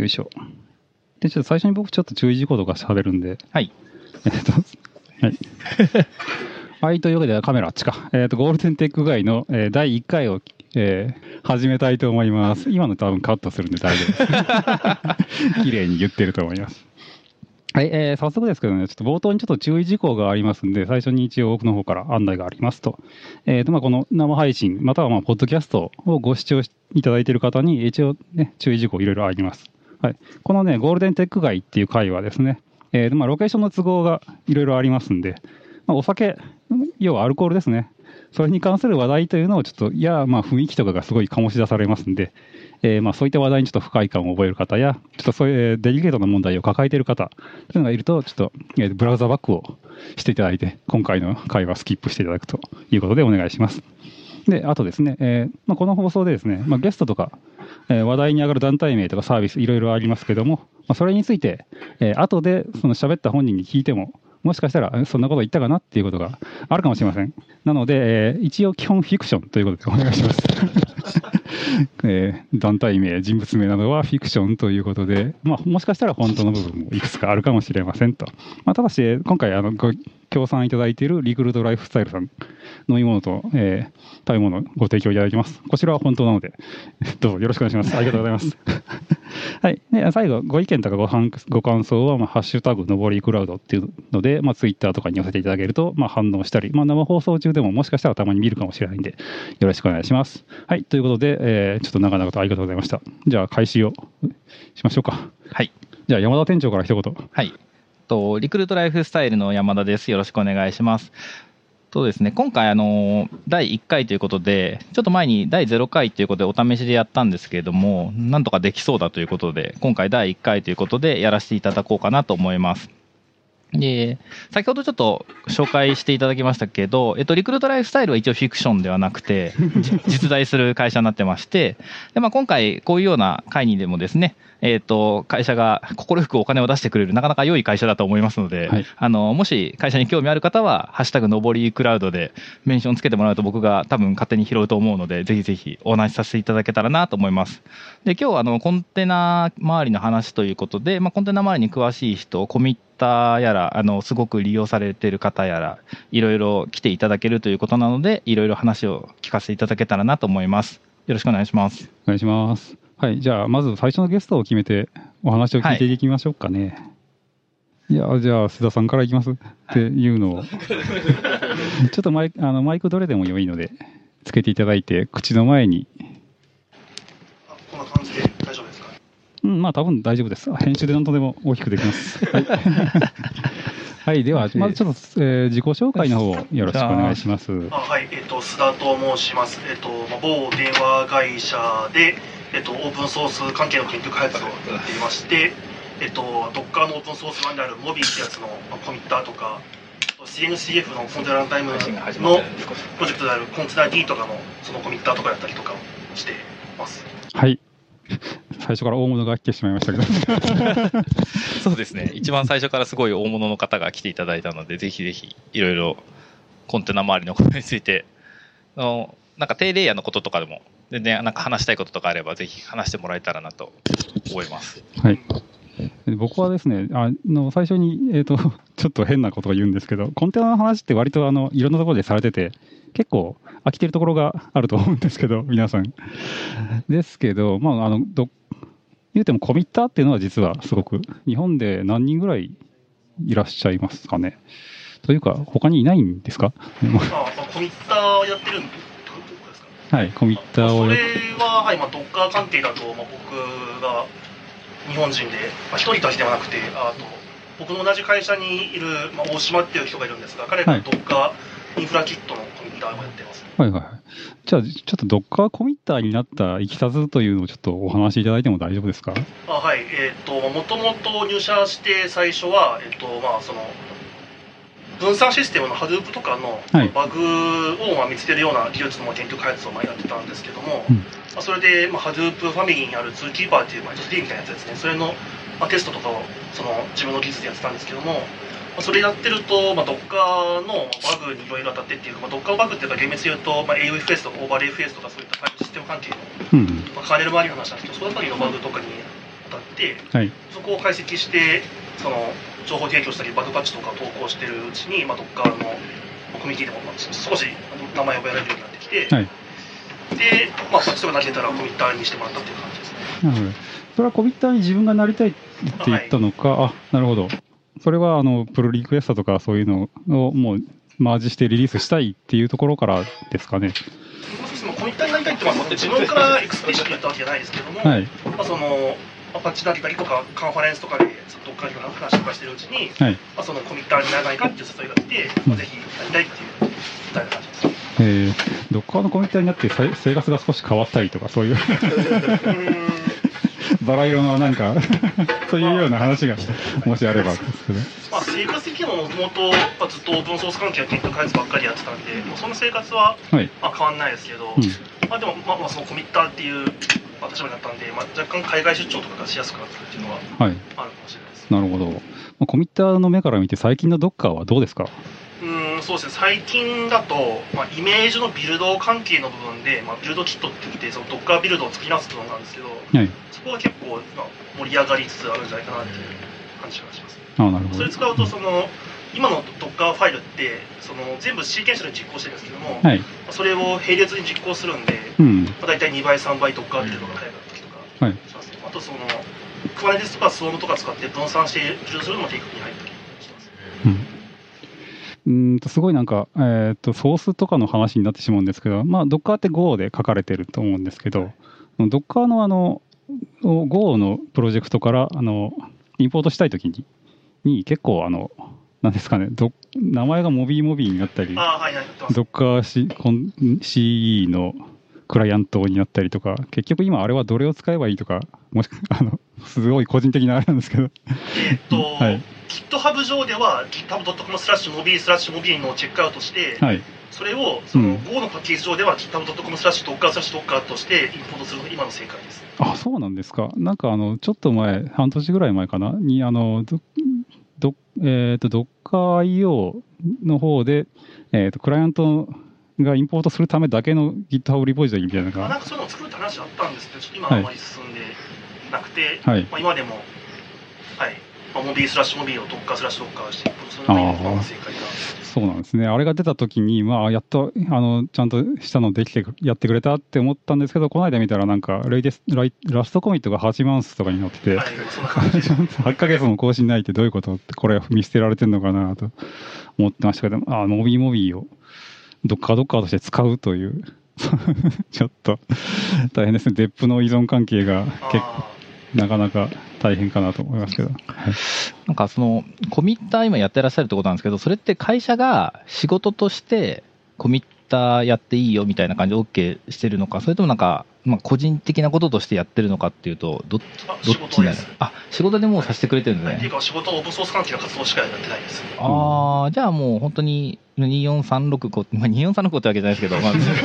いしょ。で、ちょっと最初に僕ちょっと注意事項とか喋るんで。 はい。 はい。はい、というわけでカメラあっちか。ゴールデンテック街の、第1回を、始めたいと思います。今の多分カットするんで大丈夫です。綺麗に言ってると思います。はい、早速ですけどね、ちょっと冒頭にちょっと注意事項がありますんで、最初に一応僕の方から案内がありますと。この生配信、またはポッドキャストをご視聴いただいている方に、一応ね、注意事項いろいろあります。はい。このね、ゴールデンテック街っていう回はですね、ロケーションの都合がいろいろありますんで、お酒、要はアルコールですね。それに関する話題というのをちょっと、雰囲気とかがすごい醸し出されますんで、そういった話題にちょっと不快感を覚える方や、ちょっとそういうデリケートな問題を抱えている方というのがいると、ちょっと、ブラウザバックをしていただいて、今回の会話スキップしていただくということでお願いします。で、あとですね、この放送でですね、ゲストとか、話題に上がる団体名とかサービスいろいろありますけども、それについて、後でその喋った本人に聞いても、もしかしたらそんなこと言ったかなっていうことがあるかもしれません。なので、一応基本フィクションということでお願いします。団体名、人物名などはフィクションということで、もしかしたら本当の部分もいくつかあるかもしれませんと。ただし、今回ご協賛いただいているリクルートライフスタイルさん、飲み物と、食べ物をご提供いただきます。こちらは本当なので、どうぞよろしくお願いします。ありがとうございます。はい。で、最後、ご意見とかご感想は、ハッシュタグ、のぼりクラウドっていうので、ツイッターとかに寄せていただけると、反応したり、生放送中でももしかしたらたまに見るかもしれないんで、よろしくお願いします。はい。ということで、ちょっと長々とありがとうございました。じゃあ、開始をしましょうか。 はい。 じゃあ、山田店長から一言。 はい。リクルートライフスタイルの山田です。よろしくお願いします。ですね、今回第1回ということで、ちょっと前に第0回ということでお試しでやったんですけれども、なんとかできそうだということで、今回第1回ということでやらせていただこうかなと思います。で、先ほどちょっと紹介していただきましたけど、リクルートライフスタイルは一応フィクションではなくて、実在する会社になってまして、で今回こういうような会にでもですね、会社が快くお金を出してくれるなかなか良い会社だと思いますので、はい、もし会社に興味ある方はハッシュタグのぼりクラウドでメンションつけてもらうと僕が多分勝手に拾うと思うので、ぜひぜひお話しさせていただけたらなと思います。で、今日はコンテナ周りの話ということで、コンテナ周りに詳しい人、コミッターやらすごく利用されている方やらいろいろ来ていただけるということなので、いろいろ話を聞かせていただけたらなと思います。よろしくお願いします。 お願いします。はい、じゃあまず最初のゲストを決めてお話を聞いていきましょうかね。はい、じゃあ須田さんからいきますっていうのをちょっとマイクどれでも良いのでつけていただいて、口の前に。 こんな感じで大丈夫ですか？ 多分大丈夫です。編集で何とでも大きくできます。はい、はい、ではまずちょっと、自己紹介の方をよろしくお願いします。 はい、須田と申します。某電話会社でオープンソース関係の研究開発をやっていまして、Docker のオープンソース版である Moby ってやつのコミッターとか、CNCF のコンテナランタイムのプロジェクトであるコンテナ D とかのそのコミッターとかやったりとかをしています。 はい。最初から大物が来てしまいましたけどそうですね、一番最初からすごい大物の方が来ていただいたので、ぜひぜひいろいろコンテナ周りのことについてなんか低レイヤーのこととかでも全然なんか話したいこととかあればぜひ話してもらえたらなと思います。 はい。僕はですね、最初に、ちょっと変なことを言うんですけど、コンテナの話って割といろんなところでされてて、結構飽きてるところがあると思うんですけど、皆さん。ですけど、言うてもコミッターっていうのは実はすごく、日本で何人ぐらいいらっしゃいますかね。というか、他にいないんですか？ コミッターやってるんですか？ はい、コミッターをそれは、はい、Docker 関係だと、僕が日本人で、一人たちではなくて、僕の同じ会社にいる、大島っていう人がいるんですが、彼が Docker インフラキットのコミッターをやってます。 はいはい。じゃあ、ちょっと Docker コミッターになったいきさつというのをちょっとお話しいただいても大丈夫ですか？ はい。もともと入社して最初は、その、分散システムの Hadoop とかのバグを見つけるような技術の研究開発をやってたんですけども、それで Hadoop ファミリーにあるツーキーパーっていう HTTP みたいなやつですね、それのテストとかを自分の技術でやってたんですけども、それやってると Docker のバグにいろいろ当たってっていうか、Docker バグっていうか厳密に言うと AUFS とか OverFS とかそういったシステム関係のカーネル周りの話なんですけど、そのあたりのバグとかにて、 はい、 そこを解析してその情報提供したりバグパッチとか投稿してるうちに、Docker のコミュニティでも少し名前を呼ばれるようになってきて、はい、で、パッチとか投げたらコミッターにしてもらったっていう感じですね。 なるほど。それはコミッターに自分がなりたいって言ったのか、はい、なるほど。それはプルリクエストとかそういうのをもうマージしてリリースしたいっていうところからですかね。 コミッターになりたいって自分からエクスプリシット言ったわけじゃないですけども、はい、パッチ投げたりとかカンファレンスとかでどっかに話とかしてるうちに、はい、そのコミッターにならないかっていう誘いが来て、ぜひやりたいっていうみたいな感じです。 どっかのコミッターになって生活が少し変わったりとかそういうバラ色のなんかそういうような話がもしあればですけど、 生活的にももともとずっとオープンソース関係の研究開発ばっかりやってたんで、その生活は変わんないですけど、でもそのコミッターっていう立場になったんで、若干海外出張とかがしやすくなってるっていうのはあるかもしれないです。 なるほど。コミッターの目から見て最近の Docker はどうですか？ そうですね、最近だと、イメージのビルド関係の部分で、ビルドキットって言ってその Docker ビルドを作り直す部分なんですけど、はい、そこは結構、盛り上がりつつあるんじゃないかなっていう感じがします。 なるほど。 それ使うと今の Docker ファイルって全部シーケンシャルに実行してるんですけども、はい、それを並列に実行するんで、大体2倍3倍 Docker ビルドが早かったりとかします、はい、あとKubernetes とか Swarm とか使って分散してビルドするのも計画に入ったりします。 すごいなんか、ソースとかの話になってしまうんですけど、Docker って Go で書かれてると思うんですけど、Docker のGo のプロジェクトからインポートしたいときに結構なんですかね、名前がモビーになったり、Docker CE のクライアントになったりとか、結局今あれはどれを使えばいいとか、もしすごい個人的なあれなんですけど、 はい、GitHub 上では github.com/mobi/mobi のチェックアウトして、はい、それをGo のパッケージ上では github.com/docker/docker としてインポートするのが今の正解です。 あ、そうなんですか。なんかちょっと前、半年ぐらい前かなにDocker.io の方で、クライアントがインポートするためだけの GitHub リポジトリみたいなのが、 なんかそういうのを作るって話あったんですけど、ちょっと今はあまり進んでなくて、はい、今でも、はい、mobi/mobi を docker/docker してインポートするのが今の正解だ。 そうなんですね。あれが出た時に、やっとちゃんとしたのできてやってくれたって思ったんですけど、この間見たらなんかラストコミットが8マンスとかになってて、はい、8ヶ月も更新ないってどういうことって、これ見捨てられてるのかなと思ってましたけど、モビーをドッカーとして使うというちょっと大変ですね。デップの依存関係が結構なかなか大変かなと思いますけど、はい、 なんかコミッター今やってらっしゃるってことなんですけど、それって会社が仕事としてコミッターやっていいよみたいな感じで OK してるのか、それともなんか、個人的なこととしてやってるのかっていうとどっちになる？仕事でもうさせてくれてるんですね。 っていうか仕事はオープンソース関係の活動しかやってないです。 じゃあもう本当に24365、24365ってわけじゃないですけど、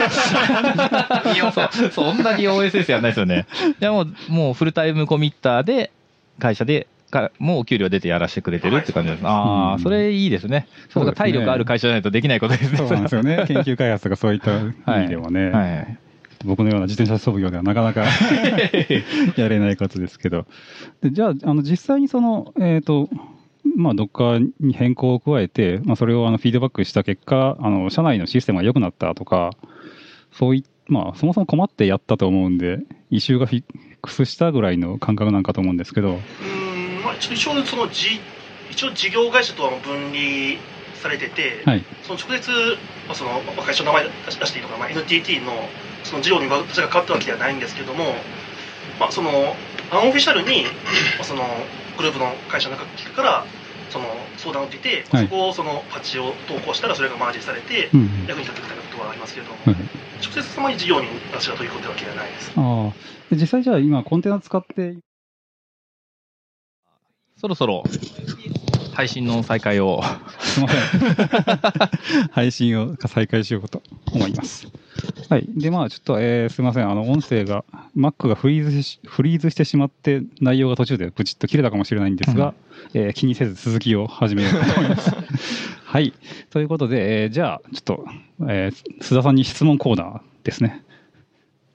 そんなに OSS やんないですよね。じゃあもうフルタイムコミッターで会社でもうお給料出てやらせてくれてるって感じです。それいいですね。それが体力ある会社じゃないとできないことですね。 そうなんですよね。研究開発とかそういった意味ではね。はい僕のような自転車操業ではなかなかやれないことですけど。でじゃあ、実際にDocker に変更を加えて、それをフィードバックした結果、社内のシステムが良くなったとか、そういそもそも困ってやったと思うんで、イシューがフィックスしたぐらいの感覚なんかと思うんですけど。 一応事業会社とは分離されてて、はい、直接会社の名前出していいのかな、NTT のその事業に私が変わったわけではないんですけども、アンオフィシャルにグループの会社の中から相談を受けて、はい、そこをパッチを投稿したらそれがマージされて役に立ってみたいなことはありますけれども、直接そまに事業に私が取り込んでるわけではないです。 実際じゃあ今コンテナ使ってそろそろ配信の再開をすみません配信を再開しようと思います。はい。で、ちょっと、すみません。音声が Mac がフリーズしてしまって内容が途中でプチッと切れたかもしれないんですが、気にせず続きを始めようと思います。はい。ということで、じゃあちょっと、須田さんに質問コーナーですね。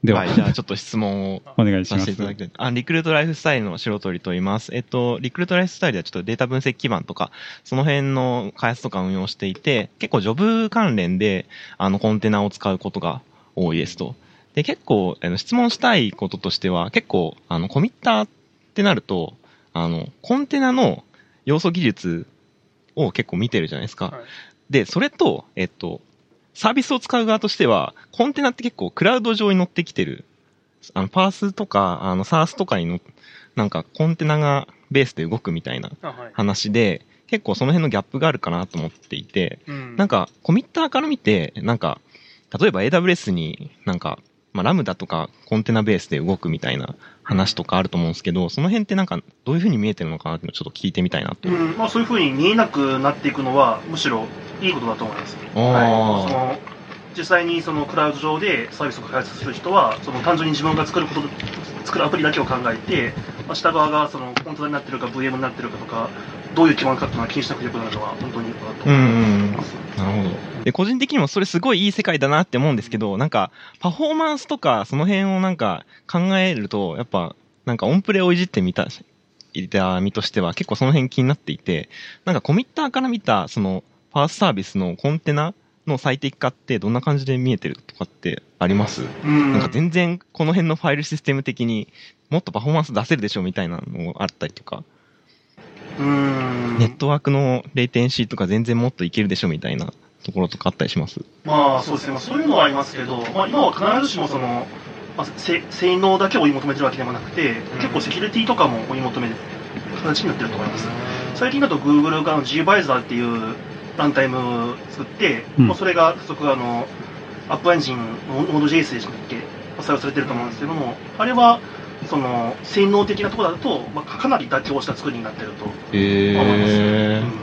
では、 はい、じゃあちょっと質問をお願いします。 させていただきたい。リクルートライフスタイルの白鳥と言います。リクルートライフスタイルではちょっとデータ分析基盤とか、その辺の開発とか運用していて、結構ジョブ関連で、コンテナを使うことが多いですと。で、結構、質問したいこととしては、結構、コミッターってなると、コンテナの要素技術を結構見てるじゃないですか。 はい、 で、それと、サービスを使う側としては、コンテナって結構クラウド上に乗ってきてる。パースとか、SaaS とかになんかコンテナがベースで動くみたいな話で、結構その辺のギャップがあるかなと思っていて、なんかコミッターから見て、なんか、例えば AWS になんか、ラムダとかコンテナベースで動くみたいな話とかあると思うんですけど、その辺ってなんかどういうふうに見えてるのかなっていうのをちょっと聞いてみたいなと。 そういうふうに見えなくなっていくのはむしろいいことだと思います。はい、実際にそのクラウド上でサービスを開発する人はその単純に自分が作るアプリだけを考えて、下側がそのコンテナになってるか VM になってるかとかどういう基盤かっていうのは気にしなくてよくなるのは本当にいいことだと思います。 なるほど。で、個人的にもそれすごいいい世界だなって思うんですけど、なんかパフォーマンスとかその辺をなんか考えると、やっぱなんかオンプレをいじってみた身としては結構その辺気になっていて、なんかコミッターから見たそのパースサービスのコンテナの最適化ってどんな感じで見えてるとかってあります？なんか全然この辺のファイルシステム的にもっとパフォーマンス出せるでしょみたいなのがあったりとか、ネットワークのレイテンシーとか全然もっといけるでしょみたいなところとかあったりします？ そうですね、そういうのはありますけど、今は必ずしもその、性能だけを追い求めてるわけでもなくて、結構セキュリティとかも追い求める形になってると思います。最近だと Google がGvisor っていうランタイム作って、それが早速アップエンジンモード JS でしたっけ採用されてると思うんですけども、あれはその性能的なところだと、かなり妥協した作りになってると思います。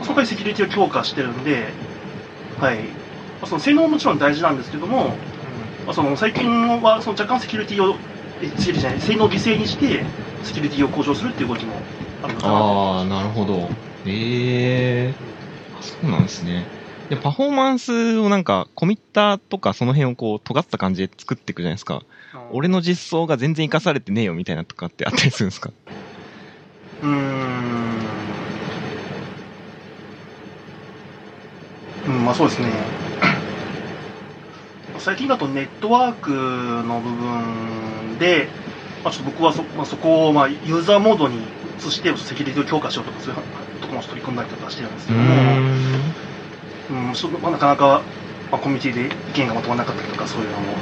そこでセキュリティを強化してるんで、はい、その性能ももちろん大事なんですけども、その最近はその若干性能を犠牲にしてセキュリティを向上するっていう動きもあるのかなと。 なるほど。そうなんですね。で、パフォーマンスをなんかコミッターとかその辺をこう尖った感じで作っていくじゃないですか。俺の実装が全然活かされてねえよみたいなとかってあったりするんですか？ そうですね。最近だとネットワークの部分で、ちょっと僕はそこをユーザーモードに移してセキュリティを強化しようとかそういうところも取り組んだりとかしてるんですけども、なかなか、コミュニティで意見がまとまらなかったりとかそういうのも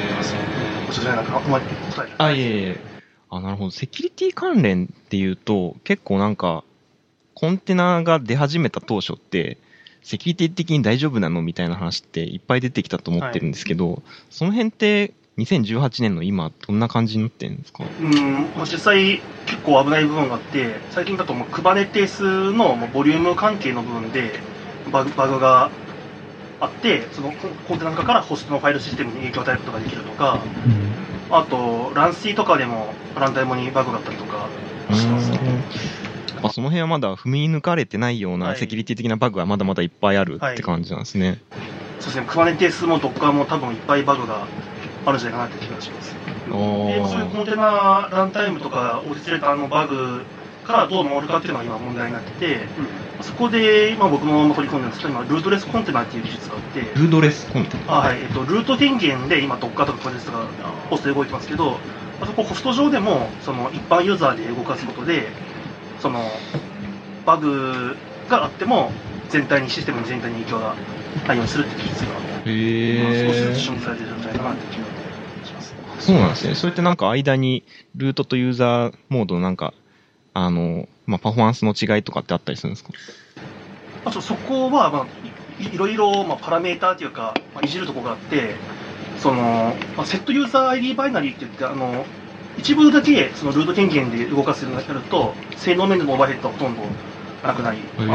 なるほど。セキュリティ関連っていうと結構なんかコンテナが出始めた当初ってセキュリティ的に大丈夫なのみたいな話っていっぱい出てきたと思ってるんですけど、その辺って2018年の今どんな感じになってるんですか？ 実際結構危ない部分があって、最近だとKubernetesのボリューム関係の部分でバグがあって、そのコンテナの中からホストのファイルシステムに影響を与えることができるとか、あとランシーとかでもランタイムにバグがあったりとかしてますね。 その辺はまだ踏み抜かれてないようなセキュリティ的なバグはまだまだいっぱいあるって感じなんですね。 そうですね。Kubernetesも Dockerも多分いっぱいバグがあるんじゃないかなって気がします。でそういうコンテナランタイムとかオーディスレーターのバグからどう守るかっていうのが今問題になってて、そこで今僕も取り込んでるんですけど、今ルートレスコンテナっていう技術があって、 ルートレスコンテナ、 はい、ルート電源で今 Docker とか Kubernetes がホストで動いてますけど、そこホスト上でもその一般ユーザーで動かすことで、そのバグがあってもシステム全体に影響がないようにするっていう技術が少しずつ進歩されてるんじゃないかなって気がします。 そうなんですね。それってなんか間にルートとユーザーモードのなんかパフォーマンスの違いとかってあったりするんですか？ そこは、いろいろ、パラメーターというか、いじるところがあって、そのセットユーザー ID バイナリーって言って一部だけそのルート権限で動かすようになると性能面でのオーバーヘッドはほとんどなくなります。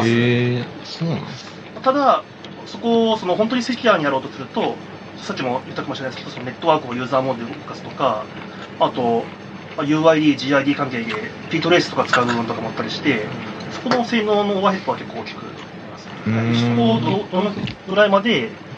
そうなんですか。 ただそこを本当にセキュアにやろうとすると、さっきも言ったかもしれないですけど、そのネットワークをユーザーモードで動かすとか、あと UID、GID 関係で ptrace とか使う部分とかもあったりして、そこの性能のオーバーヘッドは結構大きくなります。そこをどのぐらいまで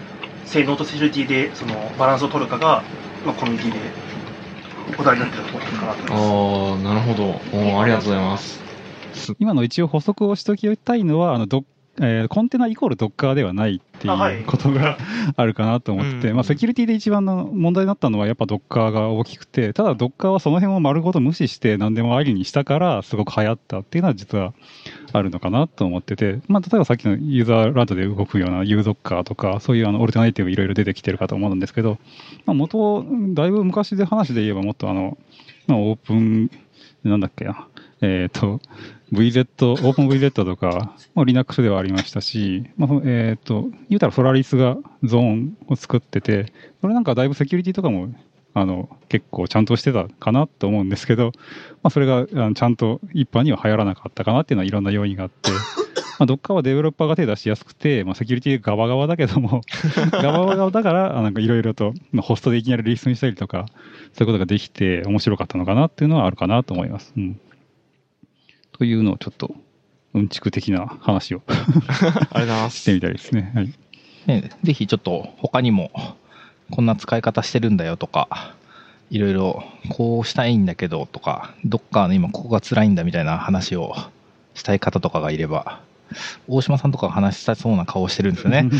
性能とセキュリティでそのバランスを取るかが、まあ、コミュニティでお題になっているところかなと思います。 なるほど。ありがとうございます。 今の一応補足をしておきたいのは、コンテナイコール Docker ではないっていうことがあるかなと思ってて、まあ、セキュリティで一番の問題になったのはやっぱ Docker が大きくて、ただ Docker はその辺を丸ごと無視して何でもありにしたからすごく流行ったっていうのは実はあるのかなと思ってて、まあ、例えばさっきのユーザーランドで動くような UDocker とかそういうオルタナティブいろいろ出てきてるかと思うんですけど、まあ、だいぶ昔で話で言えばもっとまあ、オープンなんだっけなVZ、オープン VZ とかも Linux ではありましたし、まあ言うたらソラリスがゾーンを作ってて、それなんかだいぶセキュリティとかも結構ちゃんとしてたかなと思うんですけど、まあ、それがちゃんと一般には流行らなかったかなっていうのはいろんな要因があって、まあ、Docker はデベロッパーが手出しやすくて、まあ、セキュリティガバガバだけどもガバガバだからなんかいろいろとホストでいきなりリリースにしたりとかそういうことができて面白かったのかなっていうのはあるかなと思います。というのをちょっとうんちく的な話をしてみたいですね。はい、 ね、ぜひちょっと他にもこんな使い方してるんだよとか、いろいろこうしたいんだけどとか、Docker の今ここが辛いんだみたいな話をしたい方とかがいれば、大島さんとかが話したそうな顔をしてるんですよね。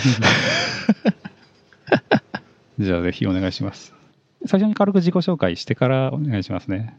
じゃあぜひお願いします。最初に軽く自己紹介してからお願いしますね。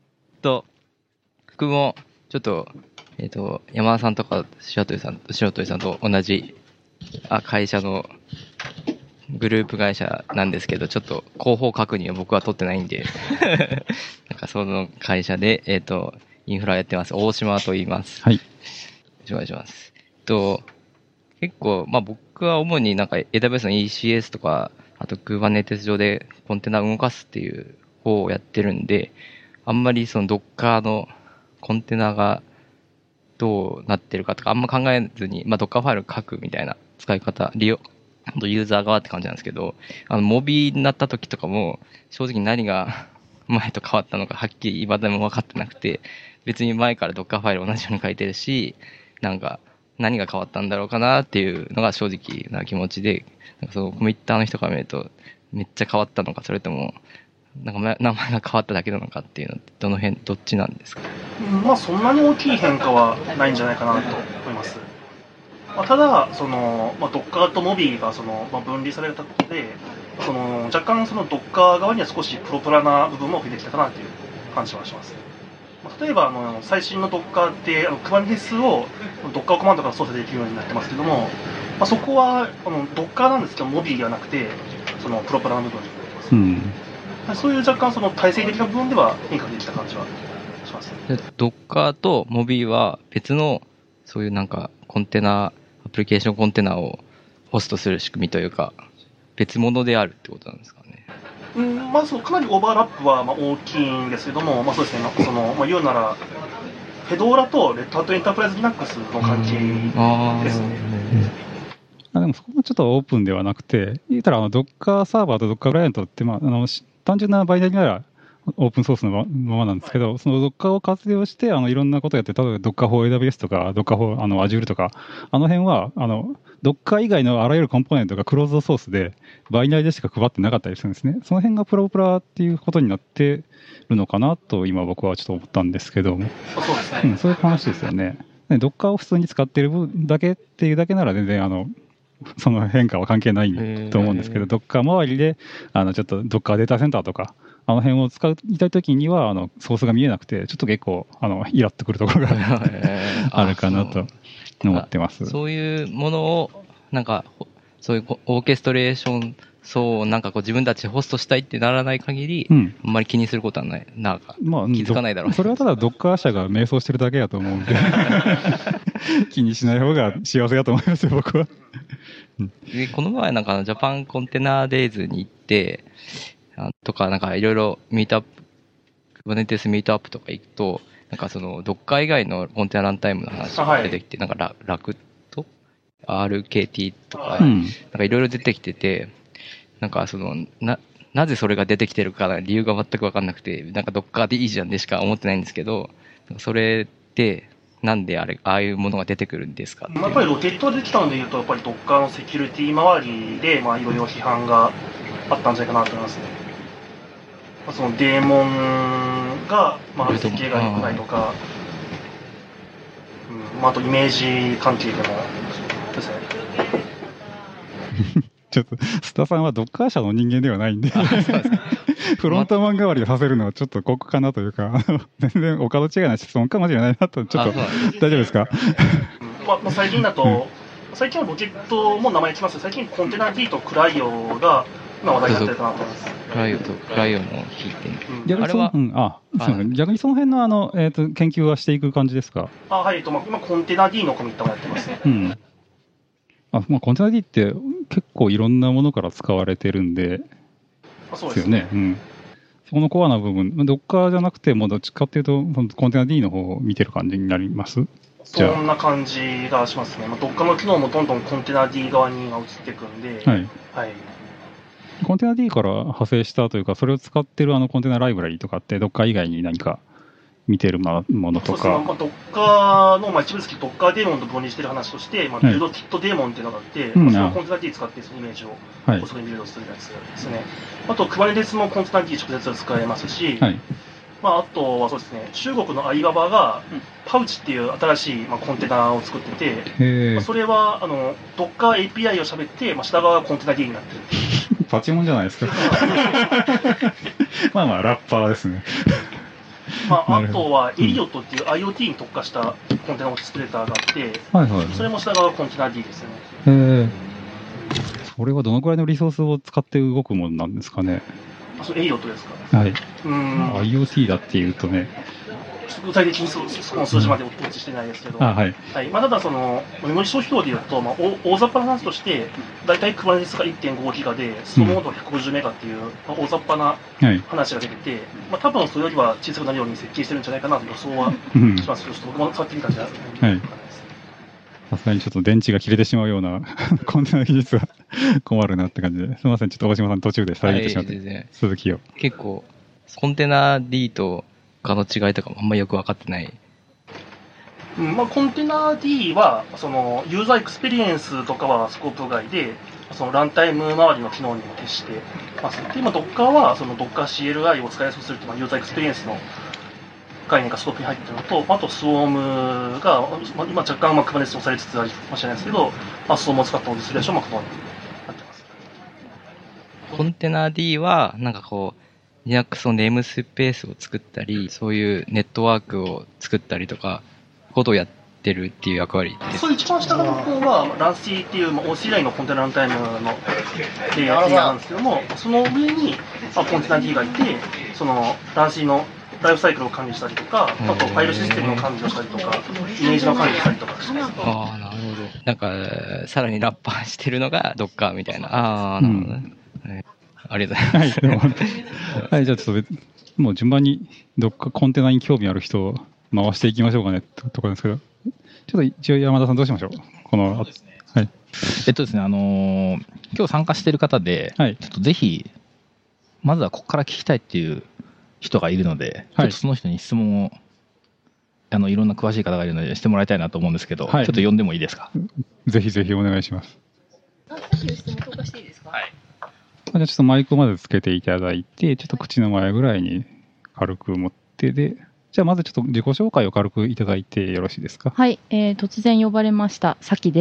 僕もちょっと、山田さんとか白鳥さんと同じ会社のグループ会社なんですけど、ちょっと広報確認を僕は取ってないんでなんかその会社で、インフラやってます大島と言います。 はい、 お願いします。結構、まあ、僕は主になんか AWS の ECS とか、あと Kubernetes 上でコンテナを動かすっていう方をやってるんで、あんまりその Docker のコンテナがどうなってるかとかあんま考えずに、まあ、Docker ファイル書くみたいな使い方、ユーザー側って感じなんですけど、モビになった時とかも正直何が前と変わったのかはっきり今でも分かってなくて、別に前から Docker ファイル同じように書いてるし、なんか何が変わったんだろうかなっていうのが正直な気持ちで、なんかそのコミッターの人から見るとめっちゃ変わったのか、それともなんか名前が変わっただけなのかっていうのってどっちなんですか？ まあそんなに大きい変化はないんじゃないかなと思います。まあ、ただDocker と Mobi が分離されたことで、若干Docker 側には少しプロプラな部分も増えてきたかなという感じはします。例えば最新の Docker ってKubernetes を Docker コマンドから操作できるようになってますけども、そこはDocker なんですけど Mobi ではなくてプロプラな部分になってます。そういう若干体制的な部分では変化できた感じはします。 Docker と Mobi は別のそういうなんかコンテナ、アプリケーションコンテナをホストする仕組みというか別物であるってことなんですかね。 かなりオーバーラップは大きいんですけども、そうですね、言うならフェドーラとレッドハットエンタープライズ Linux の関係ですね。 でもそこもちょっとオープンではなくて、言ったらDocker サーバーと Docker クライアントって、単純なバイナリならオープンソースのままなんですけど、その Docker を活用していろんなことをやって、例えば Docker for AWS とか Docker for Azure とか、辺はDocker 以外のあらゆるコンポーネントがクローズドソースでバイナリでしか配ってなかったりするんですね。その辺がプロプラっていうことになってるのかなと今僕はちょっと思ったんですけども、 そうですね、 そういう話ですよね。Docker を普通に使ってる分だけっていうだけなら全然その変化は関係ないと思うんですけど、Docker 周りでちょっと Docker データセンターとか辺を使いたいときにはソースが見えなくてちょっと結構イラっとくるところがあるかなと思ってます。 そういうものをなんかそういうオーケストレーションそうなんか自分たちでホストしたいってならない限り、あんまり気にすることはない、なんか気づかないだろう、 それはただドッカー社が迷走してるだけだと思うんで気にしない方が幸せだと思いますよ僕は。 でこの前なんかジャパンコンテナデイズに行ってとかなんかいろいろミートアップ Kubernetes ミートアップとか行くとなんかドッカー以外のコンテナランタイムの話が出てきて、なんかラクト RKT とかなんかいろいろ出てきてて、なんかなぜそれが出てきてるか理由が全く分かんなくて、なんかドッカーでいいじゃんでしか思ってないんですけど、それってなんでああいうものが出てくるんですか？ やっぱりロケットが出てきたのでいうと、やっぱりDockerのセキュリティ周りで、いろいろ批判があったんじゃないかなと思いますね。そのデーモンが、設計が良くないとか、あとイメージ関係でもですね。 ちょっと須田さんはドッカー社の人間ではないんでフロントマン代わりでさせるのはちょっと酷かなというか全然お門違いな質問かもしれないなとちょっと大丈夫ですか？ 最近だと、最近はロケットも名前聞きますけど、最近コンテナ D とクライオが話題になってるかなと思います。 クライオとクライオの引いて、 逆にその辺の研究はしていく感じですか？ はい、今コンテナ D のコミットもやってますね。 コンテナ D って結構いろんなものから使われてるんで、 そうですよね。 そこのコアな部分、Docker じゃなくてもどっちかっていうとコンテナ D の方を見てる感じになります？ そんな感じがしますね。Docker の機能もどんどんコンテナ D 側に移っていくんで、 コンテナ D から派生したというか、それを使ってるコンテナライブラリとかって Docker 以外に何か見てるものとか。 Docker の一部ですけど、Docker デーモンと分離してる話として、ビルドキットデーモンっていうのがあって、そのコンテナ D 使ってそのイメージを高速にビルドするやつですね。あと、Kubernetes もコンテナ D 直接使えますし、あとはそうですね、中国のアリババがパウチっていう新しいコンテナを作ってて、それはDocker API を喋って、下側がコンテナ D になってる。 パチモンじゃないですか。ラッパーですね。 あとはエリオットっていう IoT に特化したコンテナオースレーターがあって、それも下側がコンテナ D ですね。 それはどのくらいのリソースを使って動くものなんですかね？ エリオットですか？ IoT だっていうとね、 具体的にその数字までウォッチしてないですけど、ただメモリ消費量でいうと、大雑把な話として、大体 Kubernetes が 1.5 ギガで、そのモードが150メガっていう大雑把な話が出てて、多分それよりは小さくなるように設計してるんじゃないかなと予想はしますけど、ちょっと触ってみたんじゃないですか。 さすがにちょっと電池が切れてしまうようなコンテナ技術は困るなって感じで、すみません、ちょっと大島さん途中で遮ってしまって、続きを。 結構、コンテナ D と他の違いとかもあんまりよく分かってない。 コンテナ D は、ユーザーエクスペリエンスとかはスコープ外で、ランタイム周りの機能にも徹してます。で、今、Docker は、Docker CLI を使いやすくするというユーザーエクスペリエンスの概念がスコープに入っているのと、あと Swarm が、今若干Kubernetes 押されつつあるかもしれないですけど、Swarm を使ったオーディスレーションも可能になってます。 コンテナ D は、Linux のネームスペースを作ったり、そういうネットワークを作ったりとか、ことをやってるっていう役割です。 そう、一番下の方は、ランシーっていう、OCI のコンテナランタイムのレイヤーなんですけども、その上に、コンテナ D がいて、ランシーのライフサイクルを管理したりとか、あとファイルシステムの管理をしたりとか、イメージの管理をしたりとかしてます。 なるほど。さらにラッパーしてるのが Docker みたいな。なるほどね。ありがとうございます。 じゃあちょっともう順番にDockerコンテナに興味ある人を回していきましょうかねってところですけど、ちょっと一応山田さんどうしましょう？ ですね、今日参加している方で、ちょっとぜひ、まずはここから聞きたいっていう人がいるので、ちょっとその人に質問を、いろんな詳しい方がいるのでしてもらいたいなと思うんですけど、ちょっと読んでもいいですか？ ぜひぜひお願いします。 質問投下していいですか？ じゃあちょっとマイクまでつけていただいて、ちょっと口の前ぐらいに軽く持ってで、じゃあまずちょっと自己紹介を軽くいただいてよろしいですか？ はい、突然呼ばれましたさきです。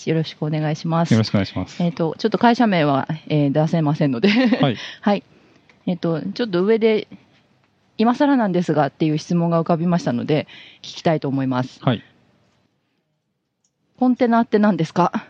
よろしくお願いします。 よろしくお願いします。 ちょっと会社名は、出せませんのではい、ちょっと上で今更なんですがっていう質問が浮かびましたので聞きたいと思います。コンテナって何ですか？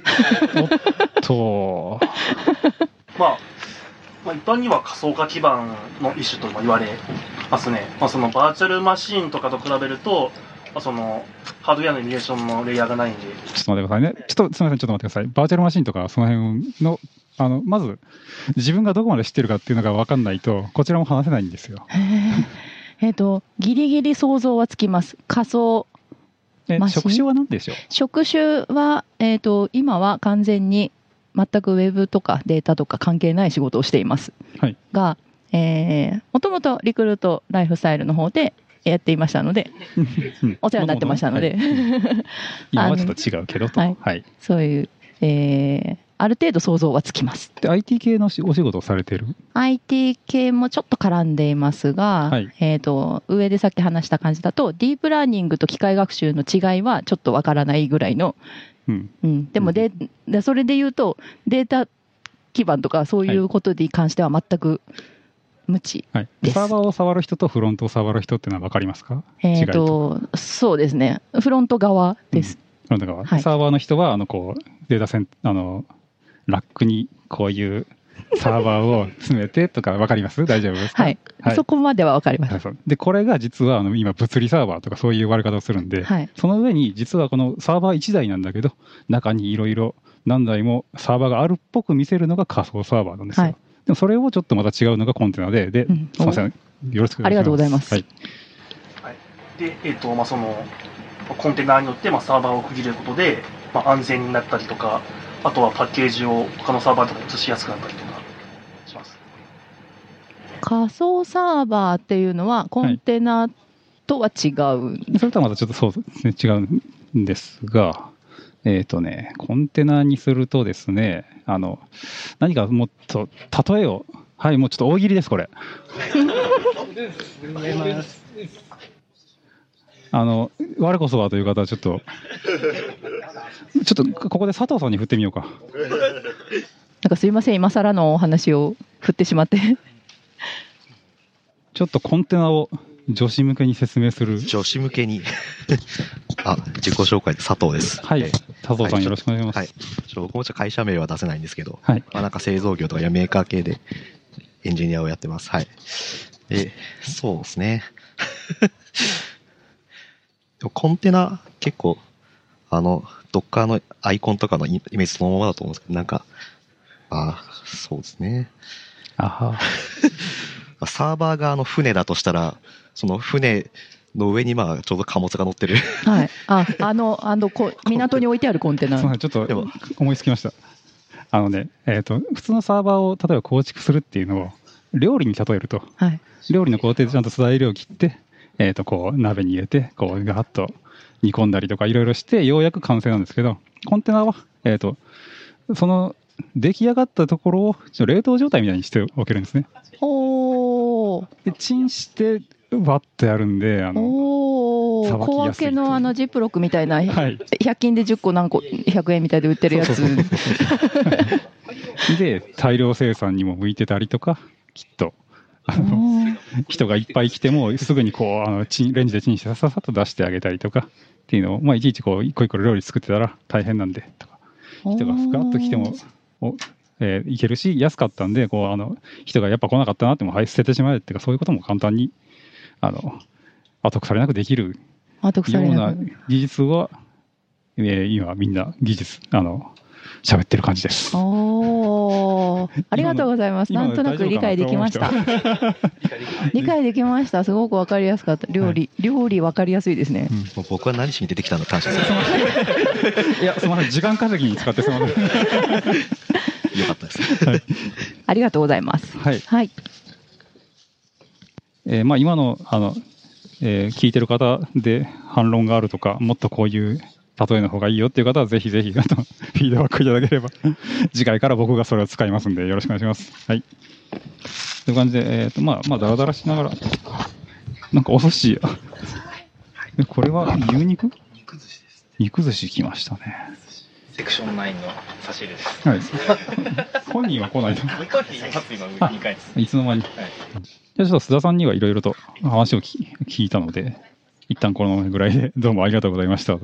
一般には仮想化基盤の一種と言われますね。そのバーチャルマシーンとかと比べると、そのハードウェアのエミュレーションのレイヤーがないんで。 ちょっと待ってくださいね。すみません、ちょっと待ってください。バーチャルマシーンとかその辺のまず自分がどこまで知ってるかっていうのが分かんないとこちらも話せないんですよ。 ギリギリ想像はつきます。仮想職種は何でしょう？ 職種は、今は完全に全くウェブとかデータとか関係ない仕事をしています、が、もともとリクルートライフスタイルの方でやっていましたのでお世話になってましたので、 今はちょっと違うけどと、 そういう、ある程度想像はつきます。 で IT 系のお仕事をされてる？ IT 系もちょっと絡んでいますが、上でさっき話した感じだとディープラーニングと機械学習の違いはちょっとわからないぐらいの、でもそれで言うとデータ基盤とかそういうことに関しては全く無知です。 サーバーを触る人とフロントを触る人っていうのは分かりますか？ そうですね、フロント側です。 フロント側、サーバーの人はこうデータセンラックにこういうサーバーを詰めてとか分かります？大丈夫ですか？ そこまでは分かります。 でこれが実は今物理サーバーとかそういう呼ばれ方をするんで、その上に実はこのサーバー1台なんだけど中にいろいろ何台もサーバーがあるっぽく見せるのが仮想サーバーなんですよ。でもそれをちょっとまた違うのがコンテナで、すみません、よろしくお願いします。 ありがとうございます。 で、そのコンテナによってサーバーを区切ることで、安全になったりとか、あとはパッケージを他のサーバーとかに移しやすくなったりとかします。 仮想サーバーっていうのはコンテナとは違う、 それとはまたちょっとそうですね、違うんですが、コンテナにするとですね、何かもっと例えを、もうちょっと大喜利です、これ。我こそはという方はちょっとここで佐藤さんに振ってみようか。 なんかすいません、今更のお話を振ってしまってちょっとコンテナを女子向けに説明する。 女子向けに自己紹介で佐藤です。 佐藤さん、よろしくお願いします。 僕も会社名は出せないんですけど、なんか製造業とかメーカー系でエンジニアをやってます。そうですね。コンテナ結構ドッカーのアイコンとかのイメージそのままだと思うんですけど、なんかそうですね。サーバーが船だとしたら、その船の上にちょうど貨物が乗ってる。 港に置いてあるコンテナ。 ちょっと思いつきました。普通のサーバーを例えば構築するっていうのを料理に例えると、料理の工程でちゃんと材料を切って、こう鍋に入れてこうガーッと煮込んだりとかいろいろしてようやく完成なんですけど、コンテナは、その出来上がったところを冷凍状態みたいにしておけるんですね。でチンしてバッとやるんで小分けのジップロックみたいな、100均で10個何個100円みたいで売ってるやつで大量生産にも向いてたりとか、きっと人がいっぱい来てもすぐにこうレンジでチンしてさっと出してあげたりとかっていうのを、いちいちこう一個一個料理作ってたら大変なんでとか、人がふかっと来てもいけるし、安かったんでこう人がやっぱ来なかったなっても捨ててしまえっていうか、そういうことも簡単に後腐れなくできるような技術は今みんな技術喋ってる感じです。 ありがとうございます。なんとなく理解できました。理解できました。すごくわかりやすかった。料理わかりやすいですね。 僕は何しに出てきたの感謝です。 いや、すみません、時間稼ぎに使ってすみません。よかったです。 ありがとうございます。 今の聞いてる方で反論があるとか、もっとこういう例えの方がいいよっていう方はぜひぜひフィードバックいただければ次回から僕がそれを使いますんでよろしくお願いします。という感じでだらだらしながらなんかお寿司これは牛肉？肉寿司来ましたね。 セクション9の差し入れです。 本人は来ないと。 今2回です。 いつの間に。じゃあちょっと須田さんにはいろいろと話を聞いたので、一旦このぐらいでどうもありがとうございました。じ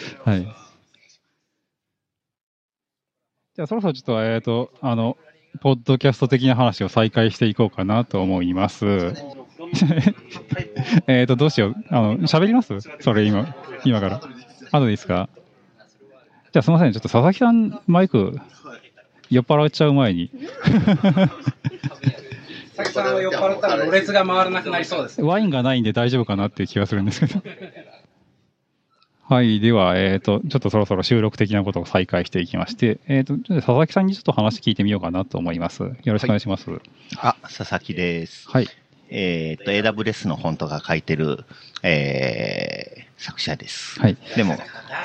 ゃあそろそろちょっとポッドキャスト的な話を再開していこうかなと思います。どうしよう。喋ります？それ今から。後でいいですか？じゃあすみません。ちょっと佐々木さんマイク酔っ払っちゃう前に。 佐々木さんは酔っ払ったらろれつが回らなくなりそうです。 ワインがないんで大丈夫かなっていう気がするんですけど。では、ちょっとそろそろ収録的なことを再開していきまして、佐々木さんにちょっと話聞いてみようかなと思います。よろしくお願いします。 佐々木です。 AWS の本とか書いてる、作者です。 はい。 でも、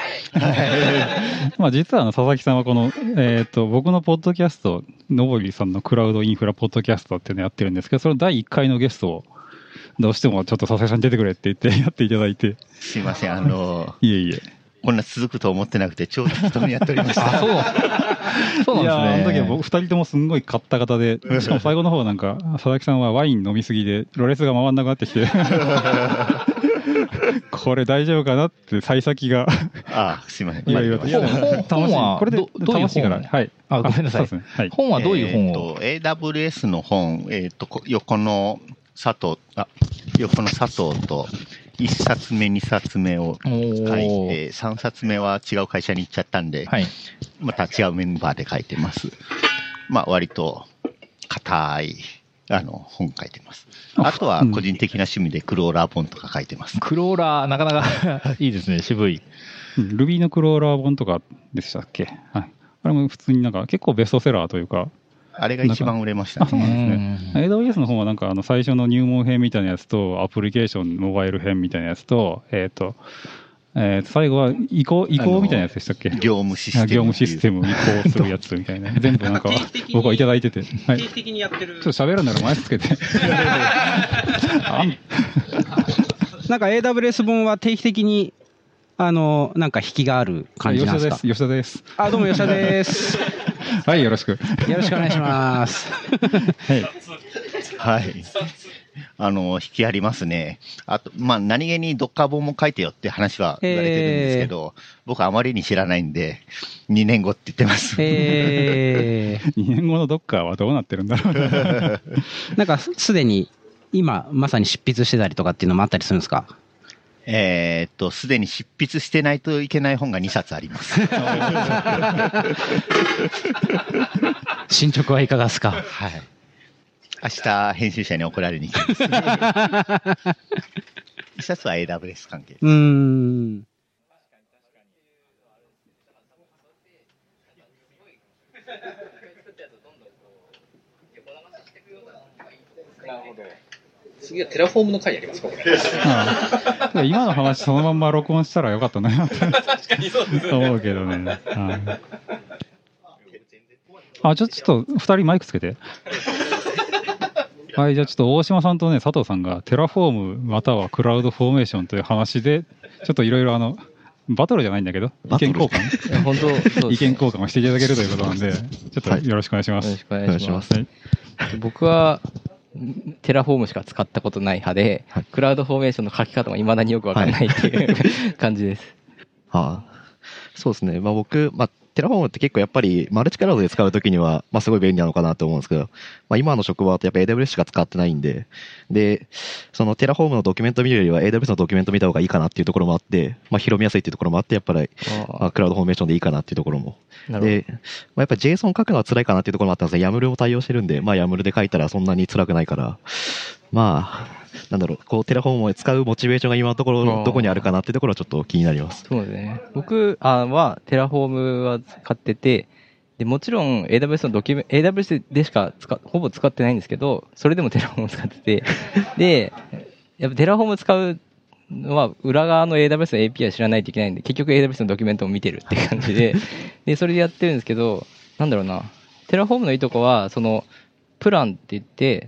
まあ実は佐々木さんはこの、僕のポッドキャスト、のぼりさんのクラウドインフラポッドキャストっていうのをやってるんですけど、その第1回のゲストを、どうしてもちょっと佐々木さん出てくれって言ってやっていただいて。 すいません、 いえいえ。 こんな続くと思ってなくて、超適当にやっておりました。 そうなんですね。いやあの時は僕2人ともすんごいカッタカタで、しかも最後の方なんか、佐々木さんはワイン飲みすぎで、ろれつが回んなくなってきて、これ大丈夫かなって幸先が。 すいません。 本はこれでどういう本？はい。 ごめんなさい。本はどういう本を ？AWS の本、横の佐藤と、1冊目、2冊目を書いて、3冊目は違う会社に行っちゃったんで、また違うメンバーで書いてます。まあ、割と硬い本書いてます。あとは個人的な趣味でクローラー本とか書いてます。 クローラー、なかなかいいですね、渋い。 Ruby のクローラー本とかでしたっけ？はい。あれも普通になんか結構ベストセラーというか、 あれが一番売れましたね。 そうなんですね。AWS の方はなんか最初の入門編みたいなやつと、アプリケーションモバイル編みたいなやつと、最後は移行みたいなやつでしたっけ？ 業務システム。 業務システム移行するやつみたいな。全部なんか僕はいただいてて。 定期的にやってる。 ちょっと喋るなら前つけて。 なんか AWS 本は定期的になんか引きがある感じなんですか？ 吉田です。 どうも吉田です。 はい、よろしく。 よろしくお願いします。 はい。引きありますね。あと、まあ、何気にドッカー本も書いてよって話は言われてるんですけど、僕あまりに知らないんで、2年後って言ってます。 2年後のドッカーはどうなってるんだろうね。 なんか、すでに今、まさに執筆してたりとかっていうのもあったりするんですか？ すでに執筆してないといけない本が2冊あります。 進捗はいかがですか？ はい。明日、編集者に怒られに行きます。一冊は AWS 関係。 なるほど。次はテラフォームの回やりますか、これ。今の話そのまんま録音したらよかったなって思うけどね。ちょっと2人マイクつけて。はい、じゃあちょっと大島さんとね、佐藤さんがテラフォームまたはクラウドフォーメーションという話で、ちょっといろいろバトルじゃないんだけど、意見交換本当意見交換をしていただけるということなんで、ちょっとよろしくお願いします。 よろしくお願いします。僕は、テラフォームしか使ったことない派で、クラウドフォーメーションの書き方も未だによくわからないっていう感じです。 そうですね。僕、テラフォームって結構やっぱりマルチクラウドで使うときには、すごい便利なのかなと思うんですけど、今の職場ってやっぱ AWS しか使ってないんで、そのテラフォームのドキュメント見るよりは AWS のドキュメント見た方がいいかなっていうところもあって、広めやすいっていうところもあって、やっぱりクラウドフォーメーションでいいかなっていうところも。で、やっぱ JSON 書くのは辛いかなっていうところもあったんですが、YAML も対応してるんで、YAML で書いたらそんなに辛くないから、テラフォームを使うモチベーションが今のところどこにあるかなっていうところはちょっと気になります。 そうですね。僕はテラフォームは使ってて、でもちろん AWS のAWS でしかほぼ使ってないんですけど、それでもテラフォームを使ってて、で、やっぱテラフォームを使うのは裏側の AWS の API を知らないといけないんで、結局 AWS のドキュメントを見てるって感じで、それでやってるんですけど、テラフォームのいいとこは、プランって言って、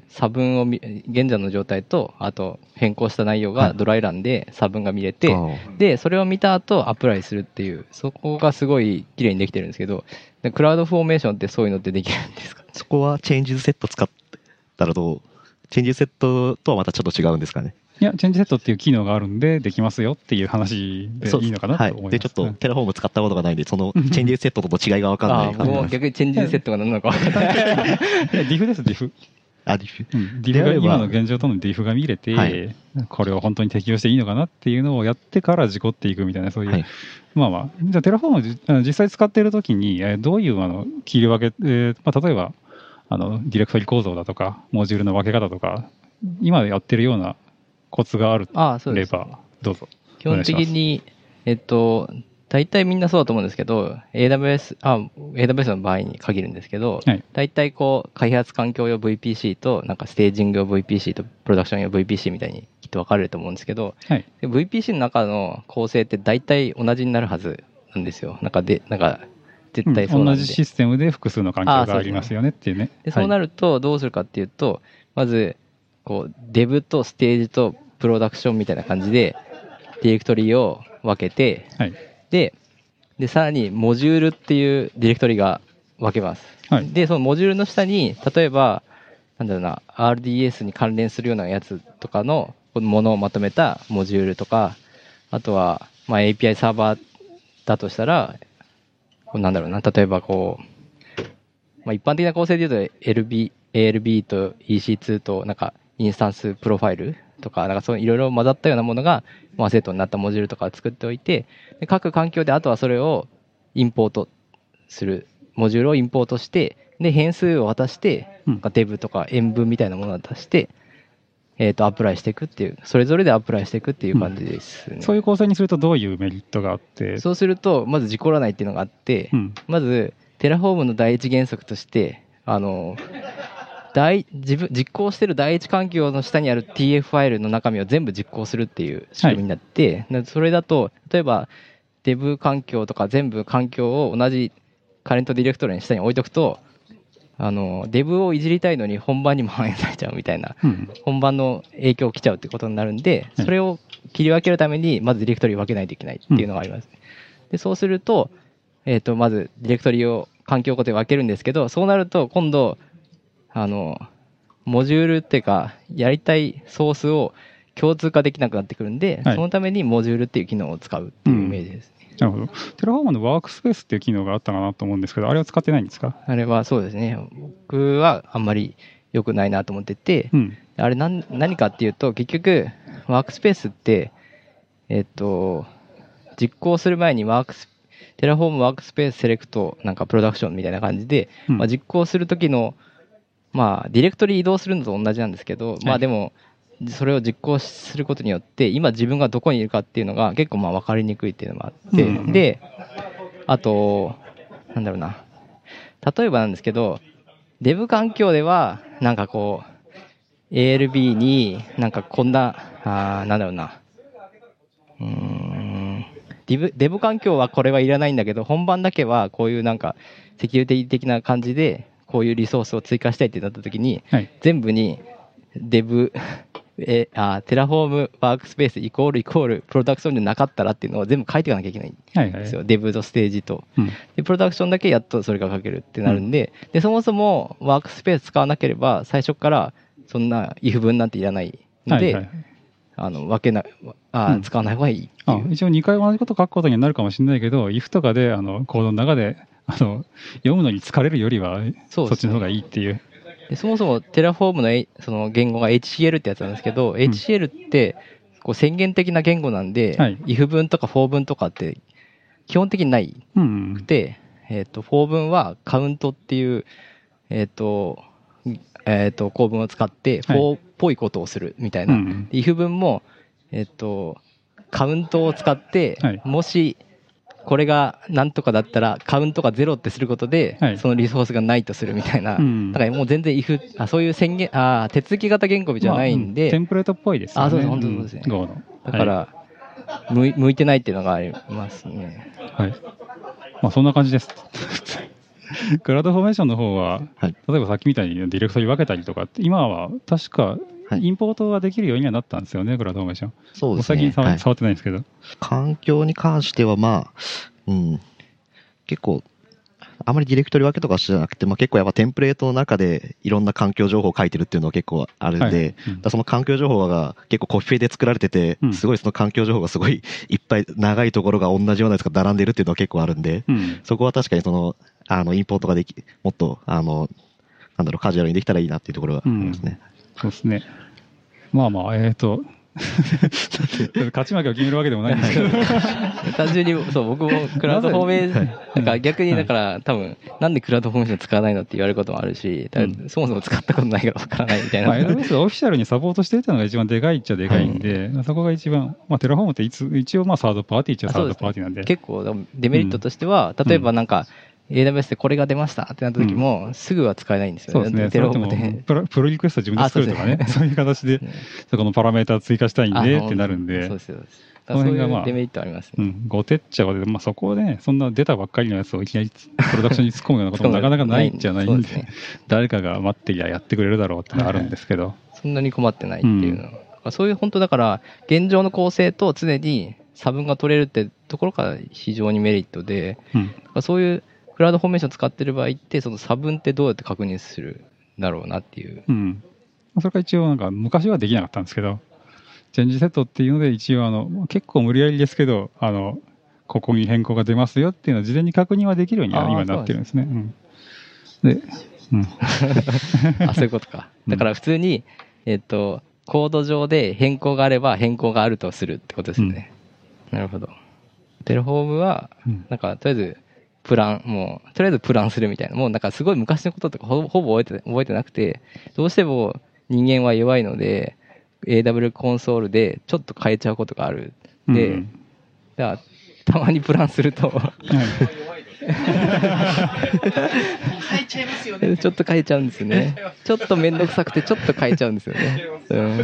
差分を現在の状態と、あと変更した内容がドライランで差分が見れて、で、それを見た後アプライするっていう、そこがすごい綺麗にできてるんですけど、クラウドフォーメーションってそういうのってできるんですか？ そこはチェンジズセット使ったらチェンジズセットとはまたちょっと違うんですかね？ いや、チェンジセットっていう機能があるんで、できますよっていう話でいいのかなと思います。 で、ちょっとテラフォーム使ったことがないんで、そのチェンジセットとの違いが分かんない感じ。 もう逆にチェンジセットが何なのか分かんない。 ディフです、ディフ。 ディフ。 ディフが今の現状とのディフが見れて、これを本当に適用していいのかなっていうのをやってから事故っていくみたいな、そういう。じゃあテラフォーム実際使っているときに、どういう切り分け、例えば、ディレクトリ構造だとか、モジュールの分け方とか、今やってるようなコツがあれば、どうぞ。 基本的に、テ大体みんなそうだと思うんですけど、AWS の場合に限るんですけど、 はい、 大体こう、開発環境用 VPC と、なんかステージング用 VPC と、プロダクション用 VPC みたいにきっと分かれると思うんですけど、 はい、 VPC の中の構成って大体同じになるはずなんですよ。なんか絶対そうなんで、 同じシステムで複数の環境がありますよねっていうね。 そうなると、どうするかっていうと、まず、こう、デブとステージとプロダクションみたいな感じで、ディレクトリを分けて、 はい、 で、さらに、モジュールっていうディレクトリが分けます。 はい、 で、そのモジュールの下に、例えば、なんだろうな、RDS に関連するようなやつとかのものをまとめたモジュールとか、あとは、まあ、API サーバーだとしたら、なんだろうな、例えばこう、まあ、一般的な構成で言うと ALB と EC2 となんかインスタンスプロファイルとか、なんかそういろいろ混ざったようなものが、まあ、セットになったモジュールとかを作っておいて、で各環境であとはそれをインポートする、モジュールをインポートして、で変数を渡して、デブとか塩分みたいなものを渡して、アプライしていくっていう、それぞれでアプライしていくっていう感じですね。 そういう構成にするとどういうメリットがあって？ そうすると、まず事故らないっていうのがあって、まず、テラフォームの第一原則として、実行している第一環境の下にある TF ファイルの中身を全部実行するっていう仕組みになって、はい、それだと、例えば、デブ環境とか全部環境を同じカレントディレクトリの下に置いとくと、デブをいじりたいのに本番にも反映されちゃうみたいな、本番の影響を来ちゃうってことになるんで、それを切り分けるために、まずディレクトリを分けないといけないっていうのがあります。で、そうすると、まずディレクトリを環境ごとに分けるんですけど、そうなると今度、モジュールっていうか、やりたいソースを共通化できなくなってくるんで、そのためにモジュールっていう機能を使うっていうイメージですね。 なるほど。テラフォームのワークスペースっていう機能があったかなと思うんですけど、あれは使ってないんですか？ あれはそうですね。僕はあんまり良くないなと思ってて、あれ何かっていうと、結局、ワークスペースって、実行する前にテラフォームワークスペースセレクトなんかプロダクションみたいな感じで、まあ、実行するときの、まあ、ディレクトリ移動するのと同じなんですけど、まあでも、それを実行することによって、今自分がどこにいるかっていうのが結構まあ分かりにくいっていうのもあって、で、あと、なんだろうな、例えばなんですけど、デブ環境では、なんかこう、ALB になんかこんな、なんだろうな、デブ環境はこれはいらないんだけど、本番だけはこういうなんかセキュリティ的な感じで、こういうリソースを追加したいってなったときに、全部にデブ、テラフォームワークスペースイコールプロダクションじゃなかったらっていうのを全部書いていかなきゃいけないんですよ。デブとステージと、で。プロダクションだけやっとそれが書けるってなるんで、で、そもそもワークスペース使わなければ最初からそんな if 文なんていらないので、使わない方がいい。 一応2回同じこと書くことにはなるかもしれないけど、if とかでコードの中で読むのに疲れるよりはそっちの方がいいっていう。 でそもそもテラフォームのその言語が HCL ってやつなんですけど、HCL ってこう宣言的な言語なんで、if 文とか for 文とかって基本的にないくて、for 文はカウントっていう構文を使って for っぽいことをするみたいな。if 文もカウントを使って、もしこれがなんとかだったらカウントが0ってすることで、そのリソースがないとするみたいな、だからもう全然 if そういう宣言手続き型言語じゃないんで、 テンプレートっぽいですよね。 そうです、本当にそうですね。だから、向いてないっていうのがありますね。 はい。まあそんな感じです。クラウドフォーメーションの方は、例えばさっきみたいにディレクトリ分けたりとかって、今は確かインポートができるようにはなったんですよね、クラウドフォーメーション。 そうですね。 最近触ってないんですけど。 環境に関しては、まあ、結構、あまりディレクトリ分けとかじゃなくて、結構やっぱテンプレートの中でいろんな環境情報を書いてるっていうのは結構あるんで、その環境情報が結構コピペで作られてて、すごいその環境情報がすごいいっぱい長いところが同じようなやつが並んでるっていうのは結構あるんで、そこは確かにその、インポートがもっと、カジュアルにできたらいいなっていうところがありますね。 そうですね。まあまあ、 勝ち負けを決めるわけでもないんですけど単純にそう僕もクラウドフォーメーションなんか逆にだから多分なんでクラウドフォーメーション使わないのって言われることもあるし、そもそも使ったことないからわからないみたいな。 AWS がオフィシャルにサポートしていたのが一番でかいっちゃでかいんで、そこが一番、テラフォームって一応サードパーティーっちゃサードパーティーなんで。 結構デメリットとしては、例えばなんか、AWS でこれが出ましたってなった時も、すぐは使えないんですよね。 そうですね。テラフォームでプロリクエスト自分で作るとかね、そういう形で、そこのパラメータ追加したいんでってなるんで。 そうです。そういうデメリットありますね。 ごてっちゃうで、そこでね、そんな出たばっかりのやつをいきなりプロダクションに突っ込むようなこともなかなかないんじゃないんで、誰かが待ってりゃやってくれるだろうってのがあるんですけど。 そんなに困ってないっていうのは。そういう本当だから、現状の構成と常に差分が取れるってところが非常にメリットで、そういうクラウドフォーメーション使ってる場合って、その差分ってどうやって確認するんだろうなっていう。 それから一応なんか昔はできなかったんですけど、チェンジセットっていうので一応結構無理やりですけど、ここに変更が出ますよっていうのを事前に確認はできるようには今なってるんですね。 そういうことか。だから普通に、コード上で変更があれば変更があるとするってことですね。なるほど。テラフォームは、なんかとりあえずプランするみたいな。もうなんかすごい昔のこととかほぼ覚えてなくて、どうしても人間は弱いので、AW コンソールでちょっと変えちゃうことがある。で、だからたまにプランすると変えちゃいますよね。 ちょっと変えちゃうんですね。ちょっと面倒くさくてちょっと変えちゃうんですよね。ちょっ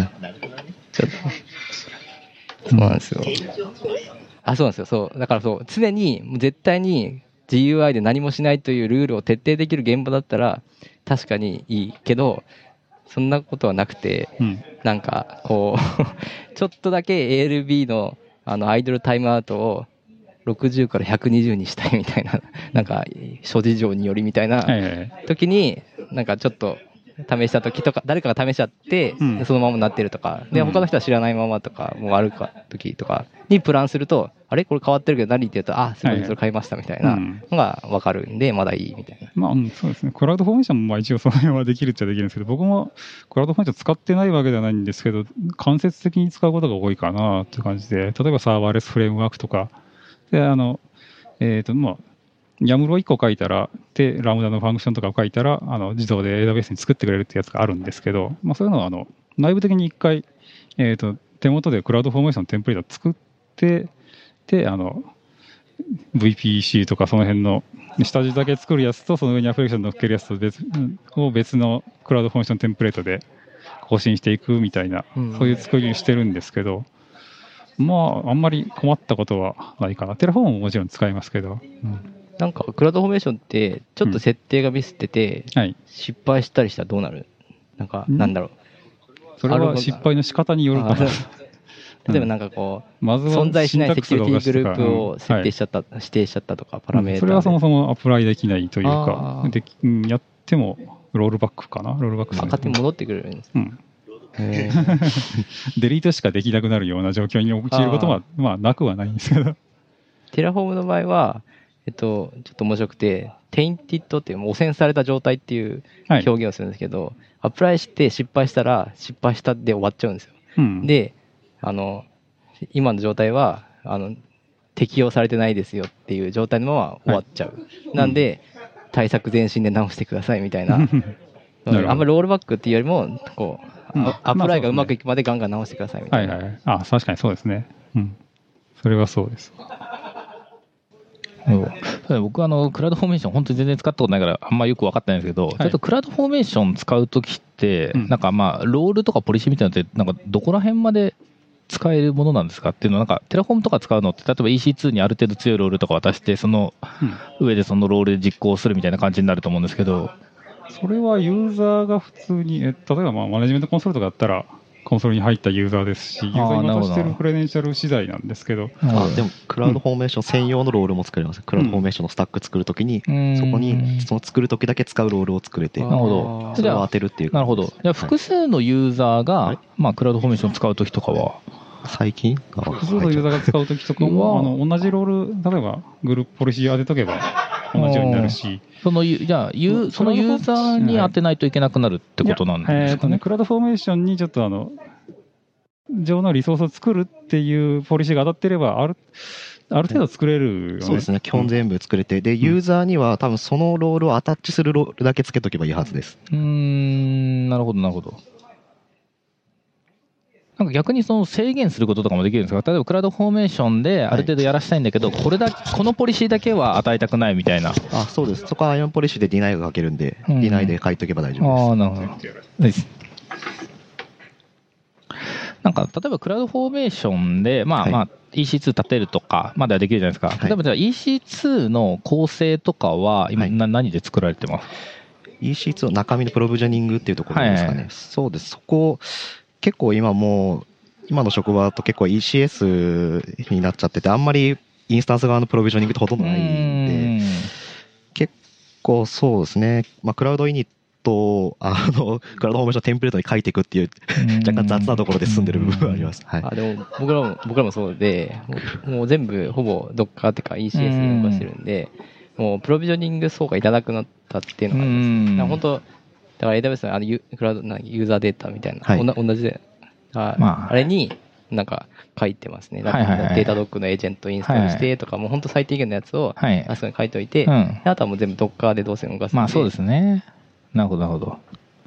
とそうなんですよ。そうなんですよ。そうだから常に絶対に GUI で何もしないというルールを徹底できる現場だったら確かにいいけど、そんなことはなくて、なんかこうちょっとだけ ALB のアイドルタイムアウトを60から120にしたいみたいな、なんか諸事情によりみたいな時に、なんかちょっと試した時とか、誰かが試しちゃってそのままなってるとかで、他の人は知らないままとかもある時とかにプランすると、あれこれ変わってるけど何って言うと、すごいそれ変えましたみたいなのが分かるんで、まだいいみたいな。 そうですね。クラウドフォーメーションも一応その辺はできるっちゃできるんですけど、僕もクラウドフォーメーション使ってないわけではないんですけど、間接的に使うことが多いかなっていう感じで、例えばサーバーレスフレームワークとかで、YAML を1個書いたら、で、ラムダのファンクションとかを書いたら、自動で AWS に作ってくれるってやつがあるんですけど、そういうのは内部的に1回、手元でクラウドフォーメーションのテンプレートを作って、で、VPC とかその辺の下地だけ作るやつと、その上にアプリケーション乗っけるやつと別のクラウドフォーメーションテンプレートで更新していくみたいな、そういう作りにしてるんですけど、あんまり困ったことはないかな。テラフォームももちろん使いますけど。 なんかクラウドフォーメーションってちょっと設定がミスってて、失敗したりしたらどうなる？なんだろう。 それは失敗の仕方によるかな。 例えばなんかこう、存在しないセキュリティグループを設定しちゃった、指定しちゃったとか、パラメータ。 それはそもそもアプライできないというか、やってもロールバックかな。ロールバック勝手に戻ってくるんです。 デリートしかできなくなるような状況に陥ることはなくはないんですけど。 テラフォームの場合は、ちょっと面白くて、テインティッドっていう汚染された状態っていう表現をするんですけど、アプライして失敗したら失敗したで終わっちゃうんですよ。で、今の状態は適用されてないですよっていう状態のまま終わっちゃう。なんで対策前進で直してくださいみたいな。あんまりロールバックっていうよりもこう、アプライがうまくいくまでガンガン直してくださいみたいな。 確かにそうですね。それはそうです。 僕はクラウドフォーメーション本当に全然使ったことないからあんまよく分かってないんですけど、ちょっとクラウドフォーメーション使うときって、なんかロールとかポリシーみたいなのってなんかどこら辺まで使えるものなんですかっていうのは、なんかテラフォームとか使うのって例えば EC2 にある程度強いロールとか渡して、その上でそのロールで実行するみたいな感じになると思うんですけど、 それはユーザーが普通に、例えばマネジメントコンソールとかだったらコンソールに入ったユーザーですし、ユーザーに渡してるクレデンシャル次第なんですけど。 でも、クラウドフォーメーション専用のロールも作れます。クラウドフォーメーションのスタック作るときに、そこに、その作るときだけ使うロールを作れて、 なるほど。 それを当てるっていう。 なるほど。じゃあ、複数のユーザーが、クラウドフォーメーション使うときとかは、 最近複数のユーザーが使うときとかは、同じロール、例えばグループポリシー当てとけば同じようになるし、 そのユーザーに当てないといけなくなるってことなんですかね。 クラウドフォーメーションにちょっと上のリソースを作るっていうポリシーが当たってれば、ある程度作れるよね。 そうですね、基本全部作れて、で、ユーザーには多分そのロールをアタッチするロールだけつけとけばいいはずです。 なるほど、なるほど。なんか逆にその制限することとかもできるんですか？例えばクラウドフォーメーションである程度やらしたいんだけど、このポリシーだけは与えたくないみたいな。 そうです。そこはアイオンポリシーでディナイが書けるんで、ディナイで書いとけば大丈夫です。 なるほど。なんか例えばクラウドフォーメーションで、EC2 立てるとかまではできるじゃないですか。例えばじゃあ EC2 の構成とかは今何で作られてます？ EC2 の中身のプロビジョニングっていうところですかね。そうです。そこ結構今の職場だと結構 ECS になっちゃってて、あんまりインスタンス側のプロビジョニングってほとんどないんで、結構そうですね、クラウドイニット、クラウドフォーメーションのテンプレートに書いていくっていう、若干雑なところで進んでる部分はあります。 でも僕らもそうで、もう全部ほぼ Docker っていうか ECS に動かしてるんで、もうプロビジョニング層がいらなくなったっていうのがありますね。本当だから AWS のクラウドユーザーデータみたいな、同じで、あれになんか書いてますね。データドックのエージェントインストールしてとか、もう本当最低限のやつをあそこに書いておいて、あとはもう全部 Docker でどうせ動かすんで。 そうですね。なるほど、なるほど。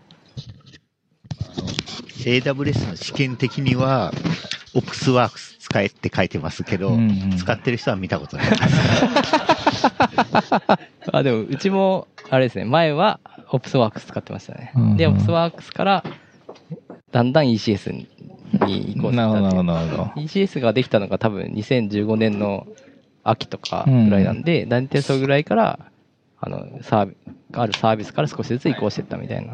AWS の試験的には、OpsWorks 使えって書いてますけど、使ってる人は見たことないです。 でも、うちも、あれですね、前は OpsWorks 使ってましたね。で、OpsWorks から、だんだん ECS に移行したっていう。 なるほど。 ECS ができたのが多分2015年の秋とかぐらいなんで、大体それぐらいから、あるサービスから少しずつ移行していったみたいな。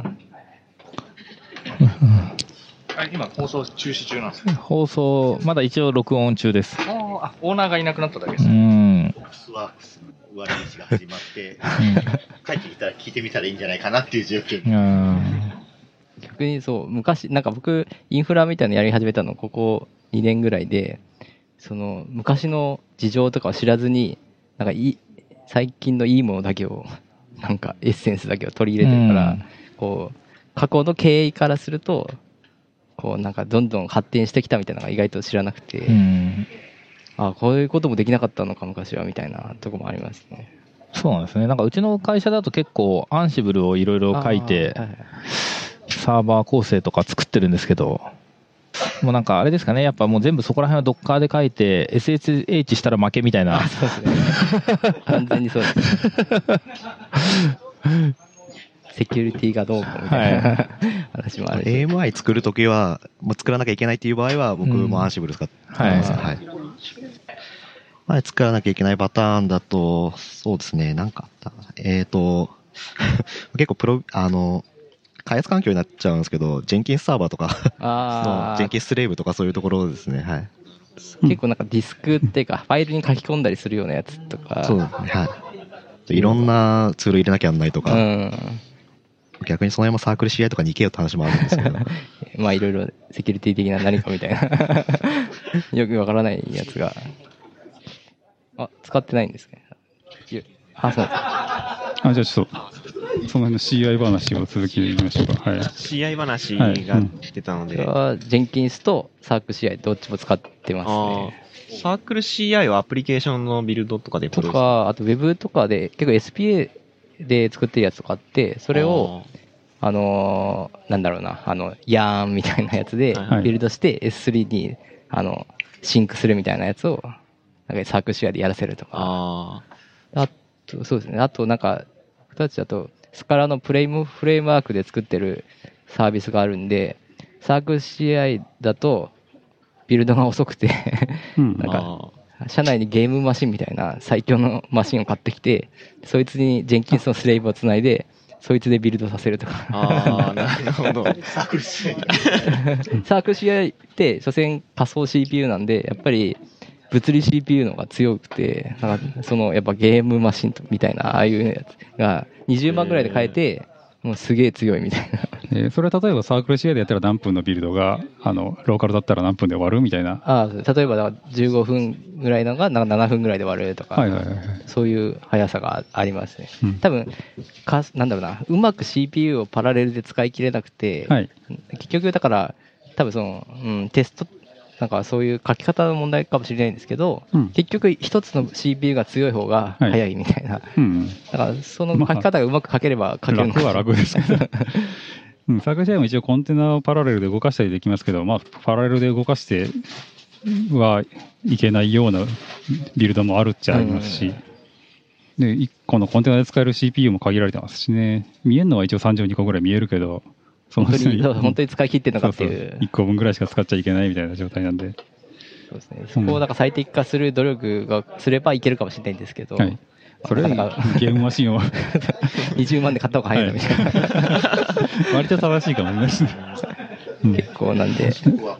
今、放送中止中なんですね。 放送、まだ一応録音中です。 オーナーがいなくなっただけです。 OpsWorks の上乗しが始まって、帰ってきたら聞いてみたらいいんじゃないかなっていう状況に。 逆にそう、昔、なんか僕、インフラみたいなのやり始めたの、ここ2年ぐらいで、昔の事情とかを知らずに、なんか最近のいいものだけを、なんかエッセンスだけを取り入れてるから、過去の経緯からすると、なんかどんどん発展してきたみたいなのが意外と知らなくて、こういうこともできなかったのか昔はみたいなとこもありますね。 そうなんですね。なんかうちの会社だと結構アンシブルをいろいろ書いて、サーバー構成とか作ってるんですけど、もうなんかあれですかね、やっぱもう全部そこら辺は Docker で書いて SSH したら負けみたいな。 そうですね。完全にそうです。セキュリティがどうかみたいな、話もあるし。 AMI 作るときは、作らなきゃいけないっていう場合は、僕もアンシブル使ってます。作らなきゃいけないパターンだと、そうですね、なんかあった。結構開発環境になっちゃうんですけど、ジェンキンスサーバーとかジェンキンスレイブとかそういうところですね。 結構なんかディスクっていうか、ファイルに書き込んだりするようなやつとか。 そうですね。いろんなツール入れなきゃなんないとか。逆にその辺もサークル CI とかに行けよって話もあるんですけど。 いろいろセキュリティ的な何かみたいな。よくわからないやつが。使ってないんですね。 そうです。じゃあちょっと、その辺の CI 話を続きでいきましょうか。 CI 話が出たので。 ジェンキンスとサークル CI どっちも使ってますね。 サークル CI はアプリケーションのビルドとかでとか、あと Web とかで、結構 SPA で作ってるやつとかあって、それを、なんだろうな、ヤーンみたいなやつでビルドして S3 に、シンクするみたいなやつを、なんかサークル CI でやらせるとか。あと、そうですね。あと、なんか、僕たちだと、スカラのフレームワークで作ってるサービスがあるんで、サークル CI だと、ビルドが遅くてなんか、社内にゲームマシンみたいな最強のマシンを買ってきて、そいつにジェンキンスのスレイブをつないで、そいつでビルドさせるとか。 なるほど。 サークル CI って、所詮仮想 CPU なんで、やっぱり、物理 CPU の方が強くて、なんかやっぱゲームマシンみたいな、ああいうやつが20万ぐらいで買えて、もうすげえ強いみたいな。それは例えばサークル CI でやったら何分のビルドが、ローカルだったら何分で終わるみたいな。 例えば15分ぐらいのが7分ぐらいで終わるとか、そういう速さがありますね。多分なんだろうな、うまく CPU をパラレルで使い切れなくて、結局だから、 多分テスト、なんかそういう書き方の問題かもしれないんですけど、結局一つの CPU が強い方が早いみたいな。だからその書き方がうまく書ければ書けるのか、 楽は楽ですけど。サークル CI も一応コンテナをパラレルで動かしたりできますけど、パラレルで動かしてはいけないようなビルドもあるっちゃありますし、で、1個のコンテナで使える CPU も限られてますしね。見えるのは一応32個ぐらい見えるけど、 本当に使い切ってるのかっていう。 1個分ぐらいしか使っちゃいけないみたいな状態なんで。 そうですね。そこをなんか最適化する努力がすればいけるかもしれないんですけど。 それなんかゲームマシンを 20万で買った方が早いのみたいな。 割と正しいかもしれないですね。 結構なんで。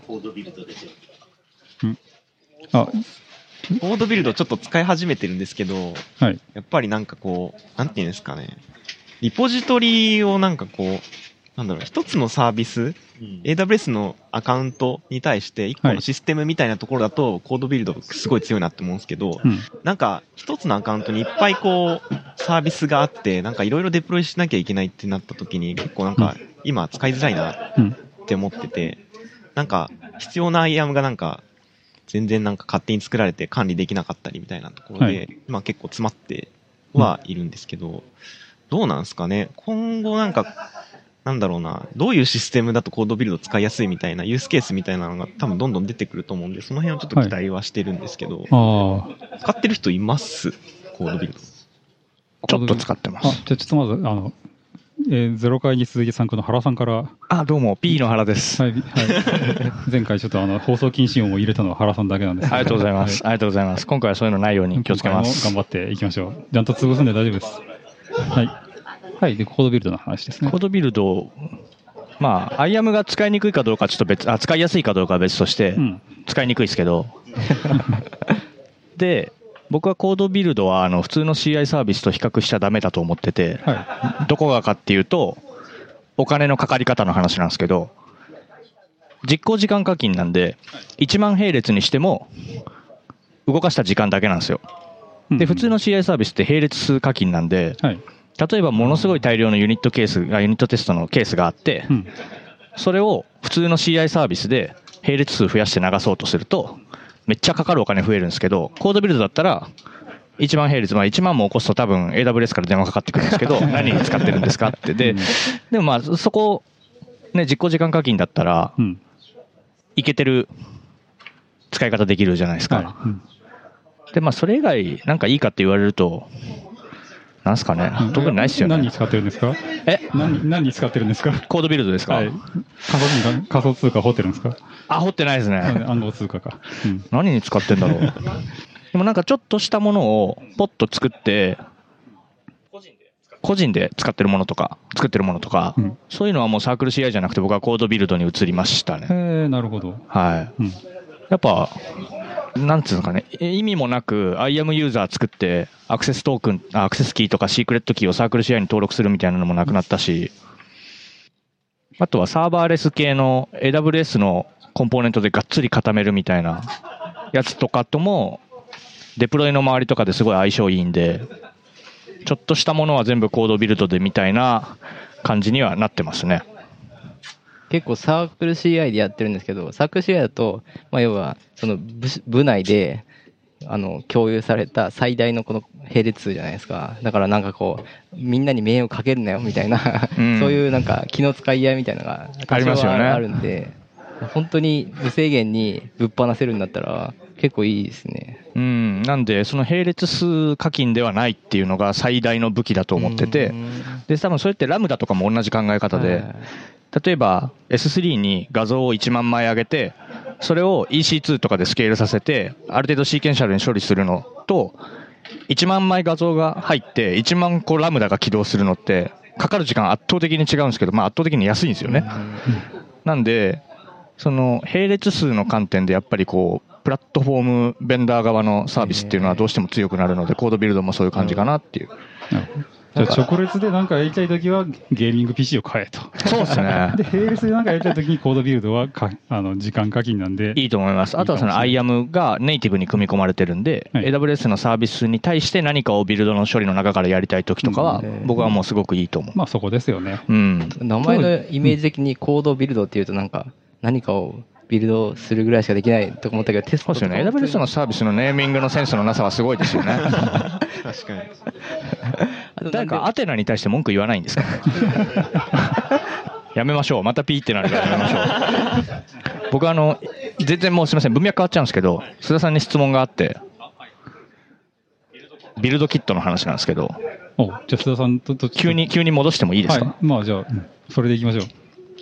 コードビルドちょっと使い始めてるんですけど、やっぱりなんかこう、なんていうんですかね、リポジトリをなんかこう、なんだろう、一つのサービス、AWS のアカウントに対して一個のシステムみたいなところだと、コードビルドすごい強いなって思うんですけど、なんか一つのアカウントにいっぱいこう、サービスがあって、なんかいろいろデプロイしなきゃいけないってなった時に、結構なんか今使いづらいなって思ってて、なんか必要な IAM がなんか、全然なんか勝手に作られて管理できなかったりみたいなところで、今結構詰まってはいるんですけど、どうなんですかね。今後なんか、なんだろうな、どういうシステムだとコードビルド使いやすいみたいなユースケースみたいなのが多分どんどん出てくると思うんで、その辺をちょっと期待はしてるんですけど、使ってる人いますコードビルド。 ちょっと使ってます。 じゃあちょっとまず、0回に続いて参加の原さんから。 どうも、P の原です。 前回ちょっと放送禁止音を入れたのは原さんだけなんですけど。 ありがとうございます。ありがとうございます。今回はそういうのないように気をつけます。 頑張っていきましょう。ちゃんと潰すんで大丈夫です。で、コードビルドの話ですね。 コードビルド、IAM が使いにくいかどうかちょっと使いやすいかどうかは別として、使いにくいですけど。で、僕はコードビルドは普通の CI サービスと比較しちゃダメだと思ってて、どこがかっていうと、お金のかかり方の話なんですけど、実行時間課金なんで、1万並列にしても、動かした時間だけなんですよ。で、普通の CI サービスって並列数課金なんで、例えばものすごい大量のユニットテストのケースがあって、それを普通の CI サービスで並列数増やして流そうとすると、めっちゃかかるお金増えるんですけど、コードビルドだったら、1万並列、1万も起こすと多分 AWS から電話かかってくるんですけど、何に使ってるんですかって。でもそこ、ね、実行時間課金だったら、いけてる使い方できるじゃないですか。で、それ以外、なんかいいかって言われると、なんすかね、特にないっすよね。 何に使ってるんですか？何に使ってるんですか？ コードビルドですか？ 仮想通貨掘ってるんですか？ 掘ってないですね。 暗号通貨か。 何に使ってんだろう。でもなんかちょっとしたものをポッと作って、個人で使ってるものとか、作ってるものとか、そういうのはもうサークル CI じゃなくて僕はコードビルドに移りましたね。 なるほど。 やっぱ、なんつうのかね、意味もなく IAM ユーザー作ってアクセスキーとかシークレットキーをサークル CI に登録するみたいなのもなくなったし、あとはサーバーレス系の AWS のコンポーネントでがっつり固めるみたいなやつとかともデプロイの周りとかですごい相性いいんで、ちょっとしたものは全部コードビルドでみたいな感じにはなってますね。 結構サークル CI でやってるんですけど、サークル CI だと、要はその部内で共有された最大のこの並列数じゃないですか。だからなんかこうみんなに迷惑かけるなよみたいな、そういうなんか気の使い合いみたいなのがありますよね。 あるんで、本当に無制限にぶっ放せるんだったら結構いいですね。 なんでその並列数課金ではないっていうのが最大の武器だと思ってて、で多分それってラムダとかも同じ考え方で、例えば S3 に画像を1万枚上げて、それを EC2 とかでスケールさせてある程度シーケンシャルに処理するのと、1万枚画像が入って1万個ラムダが起動するのってかかる時間圧倒的に違うんですけど、圧倒的に安いんですよね。なんでその並列数の観点でやっぱりこうプラットフォームベンダー側のサービスっていうのはどうしても強くなるので、コードビルドもそういう感じかなっていう。 じゃあ直列で何かやりたいときはゲーミング PC を買えと。 そうですね。 で、並列で何かやりたいときにコードビルドは時間課金なんで。 いいと思います。あとはその IAM がネイティブに組み込まれてるんで、AWS のサービスに対して何かをビルドの処理の中からやりたいときとかは、僕はもうすごくいいと思う。 そこですよね。 名前のイメージ的にコードビルドっていうとなん何かをビルドするぐらいしかできないと思ったけど、テストそうですよね。AWS のサービスのネーミングのセンスのなさはすごいですよね。 確かに。誰かアテナに対して文句言わないんですか？やめましょう。またピーってなるからやめましょう。僕全然もうすみません。文脈変わっちゃうんですけど、須田さんに質問があって、ビルドキットの話なんですけど、 じゃあ須田さんと急に戻してもいいですか？ はい、まあじゃあ、それでいきましょう。はい、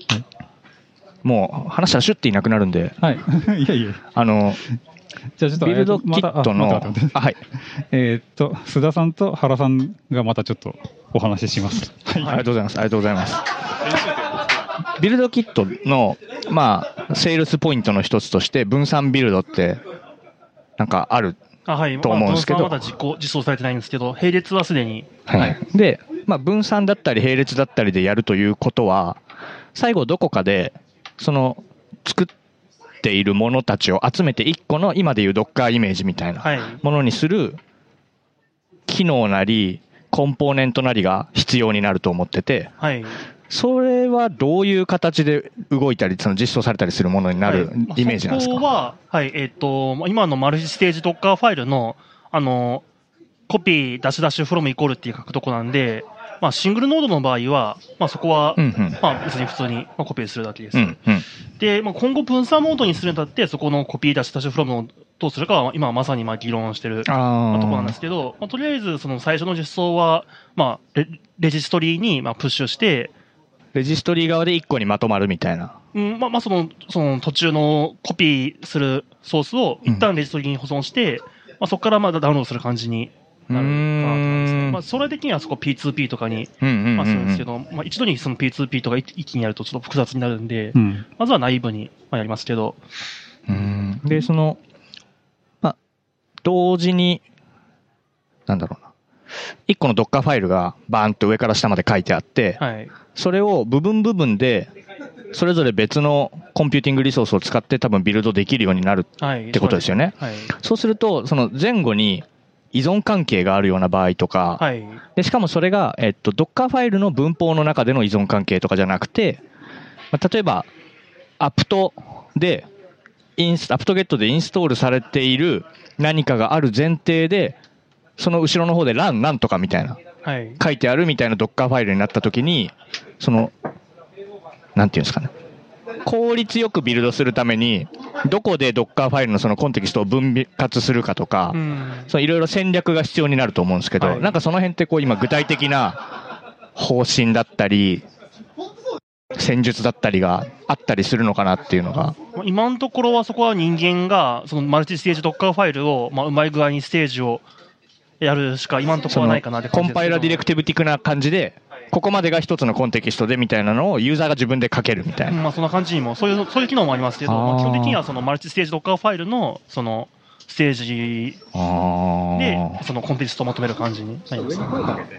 もう話したらシュッていなくなるんで、 はい。いやいや。じゃあちょっとビルドキットの、 はい。須田さんと原さんがまたちょっとお話しします。 はい。ありがとうございます。ありがとうございます。ビルドキットの、まあ、セールスポイントの一つとして、分散ビルドって、なんかあると思うんですけど。 まだ実装されてないんですけど、並列はすでに。 はい。で、まあ、分散だったり並列だったりでやるということは、最後どこかで、作っているものたちを集めて一個の今でいう Docker イメージみたいなものにする機能なりコンポーネントなりが必要になると思ってて、それはどういう形で動いたり実装されたりするものになるイメージなんですか？ そこは、今のマルチステージ Docker ファイルのコピーダッシュダッシュフロムイコールっていう書くとこなんで、まあ、シングルノードの場合は、まあ、そこは、まあ、別に普通にコピーするだけです。で、まあ、今後分散モードにするにあたって、そこのコピーダッシュダッシュフロムをどうするかは、今まさに議論してるところなんですけど、まあ、とりあえずその最初の実装は、まあ、レジストリにプッシュして、 レジストリ側で1個にまとまるみたいな。 まあ、その途中のコピーするソースを一旦レジストリに保存して、まあ、そこからまだダウンロードする感じになるかなと思いますね。まあ、それ的にはそこ P2P とかにするんですけど、まあ、一度にその P2P とか一気にやるとちょっと複雑になるんで、まずは内部にやりますけど。 で、まあ、同時に、なんだろうな。一個の Docker ファイルがバーンと上から下まで書いてあって、それを部分部分で、それぞれ別のコンピューティングリソースを使って多分ビルドできるようになるってことですよね。そうすると、その前後に依存関係があるような場合とか、でしかもそれが、Docker ファイルの文法の中での依存関係とかじゃなくて、まあ、例えば、apt で、apt-get でインストールされている何かがある前提で、その後ろの方で run なんとかみたいな、書いてあるみたいな Docker ファイルになったときに、なんていうんですかね。効率よくビルドするために、どこで Docker ファイルのそのコンテキストを分割するかとか、いろいろ戦略が必要になると思うんですけど、なんかその辺って今具体的な方針だったり、戦術だったりがあったりするのかなっていうのが。 今のところはそこは人間が、そのマルチステージ Docker ファイルを、まあ、うまい具合にステージをやるしか今のところはないかなって感じです。コンパイラーディレクティブ的な感じで、ここまでが一つのコンテキストでみたいなのをユーザーが自分で書けるみたいな。 まあそんな感じにも、そういう機能もありますけど、まあ、基本的にはそのマルチステージ Docker ファイルのそのステージでそのコンテキストをまとめる感じになります、ね。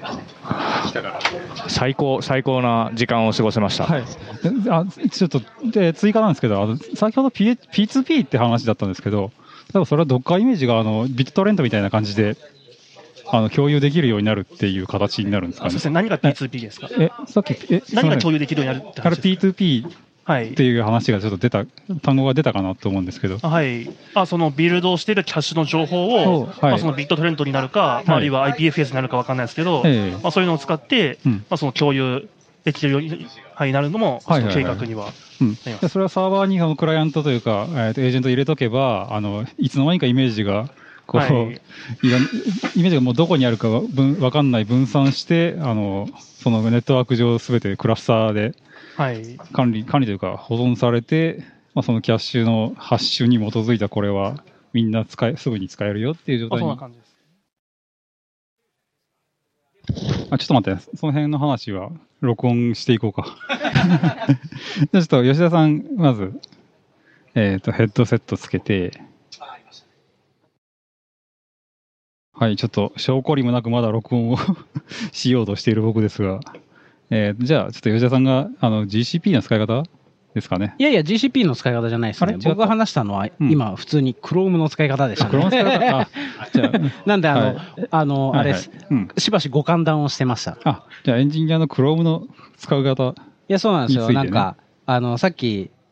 最高な時間を過ごせました。 はい。ちょっと追加なんですけど、先ほど P2P って話だったんですけど、多分それは Docker イメージがビットトレントみたいな感じで。共有できるようになるっていう形になるんですかね。 そうですね。何が P2P ですか？ さっき、 何が共有できるようになるって話ですか？ P2P っていう話がちょっと単語が出たかなと思うんですけど。 はい。そのビルドをしているキャッシュの情報を、まあ、そのビットトレントになるか、あるいは IPFS になるか分かんないですけど、まあ、そういうのを使って、まあ、その共有できるようになるのも、計画には。 それはサーバーにクライアントというか、エージェント入れとけば、いつの間にかイメージが、イメージがもうどこにあるか分かんない分散して、そのネットワーク上すべてクラスターで管理というか保存されて、まあ、そのキャッシュのハッシュに基づいたこれはみんなすぐに使えるよっていう状態に。 そんな感じです。 ちょっと待って、その辺の話は録音していこうか。ちょっと吉田さん、まず、ヘッドセットつけて、はい、ちょっと証拠りもなくまだ録音をしようとしている僕ですが、じゃあちょっと吉田さんがGCP の使い方ですかね。 いやいや GCP の使い方じゃないですね。僕が話したのは今普通に Chrome の使い方でしたね。 Chrome の使い方。じゃあなんであれです、しばしご歓談をしてました。 じゃあエンジニアの Chrome の使い方。 いやそうなんですよ。なんかさっき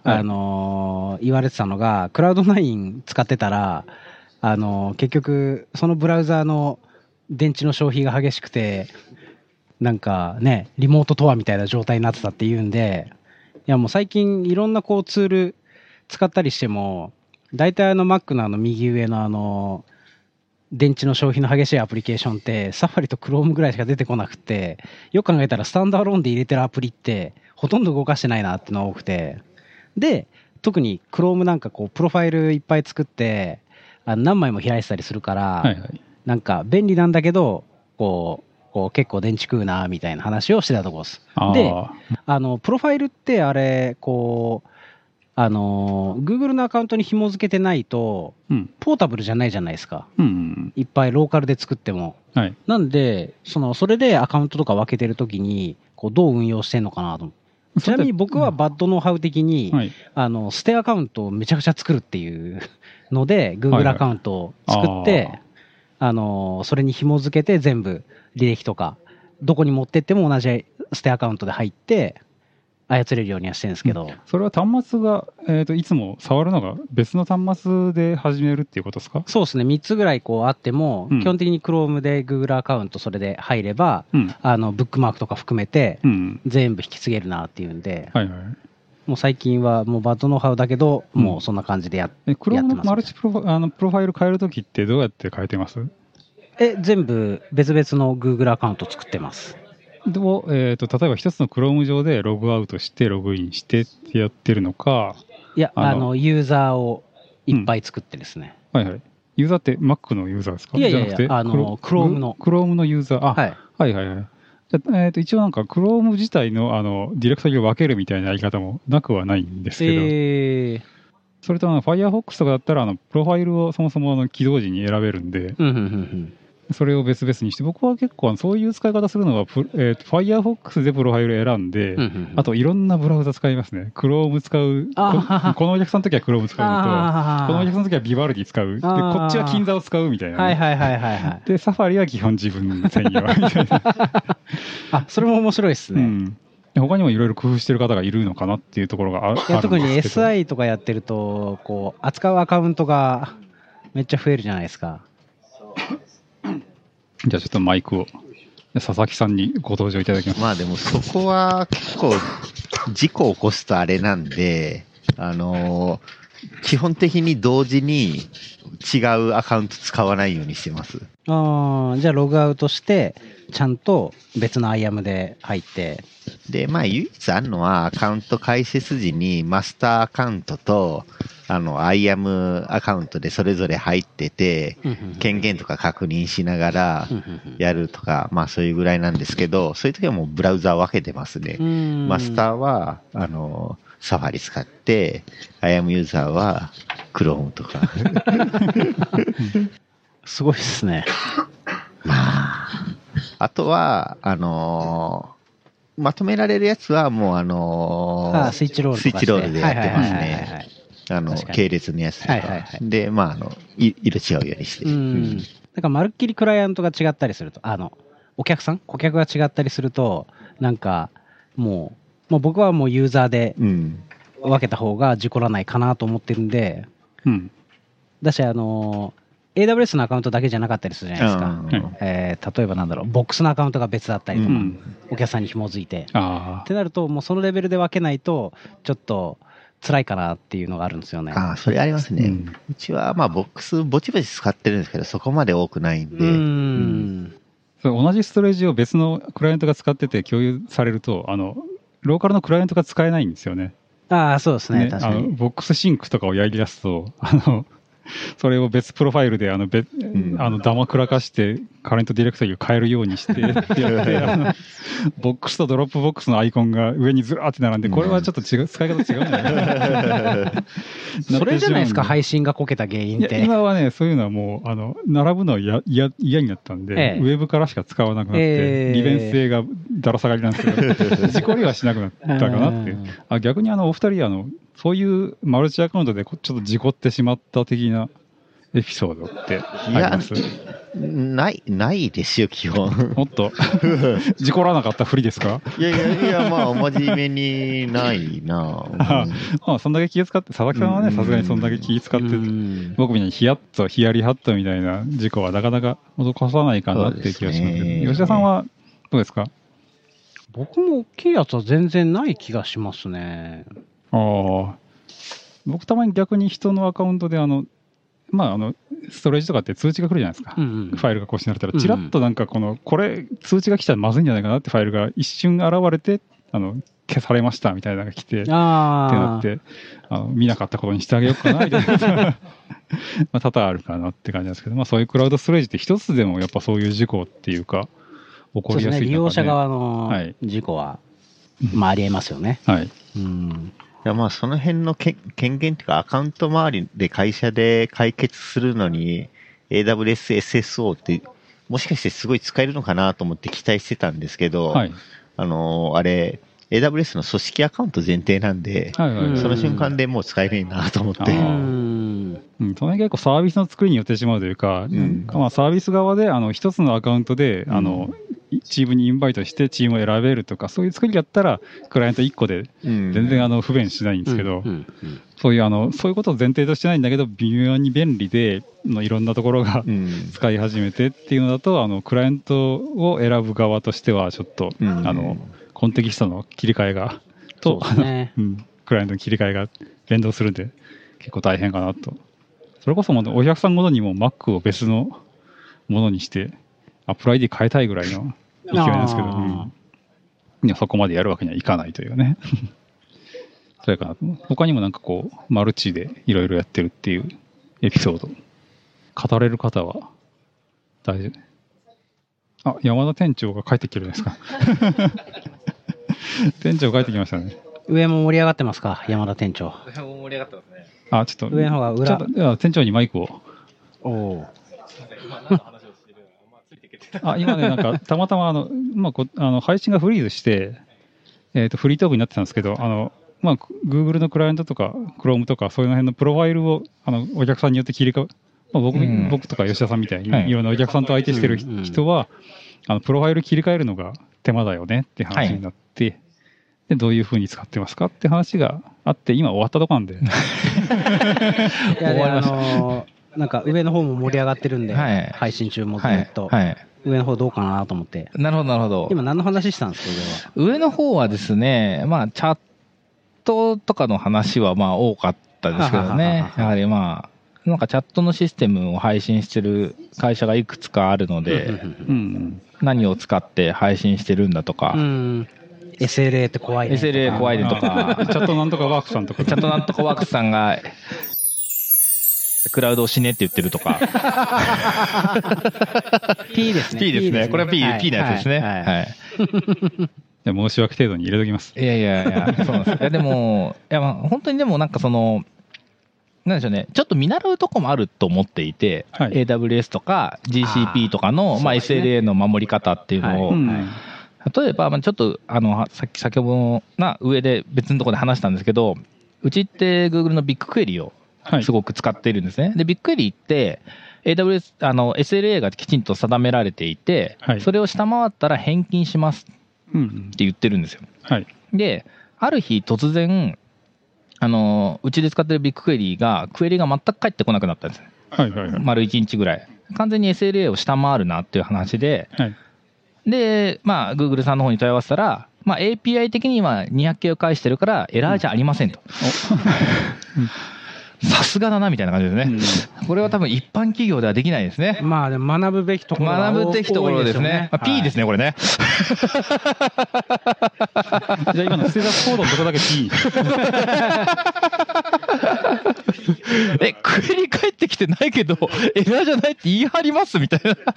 言われてたのが、クラウド9使ってたら、結局、そのブラウザーの電池の消費が激しくて、なんかね、リモートとはみたいな状態になってたっていうんで、いやもう最近いろんなこうツール使ったりしても、大体Mac の右上の電池の消費の激しいアプリケーションって、サファリと Chrome ぐらいしか出てこなくて、よく考えたらスタンドアローンで入れてるアプリって、ほとんど動かしてないなっていうのが多くて、で、特に Chrome なんかこう、プロファイルいっぱい作って、何枚も開いてたりするから、なんか便利なんだけど、こう結構電池食うな、みたいな話をしてたところです。で、プロファイルってあれ、こう、Google のアカウントに紐付けてないと、ポータブルじゃないじゃないですか。いっぱいローカルで作っても。なんで、それでアカウントとか分けてるときに、こう、どう運用してんのかなと。ちなみに僕はバッドノウハウ的に、ステアカウントをめちゃくちゃ作るっていうので、Google アカウントを作って、それに紐付けて全部履歴とか、どこに持ってっても同じステアカウントで入って、操れるようにはしてるんですけど、 それは端末が、いつも触るのが別の端末で始めるっていうことですか？ そうですね、3つぐらいこうあっても、基本的に Chrome で Google アカウントそれで入れば、ブックマークとか含めて、全部引き継げるなっていうんで、もう最近はもうバッドノウハウだけど、もうそんな感じでやってます。 Chrome のマルチプロファイル変えるときってどうやって変えてます？ 全部別々の Google アカウント作ってます。 例えば一つの Chrome 上でログアウトしてログインしてってやってるのか、 いや、ユーザーをいっぱい作ってですね。 ユーザーって Mac のユーザーですか？ いやいやいや、Chrome の。 Chrome のユーザー。じゃ一応なんか Chrome 自体のディレクトリを分けるみたいなやり方もなくはないんですけど、それとFirefox とかだったらプロファイルをそもそも起動時に選べるんで、それを別々にして、僕は結構そういう使い方するのは、Firefox でプロファイル選んで、あといろんなブラウザ使いますね。Chrome 使う、このお客さんの時は Chrome 使うのと、このお客さんの時はVivaldi使う、でこっちは金座を使うみたいな。で、サファリは基本自分専用みたいな。 それも面白いですね。 他にもいろいろ工夫してる方がいるのかなっていうところがあるんですけど。 特に SI とかやってると、こう、扱うアカウントがめっちゃ増えるじゃないですか。 じゃあちょっとマイクを佐々木さんにご登場いただきます。 まあでもそこは結構事故を起こすとあれなんで、基本的に同時に違うアカウント使わないようにしてます。 じゃあログアウトしてちゃんと別の IAM で入って、 でまあ唯一あるのはアカウント開設時にマスターアカウントとIAM アカウントでそれぞれ入ってて、権限とか確認しながらやるとか、まあそういうぐらいなんですけど、そういう時はもうブラウザ分けてますね。マスターはサファリ使って、IAM ユーザーは Chrome とか。 すごいですね。 まあ、あとは、まとめられるやつはもうスイッチロールとかして。 スイッチロールでやってますね。系列のやつとか。で、まあ、色違うようにして。 なんか、まるっきりクライアントが違ったりすると、顧客が違ったりすると、なんか、もう僕はもうユーザーで分けた方が事故らないかなと思ってるんで、だし、AWS のアカウントだけじゃなかったりするじゃないですか。例えばボックスのアカウントが別だったりとか、お客さんに紐づいて。ってなると、もうそのレベルで分けないと、ちょっと、辛いかなっていうのがあるんですよね。 それありますね。うちはまあボックスぼちぼち使ってるんですけど、そこまで多くないんで。 同じストレージを別のクライアントが使ってて共有されると、ローカルのクライアントが使えないんですよね。 そうですね。確かに。 ボックスシンクとかをやり出すと、それを別プロファイルでダマくらかしてカレントディレクトリを変えるようにしてやってボックスとドロップボックスのアイコンが上にずらーって並んで、これはちょっと使い方違うんじゃないそれじゃないですか、配信がこけた原因って。 今はね、そういうのはもう並ぶのは嫌になったんで、ウェブからしか使わなくなって、利便性がだら下がりなんですけど、事故りはしなくなったかなって。逆にお二人そういうマルチアカウントでちょっと事故ってしまった的なエピソードってあります？ ないですよ、基本。 もっと事故らなかったふりですか？ いや、まあ、真面目にないな。 まあ、そんだけ気使って、佐々木さんはね、さすがにそんだけ気使って、僕みたいにヒヤリハットみたいな事故はなかなか脅かさないかなっていう気がしますけど、吉田さんはどうですか？ 僕も大きいやつは全然ない気がしますね。 僕たまに逆に人のアカウントでストレージとかって通知が来るじゃないですか、ファイルが更新されたらチラッとなんかこれ通知が来たらまずいんじゃないかなってファイルが一瞬現れて消されましたみたいなのが来てってなって見なかったことにしてあげようかなみたいな多々あるかなって感じなんですけど、そういうクラウドストレージって一つでもやっぱそういう事故っていうか起こりやすい、 利用者側の事故は、ありえますよね。 いや、まあ、その辺の権限っていうか、アカウント周りで会社で解決するのに、AWS SSO って、もしかしてすごい使えるのかなと思って期待してたんですけど、あれ、AWS の組織アカウント前提なんで、その瞬間でもう使えないなと思って。その辺結構サービスの作りによってしまうというか、サービス側で一つのアカウントでチームにインバイトしてチームを選べるとか、そういう作りだったらクライアント1個で全然不便しないんですけど、そういうことを前提としてないんだけど微妙に便利でいろんなところが使い始めてっていうのだとクライアントを選ぶ側としてはちょっとコンテキストの切り替えがと、クライアントの切り替えが連動するんで結構大変かなと。それこそお客さんごとにも Mac を別のものにしてApple ID 変えたいぐらいの勢いなんですけど、そこまでやるわけにはいかないというねそれかな。他にもなんかマルチでいろいろやってるっていうエピソード語れる方は大丈夫？山田店長が帰ってきてるじゃないですか店長帰ってきましたね。 上も盛り上がってますか、山田店長？ 上も盛り上がってますね。 ちょっと上の方が裏。 店長にマイクを。今ね、なんかたまたま配信がフリーズして、フリートークになってたんですけど、Google のクライアントとか Chrome とかそういうの辺のプロファイルをお客さんによって切り替え、僕とか吉田さんみたいにいろんなお客さんと相手してる人はプロファイル切り替えるのが手間だよねって話になって、でどういうふうに使ってますかって話があって今終わったとこなんで終わりました。なんか上の方も盛り上がってるんで、配信中もずっと、上の方どうかなと思って。 なるほどなるほど。 今何の話したんですか？ 上の方はですね、チャットとかの話は多かったですけどね、やはりなんかチャットのシステムを配信してる会社がいくつかあるので、何を使って配信してるんだとか、 SLA って怖いね。 SLA 怖いねとか、 チャットなんとかワークさんとか、 チャットなんとかワークさんがクラウドを死ねって言ってるとか。 P ですね。 P ですね。これは P のやつですね。はい。 申し訳程度に入れときます。 いや、そうなんです。でも、本当にでもなんかなんでしょうね、ちょっと見習うとこもあると思っていて、AWS とか GCP とかのSLA の守り方っていうのを、例えば、ちょっと先ほどの上で別のところで話したんですけど、うちって Google のビッグクエリをすごく使っているんですね。で、ビッグクエリって AWS、SLA がきちんと定められていて、それを下回ったら返金しますって言ってるんですよ。で、ある日突然、うちで使ってるビッグクエリが全く返ってこなくなったんですね。丸1日ぐらい。完全に SLA を下回るなっていう話で、で、Google さんの方に問い合わせたら、API 的には200件を返してるからエラーじゃありませんと。さすがだなみたいな感じですね。これは多分一般企業ではできないですね。 でも学ぶべきところですね。P ですね、これね。 じゃあ今のステータスコードのとこだけ P。 クエリ返ってきてないけど、エラーじゃないって言い張りますみたい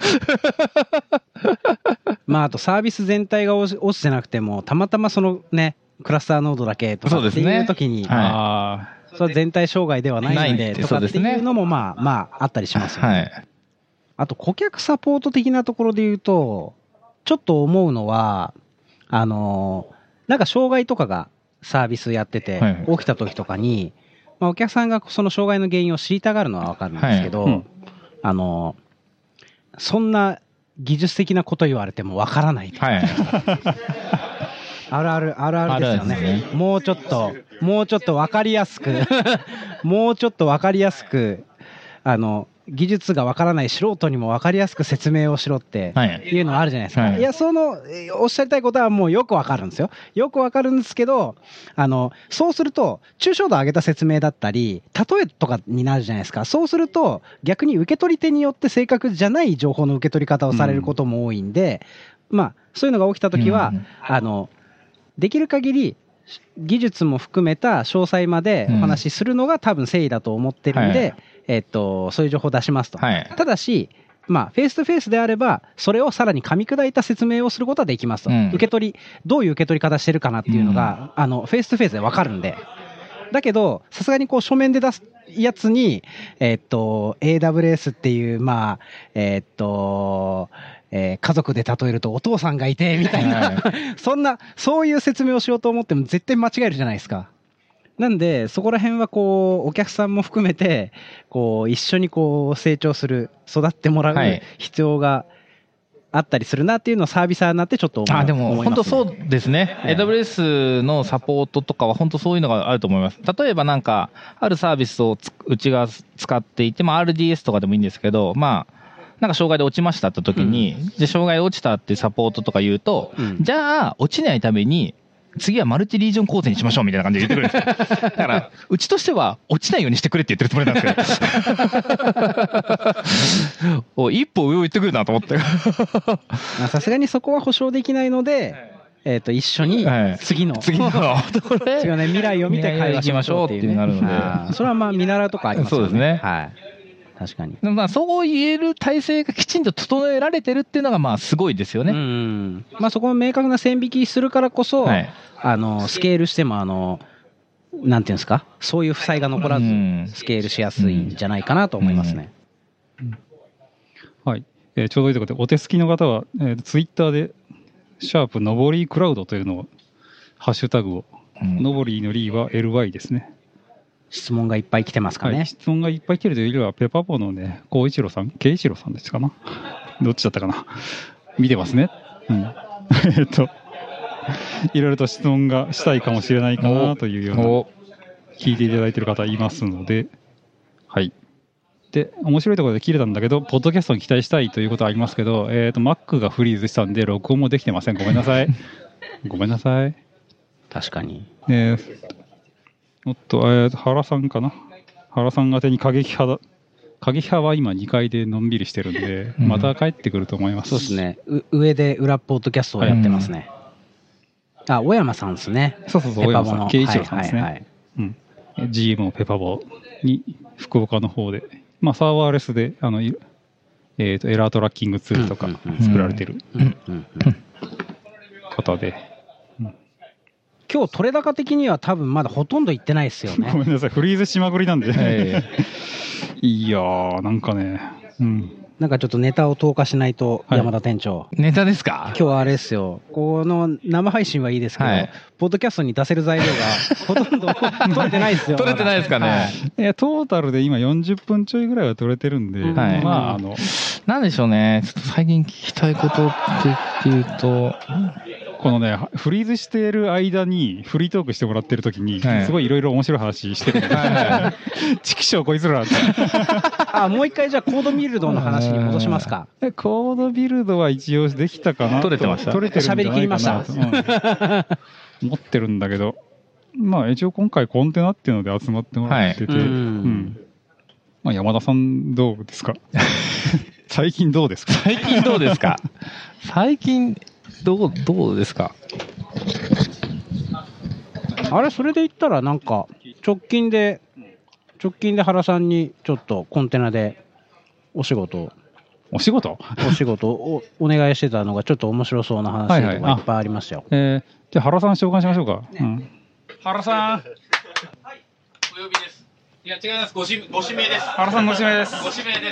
な。あとサービス全体が落ちてなくても、たまたまそのね、クラスターノードだけとかっていう時に、それ全体障害ではないので、とかっていうのもあったりしますよね。あと顧客サポート的なところで言うと、ちょっと思うのは、なんか障害とかがサービスやってて、起きた時とかに、 まあ、お客さんがその障害の原因を知りたがるのは分かるんですけど、そんな技術的なこと言われても分からない。あるあるですよね。もうちょっと分かりやすくもうちょっと分かりやすく技術が分からない素人にも分かりやすく説明をしろっていうのはあるじゃないですか。いや、おっしゃりたいことはもうよく分かるんですよ。よく分かるんですけど、そうすると、抽象度を上げた説明だったり、例えとかになるじゃないですか。そうすると、逆に受け取り手によって正確じゃない情報の受け取り方をされることも多いんで、まあ、そういうのが起きたときは、できる限り、技術も含めた詳細までお話しするのが多分誠意だと思ってるんで、そういう情報を出しますと。ただし、まあ、フェイストゥフェイスであれば、それをさらに噛み砕いた説明をすることはできますと。どういう受け取り方してるかなっていうのが、フェイストゥフェイスでわかるんで。だけど、さすがにこう書面で出すやつに、AWS っていう、まあ、家族で例えるとお父さんがいて、みたいな、そういう説明をしようと思っても絶対間違えるじゃないですか。なんで、そこら辺はこう、お客さんも含めて、こう、一緒にこう、成長する、育ってもらう必要があったりするなっていうのをサービサーになってちょっと思います、ね。でも、 本当そうですね。AWS のサポートとかは本当そういうのがあると思います。例えばなんか、あるサービスをうちが使っていて、まあ RDS とかでもいいんですけど、まあ、なんか障害で落ちましたって時に、で、障害落ちたってサポートとか言うと、じゃあ、落ちないために、次はマルチリージョン構成にしましょうみたいな感じで言ってくるんですよ。だから、うちとしては落ちないようにしてくれって言ってるつもりなんですけど。一歩上を言ってくるなと思って。 さすがにそこは保証できないので、一緒に次の未来を見て会話しましょうっていうなるので。それはまあ見習うとかありますよね。そうですね。はい。確かに。 まあそう言える体制がきちんと整えられてるっていうのがまあすごいですよね。 まあそこを明確な線引きするからこそ、スケールしてもなんていうんですか、そういう負債が残らずスケールしやすいんじゃないかなと思いますね。 はい。ちょうどいいところで、お手すきの方は、ツイッターで、シャープのぼりクラウドというのを、ハッシュタグを、のぼりのリーは LY ですね。 質問がいっぱい来てますかね。 質問がいっぱい来てるというよりは、ペパポのね、孝一郎さんですかな。どっちだったかな。見てますね。いろいろと質問がしたいかもしれないかなというような、聞いていただいている方いますので、はい。で、面白いところで切れたんだけど、ポッドキャストに期待したいということはありますけど、Mac がフリーズしたんで、録音もできてません。ごめんなさい。ごめんなさい。 確かに。 もっと、原さんかな。原さん宛てに過激派は今2階でのんびりしてるんで、また帰ってくると思います。 そうですね。上で裏ポッドキャストをやってますね。小山さんですね。 そう、小山さん。慶一郎さんですね。GM のペパボに福岡の方で、まあサーバーレスで、エラートラッキングツールとか作られてる方で。 今日取れ高的には多分まだほとんどいってないですよね。 ごめんなさい、フリーズしまくりなんで。いやー、なんかね、 なんかちょっとネタを投下しないと、山田店長。 ネタですか？ 今日はあれですよ。この生配信はいいですけど、ポッドキャストに出せる材料がほとんど取れてないですよ。 取れてないですかね。 いや、トータルで今40分ちょいぐらいは取れてるんで、まあ、 なんでしょうね。ちょっと最近聞きたいことっていうと、 このね、フリーズしている間にフリートークしてもらってる時に、すごいいろいろ面白い話してるんで、チキショーこいつらもう一回じゃあコードビルドの話に戻しますか。 コードビルドは一応できたかな。 取れてました。 取れてるんじゃないかな。喋り切りました。思ってるんだけど、まあ一応今回コンテナっていうので集まってもらってて、まあ山田さんどうですか？最近どうですか？ 最近どうですか？最近どうですか？ あれ、それで言ったらなんか直近で原さんにちょっとコンテナでお仕事をお願いしてたのがちょっと面白そうな話がいっぱいありましたよ。 じゃあ原さん紹介しましょうか。 原さん。はい。お呼びです。いや違います。ご指名です。 原さんご指名です。 ご指名です。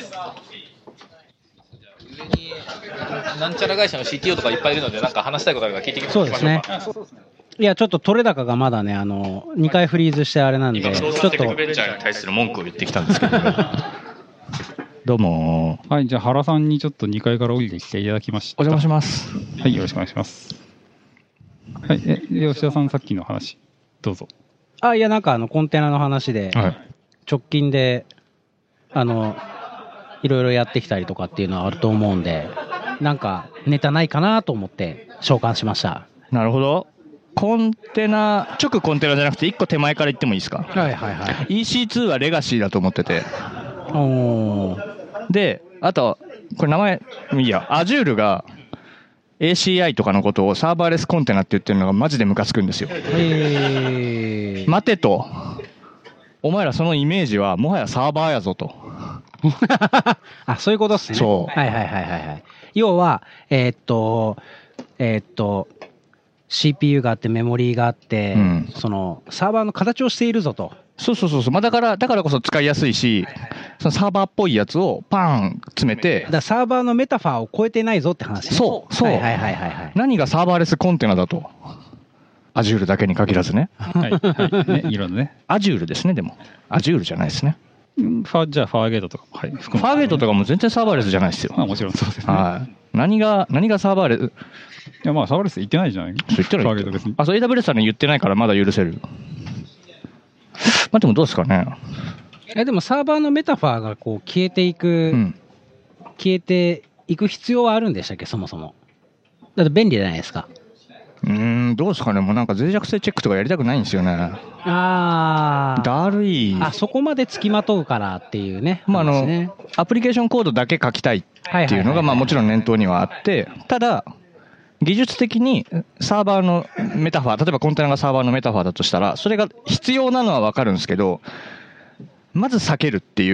上になんちゃら会社の CTO とかいっぱいいるので、なんか話したいことあるから聞いてきましょう。 そうですね。 いや、ちょっと取れ高がまだね、2回フリーズしてあれなんで、ちょっと。 テクベンチャーに対する文句を言ってきたんですけど、どうも。 はい、じゃあ原さんにちょっと2階から降りてきていただきました。 お邪魔します。 はい、よろしくお願いします。はい、吉田さんさっきの話、どうぞ。 いや、なんかコンテナの話で、はい、直近で、いろいろやってきたりとかっていうのはあると思うんで、なんかネタないかなと思って召喚しました。 なるほど。コンテナ、直コンテナじゃなくて1個手前から言ってもいいですか？ はいはいはい。 EC2 はレガシーだと思ってて。で、あと、これ名前、いいや、Azure が ACI とかのことをサーバーレスコンテナって言ってるのがマジでムカつくんですよ。待てと。お前らそのイメージはもはやサーバーやぞと。 そういうことっすね。 そう。 はいはいはいはい。要は、CPU があってメモリーがあって、そのサーバーの形をしているぞと。 そうそうそうそう。まあだからこそ使いやすいし、そのサーバーっぽいやつをパン詰めて。 だからサーバーのメタファーを超えてないぞって話ね。 そう。 はいはいはいはい。 何がサーバーレスコンテナだと。Azure だけに限らずね。 はいはいね、いろんなね。 Azure ですね、でも。Azure じゃないですね。 じゃあファーゲートとかも、はい、 ファーゲートとかも全然サーバーレスじゃないですよ。 もちろんそうですね。 はい。何がサーバーレス。いや、まあサーバーレス言ってないじゃない。 そう言ってない。 ファーゲート別に。 そう AWS はね言ってないからまだ許せる。まあでもどうですかね。 でもサーバーのメタファーがこう消えていく必要はあるんでしたっけ、そもそも。だって便利じゃないですか。 どうですかね。もうなんか脆弱性チェックとかやりたくないんですよね。だるい。 そこまで付きまとうからっていうね。 まあアプリケーションコードだけ書きたいっていうのがまあもちろん念頭にはあって、ただ技術的にサーバーのメタファー、例えばコンテナがサーバーのメタファーだとしたら、それが必要なのは分かるんですけど、まず避けるっていう、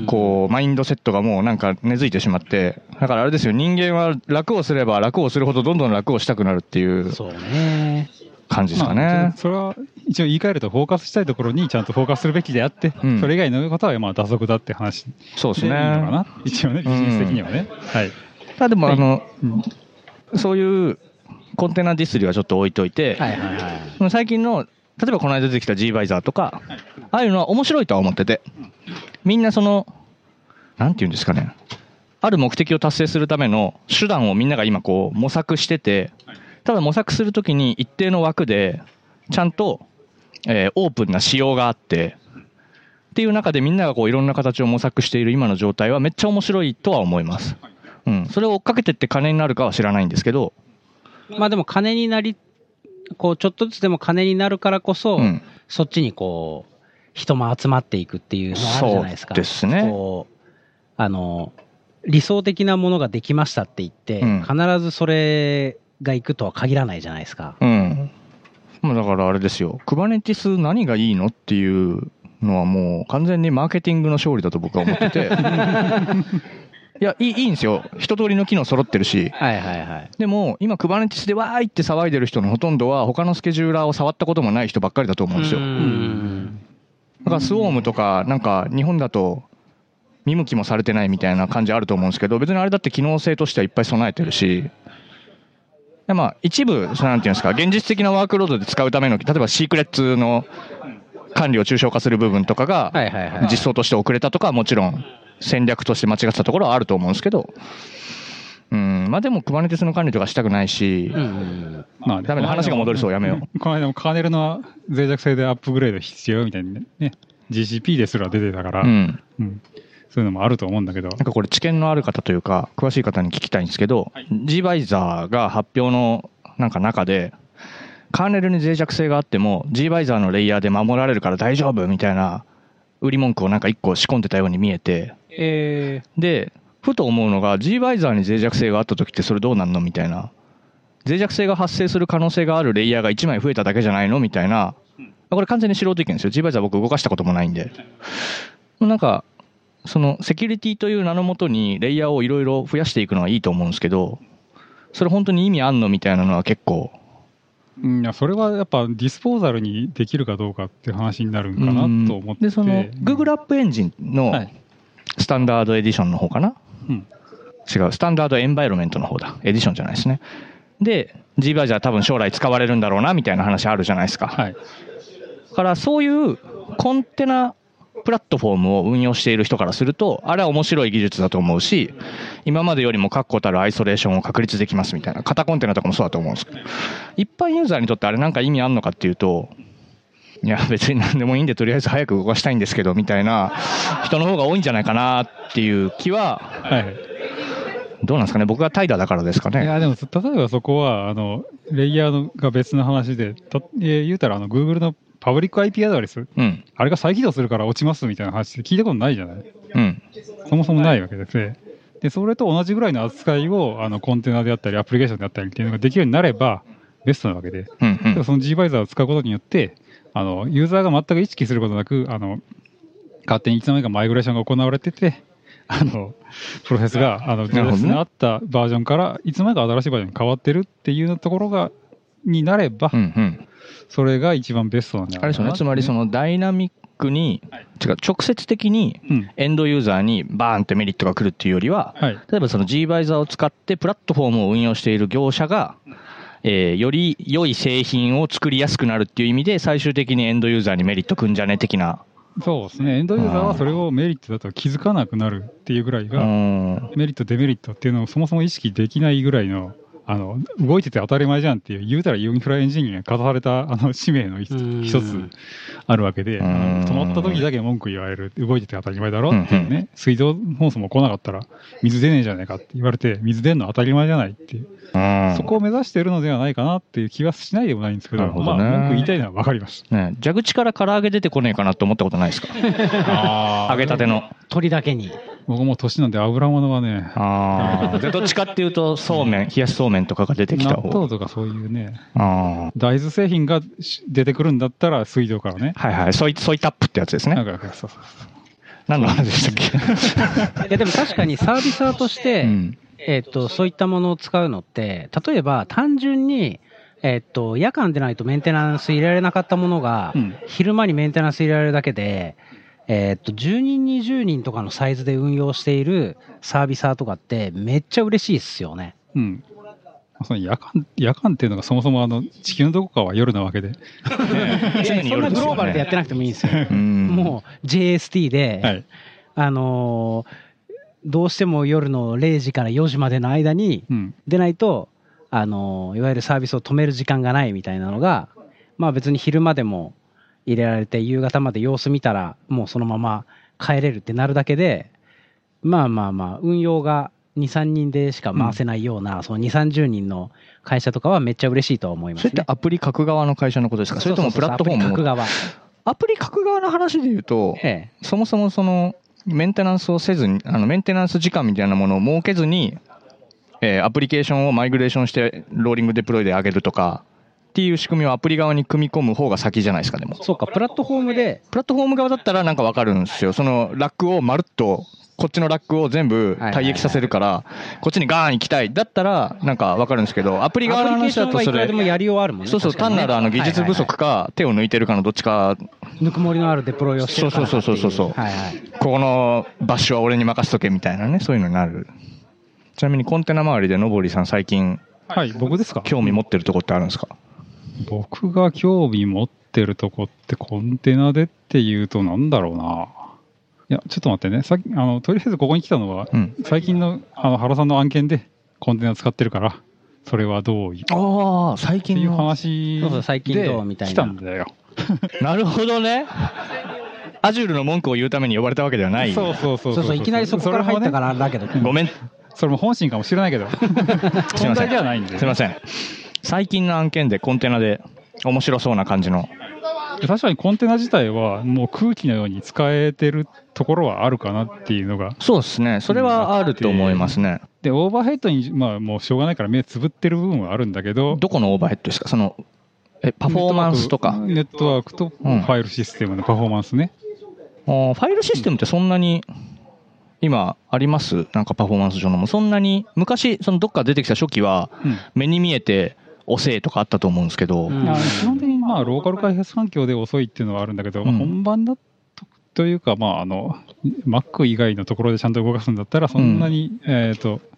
こう、マインドセットがもうなんか根付いてしまって、だからあれですよ、人間は楽をすれば楽をするほどどんどん楽をしたくなるっていう感じですかね。 それは一応言い換えると、フォーカスしたいところにちゃんとフォーカスするべきであって、それ以外のことはまあ打足だって話でいいのかな、一応ね、ビジネス的にはね。はい。 ただでもそういうコンテナディスリはちょっと置いといて、最近の例えばこの間出てきた Gvisor とか、ああいうのは面白いとは思ってて、みんななんていうんですかね、ある目的を達成するための手段をみんなが今こう模索してて、ただ模索するときに一定の枠で、ちゃんと、オープンな仕様があって、っていう中でみんながこういろんな形を模索している今の状態はめっちゃ面白いとは思います。それを追っかけてって金になるかは知らないんですけど。 まあでも金になり、こうちょっとずつでも金になるからこそ、そっちにこう人も集まっていくっていうのがあるじゃないですか。 そうですね。 こう理想的なものができましたって言って、必ずそれがいくとは限らないじゃないですか。 まあだからあれですよ。Kubernetes何がいいのっていうのはもう完全にマーケティングの勝利だと僕は思ってて。いや、いいんですよ。一通りの機能揃ってるし。でも、今、Kubernetesでわーいって騒いでる人のほとんどは、他のスケジューラーを触ったこともない人ばっかりだと思うんですよ。だから、スウォームとか、なんか、日本だと、見向きもされてないみたいな感じあると思うんですけど、別にあれだって機能性としてはいっぱい備えてるし、まあ、一部、なんていうんですか、現実的なワークロードで使うための、例えばシークレッツの管理を抽象化する部分とかが、実装として遅れたとかはもちろん、戦略として間違ってたところはあると思うんですけど、まあでも Kubernetes の管理とかしたくないし、まあダメな話が戻りそう、やめよう。 この間もカーネルの脆弱性でアップグレード必要みたいなね、GCP ですら出てたから、そういうのもあると思うんだけど。 なんかこれ知見のある方というか、詳しい方に聞きたいんですけど、Gvisor が発表のなんか中で、カーネルに脆弱性があっても Gvisor のレイヤーで守られるから大丈夫みたいな売り文句をなんか一個仕込んでたように見えて、でふと思うのが Gvisor に脆弱性があった時ってそれどうなんのみたいな、脆弱性が発生する可能性があるレイヤーが1枚増えただけじゃないのみたいな、これ完全に素人意見ですよ。Gvisor 僕動かしたこともないんで、なんかそのセキュリティという名のもとにレイヤーをいろいろ増やしていくのはいいと思うんですけど、それ本当に意味あんのみたいなのは結構。 いや、それはやっぱディスポーザルにできるかどうかっていう話になるんかなと思って。 で、その Google アップエンジンのスタンダードエディションの方かな、違う、スタンダードエンバイロメントの方だ。エディションじゃないですね。 で、G バージョンは多分将来使われるんだろうなみたいな話あるじゃないですか。 はい。 だからそういうコンテナプラットフォームを運用している人からすると、あれは面白い技術だと思うし、今までよりも確固たるアイソレーションを確立できますみたいな、型コンテナとかもそうだと思うんですけど、一般ユーザーにとってあれなんか意味あんのかっていうと、いや別に何でもいいんでとりあえず早く動かしたいんですけどみたいな人の方が多いんじゃないかなっていう気は、はい、どうなんですかね、僕が怠惰だからですかね。 いやでも例えばそこはレイヤーが別の話で、言うたらGoogle のパブリック IP アドレス、うん、あれが再起動するから落ちますみたいな話って聞いたことないじゃない、うん、そもそもないわけですね。でそれと同じぐらいの扱いをコンテナであったりアプリケーションであったりっていうのができるようになればベストなわけで、うんうん、その gvisor を使うことによってユーザーが全く意識することなく勝手にいつの間にかマイグレーションが行われててプロセスがJS にあったバージョンからいつの間にか新しいバージョンに変わってるっていうところになれば、うんうん、それが一番ベストなんじゃないかな。 あれですよね、つまりそのダイナミックに、直接的にエンドユーザーにバーンってメリットが来るっていうよりは、はい、例えばその gvisor を使ってプラットフォームを運用している業者がより良い製品を作りやすくなるっていう意味で最終的にエンドユーザーにメリットくんじゃね的な。 そうですね、エンドユーザーはそれをメリットだと気づかなくなるっていうぐらいがメリットデメリットっていうのをそもそも意識できないぐらいの動いてて当たり前じゃんっていう言うたらインフラエンジニアに課された使命の一つあるわけで、止まった時だけ文句言われる、動いてて当たり前だろっていうね、水道そもそも来なかったら水出ねえじゃねえかって言われて水出んの当たり前じゃないっていう、そこを目指しているのではないかなっていう気はしないでもないんですけど、まあ文句言いたいのは分かります、 ね、蛇口から唐揚げ出てこねえかなと思ったことないですか揚げたての鳥だけに。 僕も年なんで油物はね、 でどっちかっていうとそうめん、冷やしそうめんとかが出てきた方、 納豆とかそういうね、大豆製品が出てくるんだったら水道からね、 はいはい、ソイタップってやつですね。そう何の話でしたっけ。 いやでも確かにサービサーとして、そういったものを使うのって、例えば単純に夜間でないとメンテナンス入れられなかったものが、昼間にメンテナンス入れられるだけで、10人20人とかのサイズで運用しているサービサーとかってめっちゃ嬉しいですよね。 うん。その夜間っていうのがそもそも地球のどこかは夜なわけでそんなグローバルでやってなくてもいいんですよ。もう JST で、はい、どうしても夜の0時から4時までの間に出ないと、いわゆるサービスを止める時間がないみたいなのが、まあ別に昼間でも入れられて夕方まで様子見たらもうそのまま帰れるってなるだけで、まあ運用が 2,3 人でしか回せないような、その 2,30 人の会社とかはめっちゃ嬉しいとは思いますね。 それってアプリ書く側の会社のことですか。それともプラットフォームの。アプリ書く側の話でいうと、そもそもそのメンテナンスをせずに、メンテナンス時間みたいなものを設けずに、アプリケーションをマイグレーションしてローリングデプロイで上げるとかっていう仕組みをアプリ側に組み込む方が先じゃないですか。でもそうか、プラットフォーム側だったらなんか分かるんですよ。そのラックをまるっとこっちのラックを全部退役させるから、こっちにガーン行きたいだったらなんか分かるんですけど、アプリ側の話だとそれそうそう、単なる技術不足か手を抜いてるかのどっちか、 ぬくもりのあるデプロイをしてるからっていう、 そうこのバッシュは俺に任せとけみたいなね、そういうのになる。ちなみにコンテナ周りでのぼりさん最近、 はい、僕ですか、 興味持ってるとこってあるんですか。 僕が興味持ってるとこってコンテナでっていうとなんだろうな。いやちょっと待ってね、とりあえずここに来たのは、最近の原さんの案件でコンテナ使ってるから、それはどういう最近のっていう話で来たんだよ。 なるほどね。アジュールの文句を言うために呼ばれたわけではない。 そういきなりそこから入ったからあれだけど、 ごめん、 それも本心かもしれないけど問題ではないんで。 すいません。最近の案件でコンテナで面白そうな感じの。 確かにコンテナ自体はもう空気のように使えてるところはあるかなっていうのが。 そうですね、それはあると思いますね。 でオーバーヘッドに、もうしょうがないから目つぶってる部分はあるんだけど。 どこのオーバーヘッドですか。そのパフォーマンスとかネットワークとファイルシステムのパフォーマンスね。 ファイルシステムってそんなに今あります？なんかパフォーマンス上のもそんなに。昔そのどっか出てきた初期は目に見えて遅いとかあったと思うんですけど、 基本的にローカル開発環境で遅いっていうのはあるんだけど、本番だというかMac 以外のところでちゃんと動かすんだったらそんなに、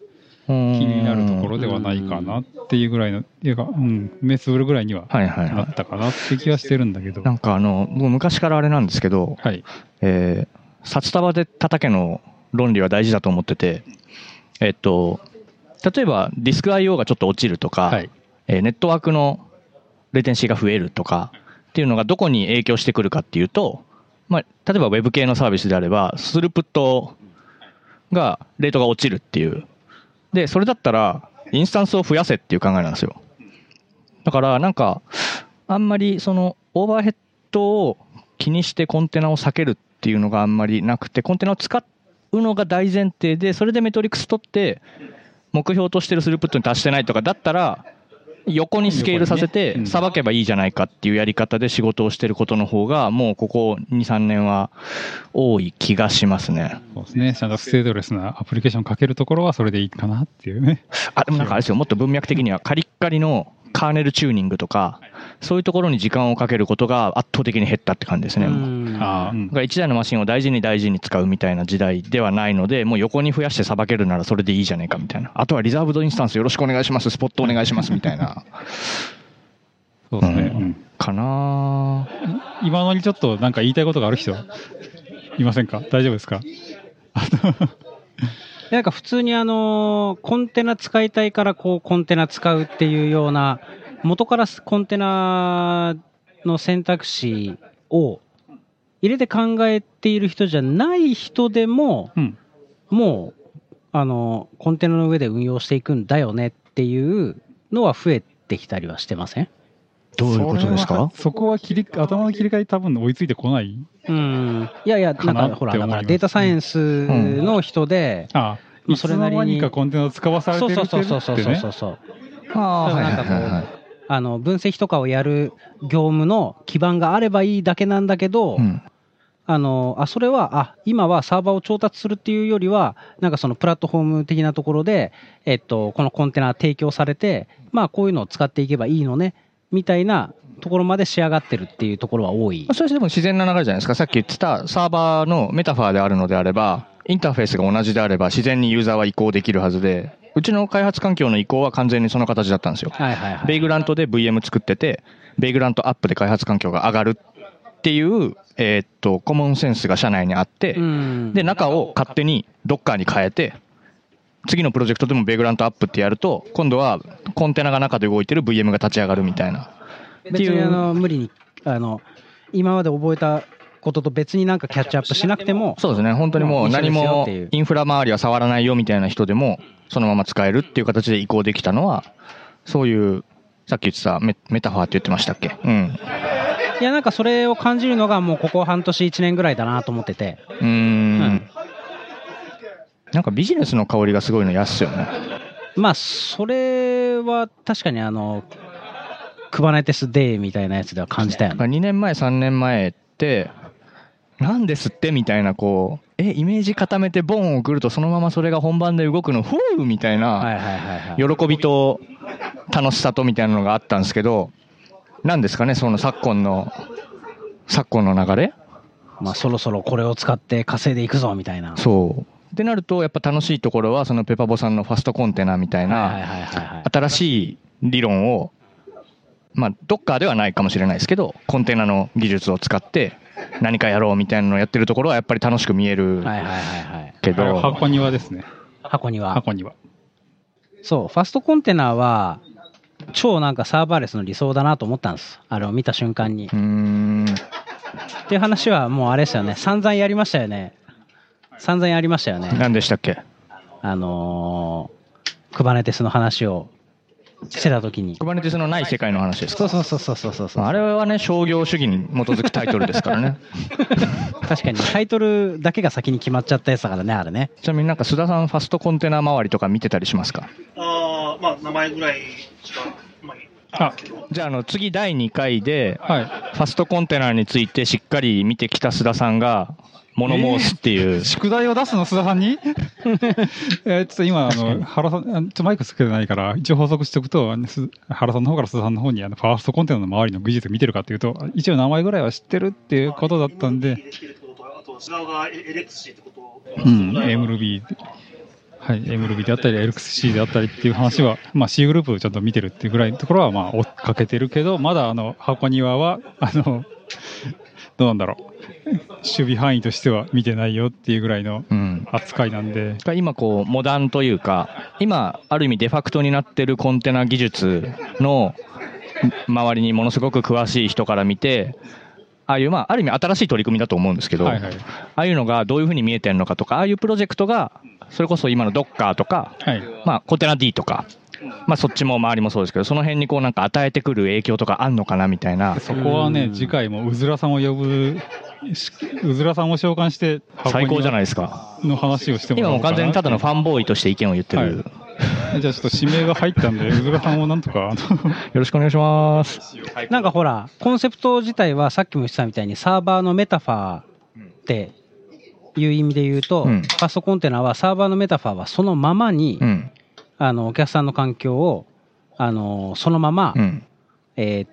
気になるところではないかなっていうぐらいの、っていうか、目つぶるぐらいにはなったかなって気はしてるんだけど。 なんかもう昔からあれなんですけど、札束で叩けの論理は大事だと思ってて、例えばディスク IO がちょっと落ちるとか、ネットワークのレテンシーが増えるとかっていうのがどこに影響してくるかっていうと、例えば Web 系のサービスであればスループットがレートが落ちるっていう。でそれだったらインスタンスを増やせっていう考えなんですよ。だからなんかあんまりそのオーバーヘッドを気にしてコンテナを避けるっていうのがあんまりなくて、コンテナを使うのが大前提で、それでメトリックス取って目標としてるスループットに達してないとかだったら横にスケールさせてさばけばいいじゃないかっていうやり方で仕事をしてることの方がもうここ 2,3 年は多い気がしますね。 そうですね。ちゃんとステートレスなアプリケーションかけるところはそれでいいかなっていうね。 でもなんかあれですよ、もっと文脈的にはカリッカリのカーネルチューニングとかそういうところに時間をかけることが圧倒的に減ったって感じですね。1台のマシンを大事に大事に使うみたいな時代ではないので、もう横に増やしてさばけるならそれでいいじゃないかみたいな。あとはリザーブドインスタンスよろしくお願いします、スポットお願いしますみたいなそうですね、 かな。 今のにちょっとなんか言いたいことがある人いませんか？大丈夫ですか？ なんか普通にコンテナ使いたいからこうコンテナ使うっていうような元からコンテナの選択肢を入れて考えている人じゃない人でも、もうコンテナの上で運用していくんだよねっていうのは増えてきたりはしてません？ どういうことですか？ そこは頭の切り替え多分追いついてこない。いやいや、なんかほらだからデータサイエンスの人で、 それなりにコンテナを使わされてるってね。そう。 分析とかをやる業務の基盤があればいいだけなんだけど、それは今はサーバーを調達するっていうよりはなんかそのプラットフォーム的なところでこのコンテナ提供されてこういうのを使っていけばいいのねみたいなところまで仕上がってるっていうところは多い。 それでも自然な流れじゃないですか。さっき言ってたサーバーのメタファーであるのであればインターフェースが同じであれば自然にユーザーは移行できるはずで、うちの開発環境の移行は完全にその形だったんですよ。ベイグラントで VM 作っててベイグラントアップで開発環境が上がるっていうコモンセンスが社内にあって、で中を勝手にドッカーに変えて次のプロジェクトでもベイグラントアップってやると今度はコンテナが中で動いてる VM が立ち上がるみたいな。 別に無理に今まで覚えたことと別になんかキャッチアップしなくても、 そうですね、本当にもう何もインフラ周りは触らないよみたいな人でもそのまま使えるっていう形で移行できたのは、そういうさっき言ってたメタファーって言ってましたっけ？ いやなんかそれを感じるのがもうここ半年1年ぐらいだなと思ってて、 なんかビジネスの香りがすごいの嫌っすよね。 それは確かにKubernetes Day みたいなやつでは感じたよね。 2年前3年前ってなんですってみたいなイメージ固めてボンを送るとそのままそれが本番で動くのフーみたいな喜びと楽しさとみたいなのがあったんですけど、なんですかねその昨今の流れ、 そろそろこれを使って稼いでいくぞみたいな。 そうってなるとやっぱ楽しいところはそのペパボさんのファストコンテナみたいな新しい理論をドッカーではないかもしれないですけどコンテナの技術を使って何かやろうみたいなのをやってるところはやっぱり楽しく見えるけど、 箱庭ですね。 箱庭。 そうファストコンテナは超なんかサーバーレスの理想だなと思ったんです。見た瞬間に。っていう話はもうあれですよね。散々やりましたよね。何でしたっけ？Kubernetesの話をしてた時に。 Kubernetesのない世界の話ですか？ そう。 あれはね商業主義に基づくタイトルですからね。 確かにタイトルだけが先に決まっちゃったやつだからね、あれね。 ちなみになんか須田さんファストコンテナ周りとか見てたりしますか？ 名前ぐらいしか。 じゃあ次第2回で、ファストコンテナについてしっかり見てきた須田さんが物申すっていう、 宿題を出すの須田さんにちょっと今原さんマイクつけてないから一応補足しておくと、原さんの方から須田さんの方にファーストコンテナの周りの技術見てるかっていうと一応名前ぐらいは知ってるっていうことだったんで、 違うが LXC ってこと？ MRB はい、MLB であったり LXC であったりっていう話は、まあ、C グループをちゃんと見てるっていうぐらいのところはまあ追っかけてるけど、まだ箱庭はどうなんだろう、守備範囲としては見てないよっていうぐらいの扱いなんで、 今こうモダンというか、今ある意味デファクトになってるコンテナ技術の周りにものすごく詳しい人から見て、ああいうある意味新しい取り組みだと思うんですけど、ああいうのがどういうふうに見えてるのかとか、ああいうプロジェクトがそれこそ今の Docker とか、コンテナ D とか、そっちも周りもそうですけど、その辺にこうなんか与えてくる影響とかあんのかなみたいな。 そこはね、次回もうずらさんを呼ぶ、うずらさんを召喚して最高じゃないですかの話をしてもらおうかな。 今も完全にただのファンボーイとして意見を言ってる、 じゃあちょっと指名が入ったんで、うずらさんをなんとかよろしくお願いします。 なんかほら、コンセプト自体はさっきも言ってたみたいにサーバーのメタファーっていう意味で言うと、ファーストコンテナはサーバーのメタファーはそのままに、お客さんの環境をそのまま、ウェ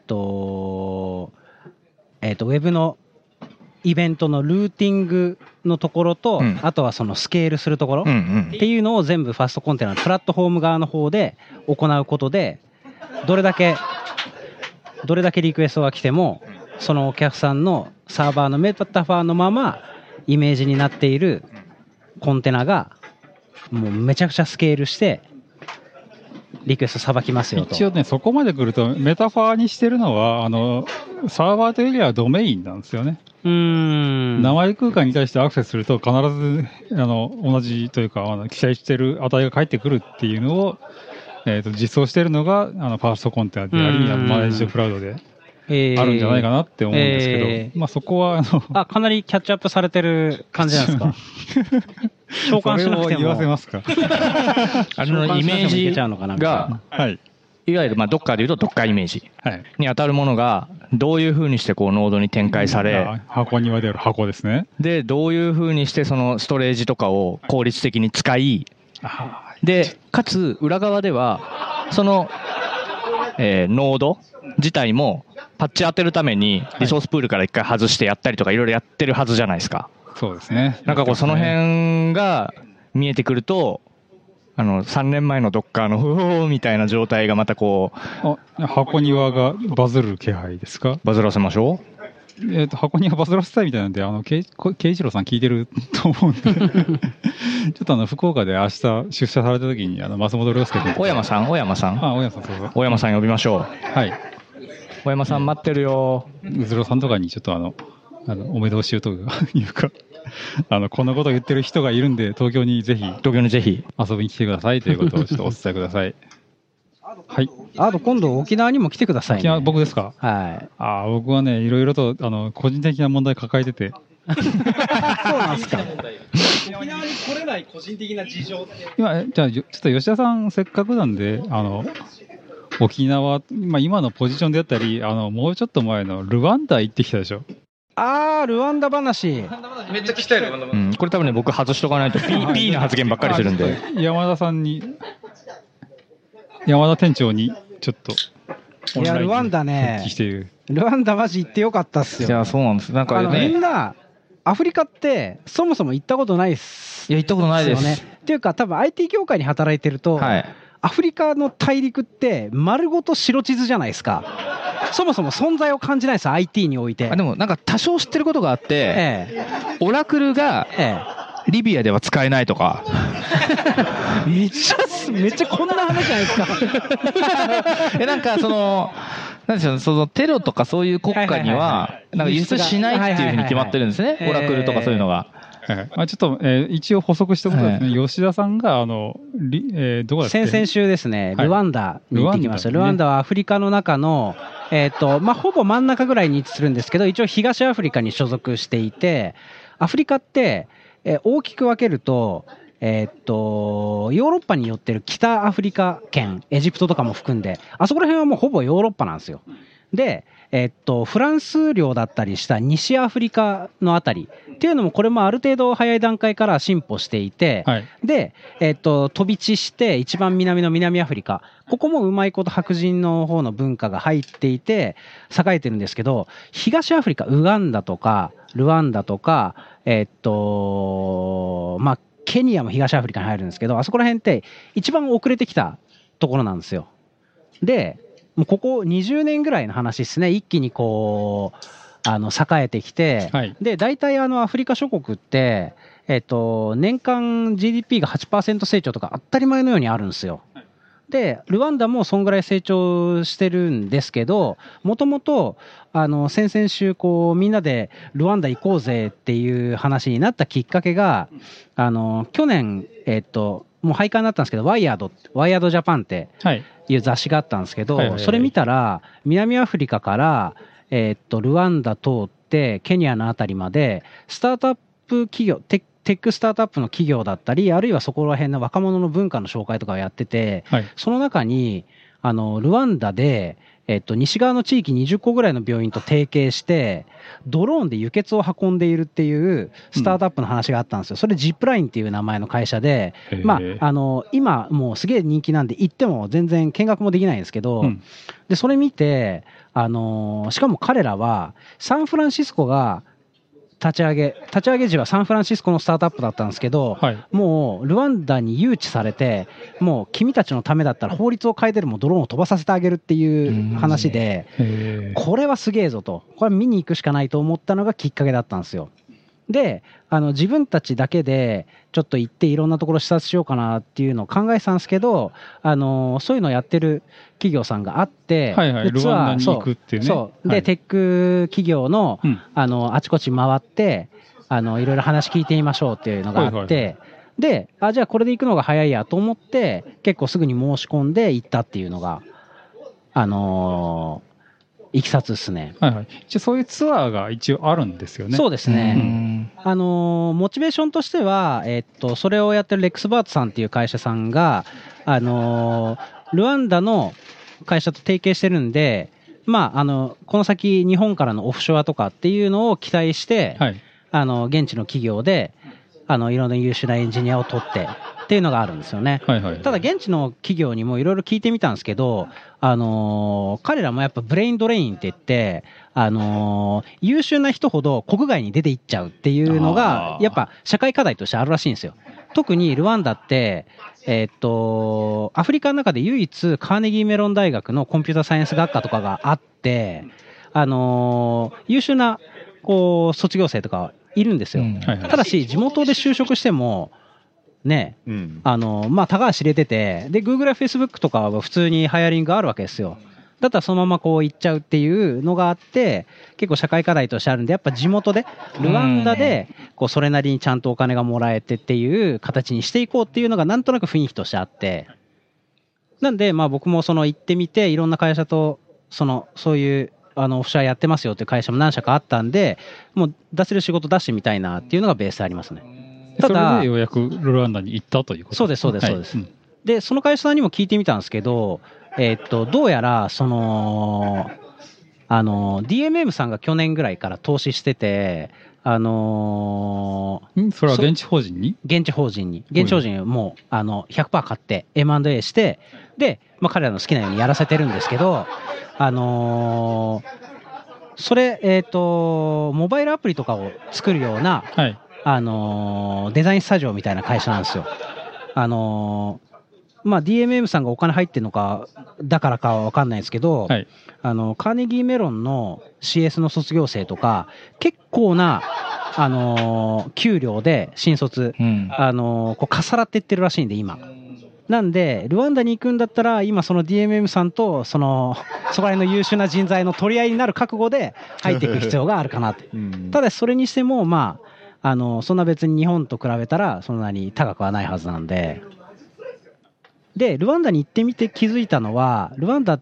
ブのイベントのルーティングのところと、あとはそのスケールするところっていうのを全部ファーストコンテナのプラットフォーム側の方で行うことで、どれだけリクエストが来ても、そのお客さんのサーバーのメタファーのままイメージになっているコンテナがもうめちゃくちゃスケールしてリクエストさばきますよと。 一応ね、そこまで来るとメタファーにしてるのはサーバーというよりはドメインなんですよね。名前空間に対してアクセスすると必ず同じというか記載してる値が返ってくるっていうのを、実装しているのがファーストコンテナでありマネージドクラウドであるんじゃないかなって思うんですけど、そこはかなりキャッチアップされてる感じなんですか召喚しなくてもそれを言わせますかイメージが、いわゆるDockerでいうと Docker イメージに当たるものがどういうふうにしてこうノードに展開され、 箱庭である箱ですね。 でどういうふうにしてそのストレージとかを効率的に使い、でかつ裏側ではその、ノード自体もパッチ当てるためにリソースプールから一回外してやったりとかいろいろやってるはずじゃないですか。 そうですね。 なんかこうその辺が見えてくると、3年前のドッカーのフーみたいな状態がまたこう、箱庭がバズる気配ですか？ バズらせましょう。箱庭バズらせたいみたいなんで、慶一郎さん聞いてると思うんでちょっと福岡で明日出社された時に松本涼介君、 小山さん、 大山さん、そうそう、 小山さん呼びましょう。 はい、 小山さん待ってるよ。 うずろさんとかにちょっとお目通しをというかこんなことを言ってる人がいるんで東京にぜひ遊びに来てくださいということをちょっとお伝えください。はい。 あと今度沖縄にも来てくださいね。 沖縄、僕ですか？ はい。 僕はね、いろいろと個人的な問題抱えてて。 そうなんですか。 沖縄に来れない個人的な事情って。 じゃあちょっと吉田さんせっかくなんで沖縄、今のポジションであったりもうちょっと前のルワンダ行ってきたでしょ。 ルワンダ話。 めっちゃ聞きたいルワンダ話。 これ多分ね、僕外しとかないとピーな発言ばっかりするんで。 山田さんに、山田店長にちょっといやルワンダね、ルワンダマジ行ってよかったっすよ。 いやそうなんです。なんかね、 みんなアフリカってそもそも行ったことないっす。 いや行ったことないですよね。っていうか多分 IT 業界に働いてると、アフリカの大陸って丸ごと白地図じゃないですか。そもそも存在を感じないです、 IT において。 でもなんか多少知ってることがあって、オラクルがリビアでは使えないとか、 めっちゃこんな話じゃないですか。 なんかなんでしょう、そのテロとかそういう国家にはなんか輸出しないっていうふうに決まってるんですね、オラクルとかそういうのが。 ちょっと、一応補足したことですね、吉田さんがどこだっけ？ 先々週ですね、ルワンダに行ってきました。ルワンダはアフリカの中の、ほぼ真ん中ぐらいに位置するんですけど、一応東アフリカに所属していて、アフリカって、大きく分けると、ヨーロッパに寄ってる北アフリカ圏、エジプトとかも含んで、あそこら辺はもうほぼヨーロッパなんですよ。で、フランス領だったりした西アフリカのあたりっていうのもこれもある程度早い段階から進歩していて、で、飛び地して一番南の南アフリカ、ここもうまいこと白人の方の文化が入っていて栄えてるんですけど、東アフリカ、ウガンダとかルワンダとか、ケケニアも東アフリカに入るんですけど、あそこら辺って一番遅れてきたところなんですよ。で、もうここ20年ぐらいの話ですね、一気にこう、栄えてきて、はい、で、大体アフリカ諸国って、年間 GDP が 8% 成長とか当たり前のようにあるんですよ。で、ルワンダもそんぐらい成長してるんですけど、もともと、先々週、こう、みんなでルワンダ行こうぜっていう話になったきっかけが、去年、もう廃刊になったんですけど、ワイヤードジャパンっていう雑誌があったんですけど、それ見たら、南アフリカから、ルワンダ通って、ケニアのあたりまで、スタートアップ企業、テックスタートアップの企業だったり、あるいはそこら辺の若者の文化の紹介とかをやってて、はい、その中に、ルワンダで、西側の地域20個ぐらいの病院と提携して、ドローンで輸血を運んでいるっていうスタートアップの話があったんですよ。それジップラインっていう名前の会社で、まあ、今もうすげえ人気なんで行っても全然見学もできないんですけど、で、それ見て、しかも彼らはサンフランシスコが立ち上げ時はサンフランシスコのスタートアップだったんですけど、はい、もうルワンダに誘致されて、もう君たちのためだったら法律を変えてでもドローンを飛ばさせてあげるっていう話で、これはすげえぞと、これ見に行くしかないと思ったのがきっかけだったんですよ。で、自分たちだけでちょっと行っていろんなところ視察しようかなっていうのを考えてたんですけど、そういうのをやってる企業さんがあって、はいはい、 ルワンダに行くっていうね。 そうで、はい、テック企業の、あちこち回って、いろいろ話聞いてみましょうっていうのがあって、はいはいはい、で、じゃあこれで行くのが早いやと思って、結構すぐに申し込んで行ったっていうのが、いきさつですね。 はいはい。じゃあそういうツアーが一応あるんですよね。 そうですね。モチベーションとしては、それをやってるレックスバートさんっていう会社さんが、ルワンダの会社と提携してるんで、まあ、この先日本からのオフショアとかっていうのを期待して、はい、現地の企業で、いろんな優秀なエンジニアを取ってっていうのがあるんですよね。はいはいはい、ただ現地の企業にもいろいろ聞いてみたんですけど、彼らもやっぱブレインドレインって言って、優秀な人ほど国外に出ていっちゃうっていうのが、やっぱ社会課題としてあるらしいんですよ。特にルワンダって、アフリカの中で唯一カーネギーメロン大学のコンピューターサイエンス学科とかがあって、優秀な、こう、卒業生とかいるんですよ。ただし、地元で就職しても、ね、まあ、たかが知れてて、で、Google や Facebook とかは普通にハイアリングがあるわけですよ。だったらそのままこう行っちゃうっていうのがあって、結構社会課題としてあるんで、やっぱ地元で、ルワンダで、こう、それなりにちゃんとお金がもらえてっていう形にしていこうっていうのがなんとなく雰囲気としてあって、なんで、まあ僕もその行ってみて、いろんな会社と、そういう、オフショアやってますよっていう会社も何社かあったんで、もう出せる仕事出してみたいなっていうのがベースありますね。 ただ、それでようやくルワンダに行ったということそうです、そうです、そうです。はい、で、その会社さんにも聞いてみたんですけど、どうやら、DMM さんが去年ぐらいから投資してて、 それは現地法人に現地法人もう、100% 買って M&A して、で、まあ彼らの好きなようにやらせてるんですけど、それ、モバイルアプリとかを作るような、はい、デザインスタジオみたいな会社なんですよ。まあ、DMM さんがお金入ってるのか、だからかは分かんないですけど、はい、カーネギーメロンの CS の卒業生とか、結構な、給料で新卒、こうかさらっていってるらしいんで、今。なんで、ルワンダに行くんだったら、今その DMM さんと、そこら辺の優秀な人材の取り合いになる覚悟で入っていく必要があるかなって。ただ、それにしても、まあ、そんな別に日本と比べたら、そんなに高くはないはずなんで、で、ルワンダに行ってみて気づいたのは、ルワンダって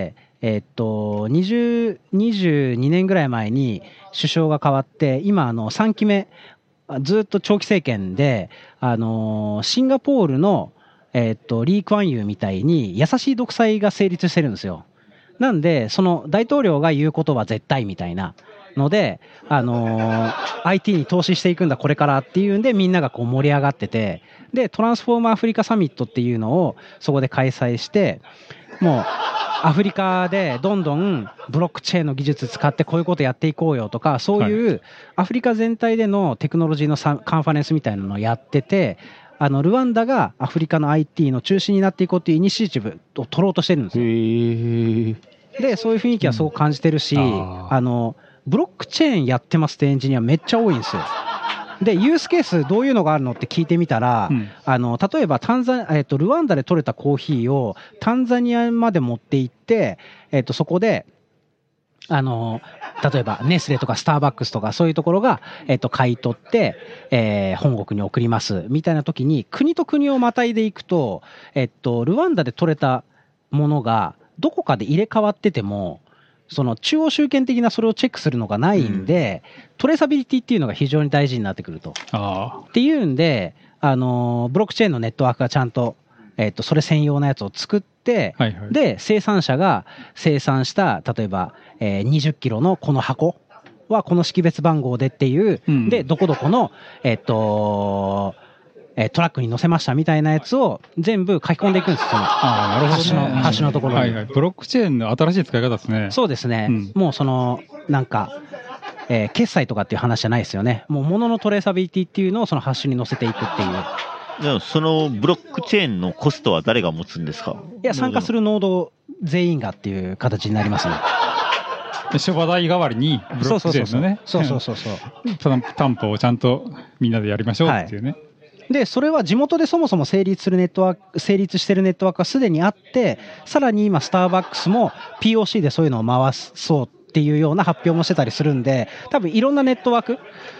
、22年ぐらい前に首相が変わって、今、3期目、ずっと長期政権で、シンガポールの、リー・クワンユーみたいに優しい独裁が成立してるんですよ。なんで、その大統領が言うことは絶対みたいなので、IT に投資していくんだこれからっていうんでみんながこう盛り上がってて、でトランスフォームアフリカサミットっていうのをそこで開催して、もうアフリカでどんどんブロックチェーンの技術使ってこういうことやっていこうよとか、そういうアフリカ全体でのテクノロジーのカンファレンスみたいなのをやってて、 ルワンダがアフリカの IT の中心になっていこうというイニシアチブを取ろうとしてるんですよ。で、そういう雰囲気はすごく感じてるし、ブロックチェーンやってますってエンジニアめっちゃ多いんですよ。で、ユースケースどういうのがあるのって聞いてみたら、例えばルワンダで取れたコーヒーをタンザニアまで持って行って、そこで、例えばネスレとかスターバックスとかそういうところが、買い取って、本国に送りますみたいな時に、国と国をまたいでいくと、ルワンダで取れたものがどこかで入れ替わってても、その中央集権的なそれをチェックするのがないんで、トレーサビリティっていうのが非常に大事になってくると。っていうんで、ブロックチェーンのネットワークがちゃんと、それ専用のやつを作って、で、生産者が生産した、例えば、20キロのこの箱はこの識別番号でっていう、で、どこどこの、トラックに乗せましたみたいなやつを全部書き込んでいくんですよ、そのハッシュのところに。 ブロックチェーンの新しい使い方ですね。 そうですね。もうなんか、決済とかっていう話じゃないですよね。もう物のトレーサビリティっていうのをそのハッシュに乗せていくっていう。 でもそのブロックチェーンのコストは誰が持つんですか？ いや、参加するノード全員がっていう形になりますね。 諸話題代わりにブロックチェーンのね、担保をちゃんとみんなでやりましょうっていうね。 で、それは地元でそもそも成立してるネットワークがすでにあって、さらに今スターバックスも POC でそういうのを回そうっていうような発表もしてたりするんで、多分いろんなネットワーク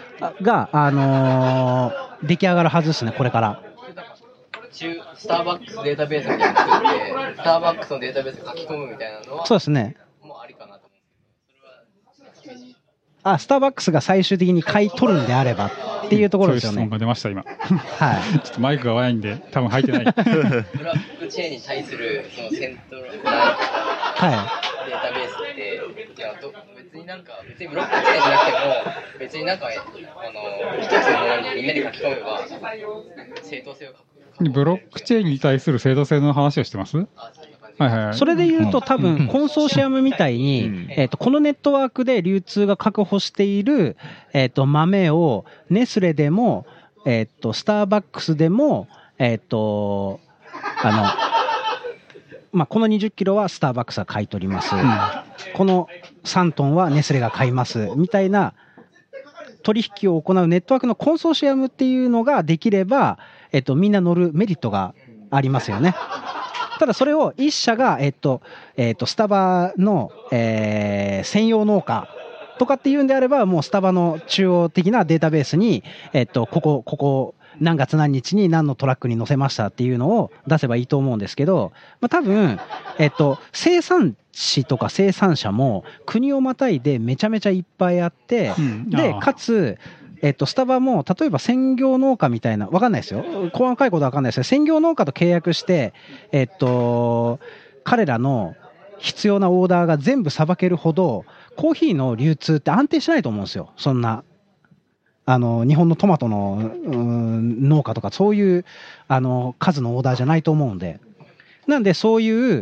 が、出来上がるはずですね、これから。 スターバックスデータベースみたいなの作って、スターバックスのデータベース書き込むみたいなのは、 そうですね。 もうありかなと思うんですけど、それは厳しい。 スターバックスが最終的に買い取るんであればっていうところですよね。 そういう質問が出ました、今。 はい。 ちょっとマイクが悪いんで、多分入ってない。 ブロックチェーンに対するそのセントラルデータベースって、別にブロックチェーンじゃなくても、別になんか、一つのものにみんなで書き込めば、正当性をブロックチェーンに対する正当性の話をしてます？ それで言うと多分コンソーシアムみたいに、このネットワークで流通が確保している、豆をネスレでも、スターバックスでも、この20キロはスターバックスが買い取ります。この3トンはネスレが買います。みたいな取引を行うネットワークのコンソーシアムっていうのができれば、みんな乗るメリットがありますよね。ただそれを一社が、スタバの、専用農家とかっていうんであれば、もうスタバの中央的なデータベースに、ここ、何月何日に何のトラックに乗せましたっていうのを出せばいいと思うんですけど、多分、生産地とか生産者も国をまたいでめちゃめちゃいっぱいあって、で、かつ、スタバも例えば専業農家みたいな、わかんないですよ。細かいことはわかんないですけど、専業農家と契約して、彼らの必要なオーダーが全部さばけるほど、コーヒーの流通って安定しないと思うんですよ。そんな。日本のトマトの農家とかそういう数のオーダーじゃないと思うんで。なんでそういう、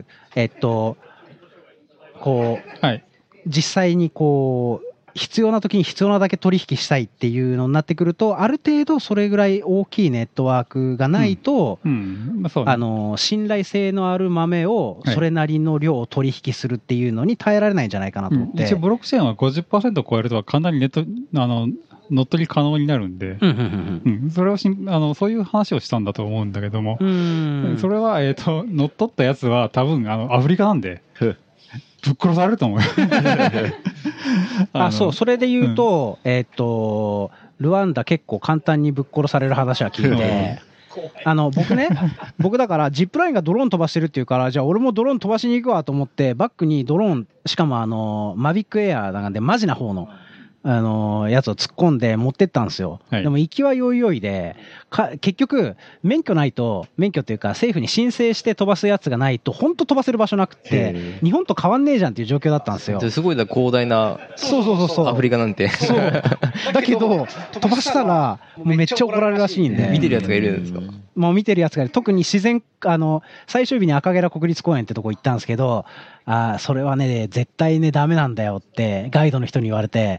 実際に必要な時に必要なだけ取引したいっていうのになってくると、ある程度それぐらい大きいネットワークがないと、信頼性のある豆をそれなりの量を取引するっていうのに耐えられないんじゃないかなと思って。 一応ブロックチェーンは 50% を超えると簡単に乗っ取り可能になるんで、それをそういう話をしたんだと思うんだけども、それは、乗っ取ったやつは多分アフリカなんで、ぶっ殺されると思うよ。 そう、それで言うと、ルワンダ結構簡単にぶっ殺される話は聞いて、僕だからジップラインがドローン飛ばしてるっていうから、じゃあ俺もドローン飛ばしに行くわと思って、バックにドローン、しかもマビックエアーなんでマジな方の、やつを突っ込んで持ってったんですよ。でも行きはよいよいで、結局、免許っていうか政府に申請して飛ばすやつがないと、本当飛ばせる場所なくて、日本と変わんねえじゃんっていう状況だったんですよ。 すごい広大な、 そうアフリカなんて。 そう。だけど、飛ばしたら、もうめっちゃ怒られるらしいんで。 見てるやつがいるんですか？ もう見てるやつがいる。特に自然、最終日に赤ゲラ国立公園ってとこ行ったんですけど、それはね、絶対ね、ダメなんだよって、ガイドの人に言われて、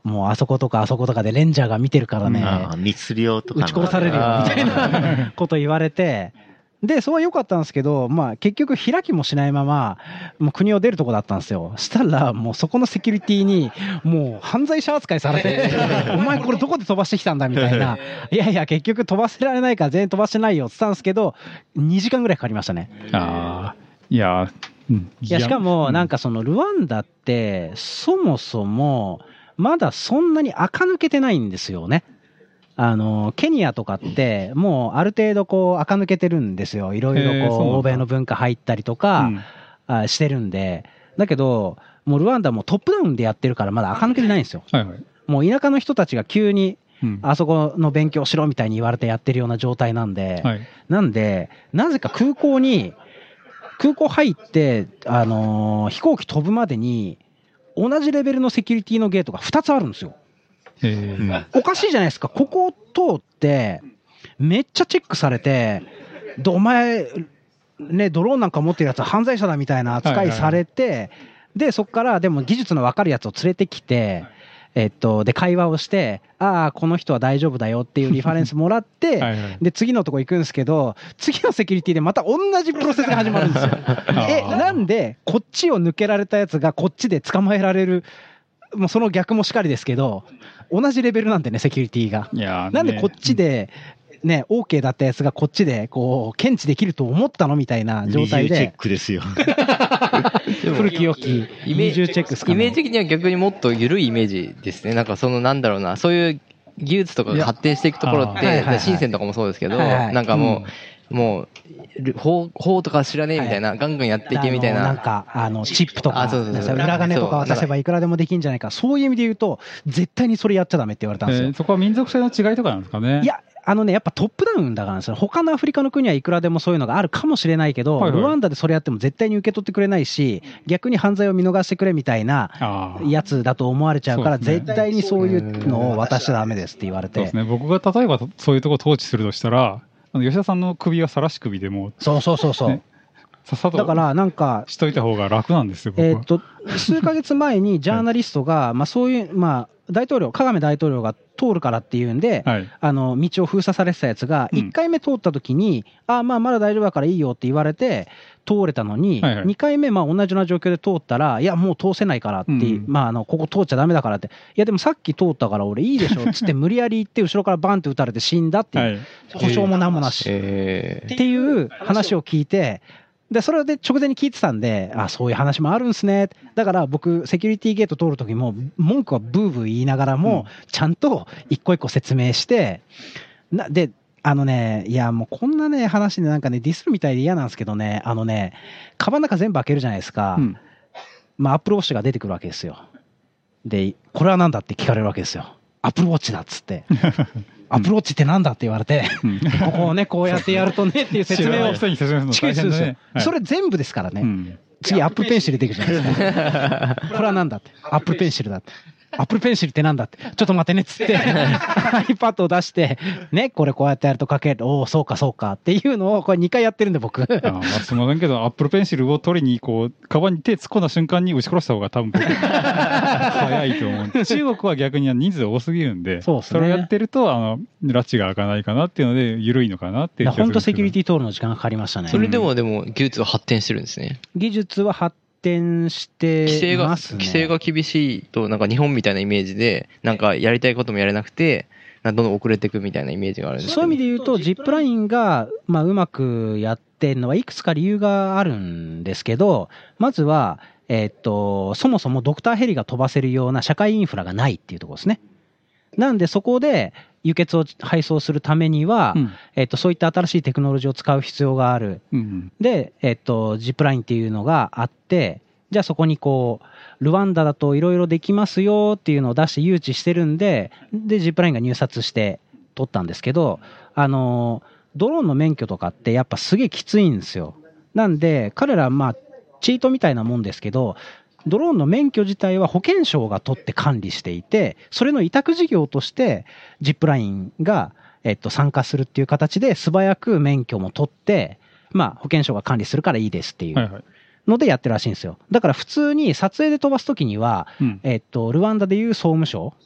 もうあそことかあそことかでレンジャーが見てるからね、 密漁とか撃ち殺されるよみたいなこと言われて、で、それは良かったんですけど、まあ結局開きもしないまま、もう国を出るとこだったんですよ。したら、もうそこのセキュリティに、もう犯罪者扱いされて、お前これどこで飛ばしてきたんだみたいな。いやいや、結局飛ばせられないから全然飛ばしてないよって言ったんですけど、2時間ぐらいかかりましたね。 いや、 いや、しかもなんかそのルワンダって、そもそも、まだそんなに垢抜けてないんですよね。ケニアとかって、もうある程度こう、垢抜けてるんですよ。いろいろこう、欧米の文化入ったりとか、してるんで。だけど、もうルワンダもトップダウンでやってるから、まだ垢抜けてないんですよ。もう田舎の人たちが急に、あそこの勉強しろみたいに言われてやってるような状態なんで、なんで、なぜか空港入って、飛行機飛ぶまでに、同じレベルのセキュリティのゲートが2つあるんですよ。おかしいじゃないですか。ここを通って、めっちゃチェックされて、お前、ね、ドローンなんか持ってるやつは犯罪者だみたいな扱いされて、で、そこからでも技術の分かるやつを連れてきて、で、会話をして、ああ、この人は大丈夫だよっていうリファレンスもらって、で、次のとこ行くんですけど、次のセキュリティでまた同じプロセスが始まるんですよ。なんで、こっちを抜けられたやつがこっちで捕まえられる、もうその逆もしかりですけど、同じレベルなんでね、セキュリティが。なんでこっちで、ね、OK だったやつがこっちで、こう、検知できると思ったのみたいな状態で。 二重チェックですよ。 古き良き、二重チェックですかね。 イメージ的には逆にもっと緩いイメージですね。なんかその、なんだろうな、そういう技術とかが発展していくところって、深センとかもそうですけど、なんかもう、法とか知らねえみたいな、ガンガンやっていけみたいな。 なんか、チップとか、裏金とか渡せばいくらでもできんじゃないか。そういう意味で言うと、絶対にそれやっちゃダメって言われたんですよ。 そこは民族性の違いとかなんですかね。 いや、やっぱトップダウンだからなんですよ。他のアフリカの国はいくらでもそういうのがあるかもしれないけど、ルワンダでそれやっても絶対に受け取ってくれないし、逆に犯罪を見逃してくれみたいなやつだと思われちゃうから、絶対にそういうのを渡しちゃダメですって言われて。 そうですね。僕が例えばそういうところを統治するとしたら、吉田さんの首は晒し首でも、 そう。 さっさとだからなんかしといた方が楽なんですよ、僕は。 数ヶ月前にジャーナリストが、そういう、カガメ大統領が通るからっていうんで、道を封鎖されてたやつが、1回目通った時に、まだ大丈夫だからいいよって言われて、通れたのに、2回目、同じような状況で通ったら、いや、もう通せないからって、ここ通っちゃダメだからって、いや、でもさっき通ったから俺いいでしょっつって、無理やり行って、後ろからバンって撃たれて死んだっていう、保証もなんもなし。っていう話を聞いて、で、それで直前に聞いてたんで、そういう話もあるんですね。だから僕、セキュリティゲート通るときも、文句はブーブー言いながらも、ちゃんと一個一個説明して、で、いや、もうこんなね、話でなんかね、ディスるみたいで嫌なんですけどね、カバンの中全部開けるじゃないですか。アップルウォッシュが出てくるわけですよ。で、これはなんだって聞かれるわけですよ。アップルウォッチだっつって。アプローチってなんだって言われて、ここをね、こうやってやるとねっていう説明を。それ全部ですからね。次、アップルペンシル出てくるじゃないですか。これはなんだって。アップルペンシルだって。アップルペンシルってなんだって。ちょっと待ってねっつって、iPad を出して、ね、これこうやってやると書ける。おお、そうかそうかっていうのを、これ2回やってるんで僕。 すみませんけど、アップルペンシルを取りに、こう、カバンに手突っ込んだ瞬間に撃ち殺した方が多分僕、早いと思う。中国は逆に人数多すぎるんで、それをやってると、拉致が開かないかなっていうので、緩いのかなっていう。 本当セキュリティ通るの時間がかかりましたね。 それでも技術は発展してるんですね。 技術は発展してますね。 規制が厳しいと、なんか日本みたいなイメージで、なんかやりたいこともやれなくて、どんどん遅れていくみたいなイメージがあるんですそういう意味で言うと、ジップラインが、うまくやってるのはいくつか理由があるんですけど、まずは、そもそもドクターヘリが飛ばせるような社会インフラがないっていうところですね。なんでそこで輸血を配送するためには、そういった新しいテクノロジーを使う必要がある。で、ジップラインっていうのがあって、じゃあそこにこう、ルワンダだといろいろできますよっていうのを出して誘致してるんで、ジップラインが入札して取ったんですけど、ドローンの免許とかってやっぱすげえきついんですよ。なんで、彼らチートみたいなもんですけど、ドローンの免許自体は保険証が取って管理していて、それの委託事業として、ジップラインが、参加するっていう形で素早く免許も取って、保険証が管理するからいいですっていうのでやってるらしいんですよ。だから普通に撮影で飛ばすときには、ルワンダでいう総務省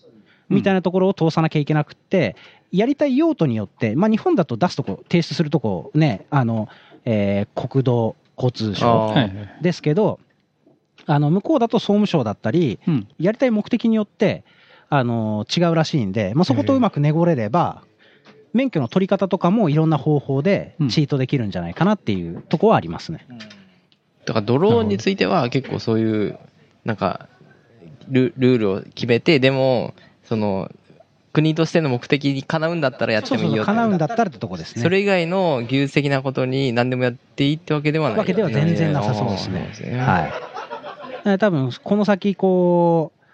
みたいなところを通さなきゃいけなくって、やりたい用途によって、日本だと出すとこ、提出するとこね、国土交通省ですけど、向こうだと総務省だったり、やりたい目的によって違うらしいんで、そことうまくねごれれば、免許の取り方とかもいろんな方法でチートできるんじゃないかなっていうところはありますね。 だからドローンについては結構そういうなんかルールを決めて、でもその国としての目的にかなうんだったらやってもいいよって。 かなうんだったらってとこですね。 それ以外の技術的なことに何でもやっていいってわけではない。 わけでは全然なさそうですね。はい。多分この先こう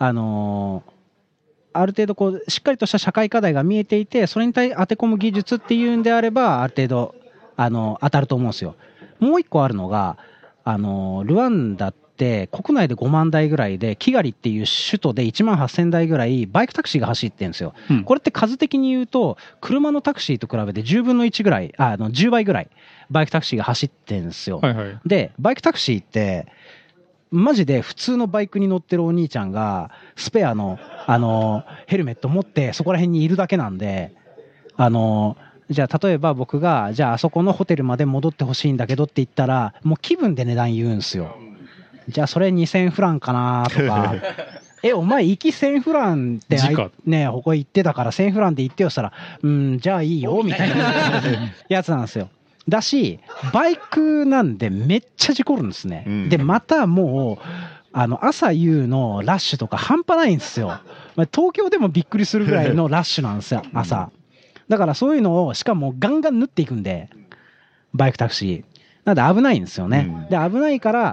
ある程度しっかりとした社会課題が見えていて、それに当て込む技術っていうんであれば、ある程度当たると思うんですよ。もう一個あるのがルワンダって国内で5万台ぐらいで、キガリっていう首都で1万8000台ぐらいバイクタクシーが走ってるんですよ。これって数的に言うと車のタクシーと比べて10分の1ぐらい、10倍ぐらいバイクタクシーが走ってるんですよ。でバイクタクシーってマジで普通のバイクに乗ってるお兄ちゃんがスペアのヘルメット持ってそこら辺にいるだけなんで、じゃあ例えば僕がじゃああそこのホテルまで戻ってほしいんだけどって言ったら、もう気分で値段言うんすよ。じゃあそれ2000フランかなとかお前行き1000フランってねここ行ってたから1000フランで行ってよしたらじゃあいいよみたいなやつなんですよ。だしバイクなんでめっちゃ事故るんですね。でまたもう朝夕のラッシュとか半端ないんですよ。東京でもびっくりするぐらいのラッシュなんですよ朝。だからそういうのをしかもガンガン縫っていくんでバイクタクシーなんで危ないんですよね。で危ないから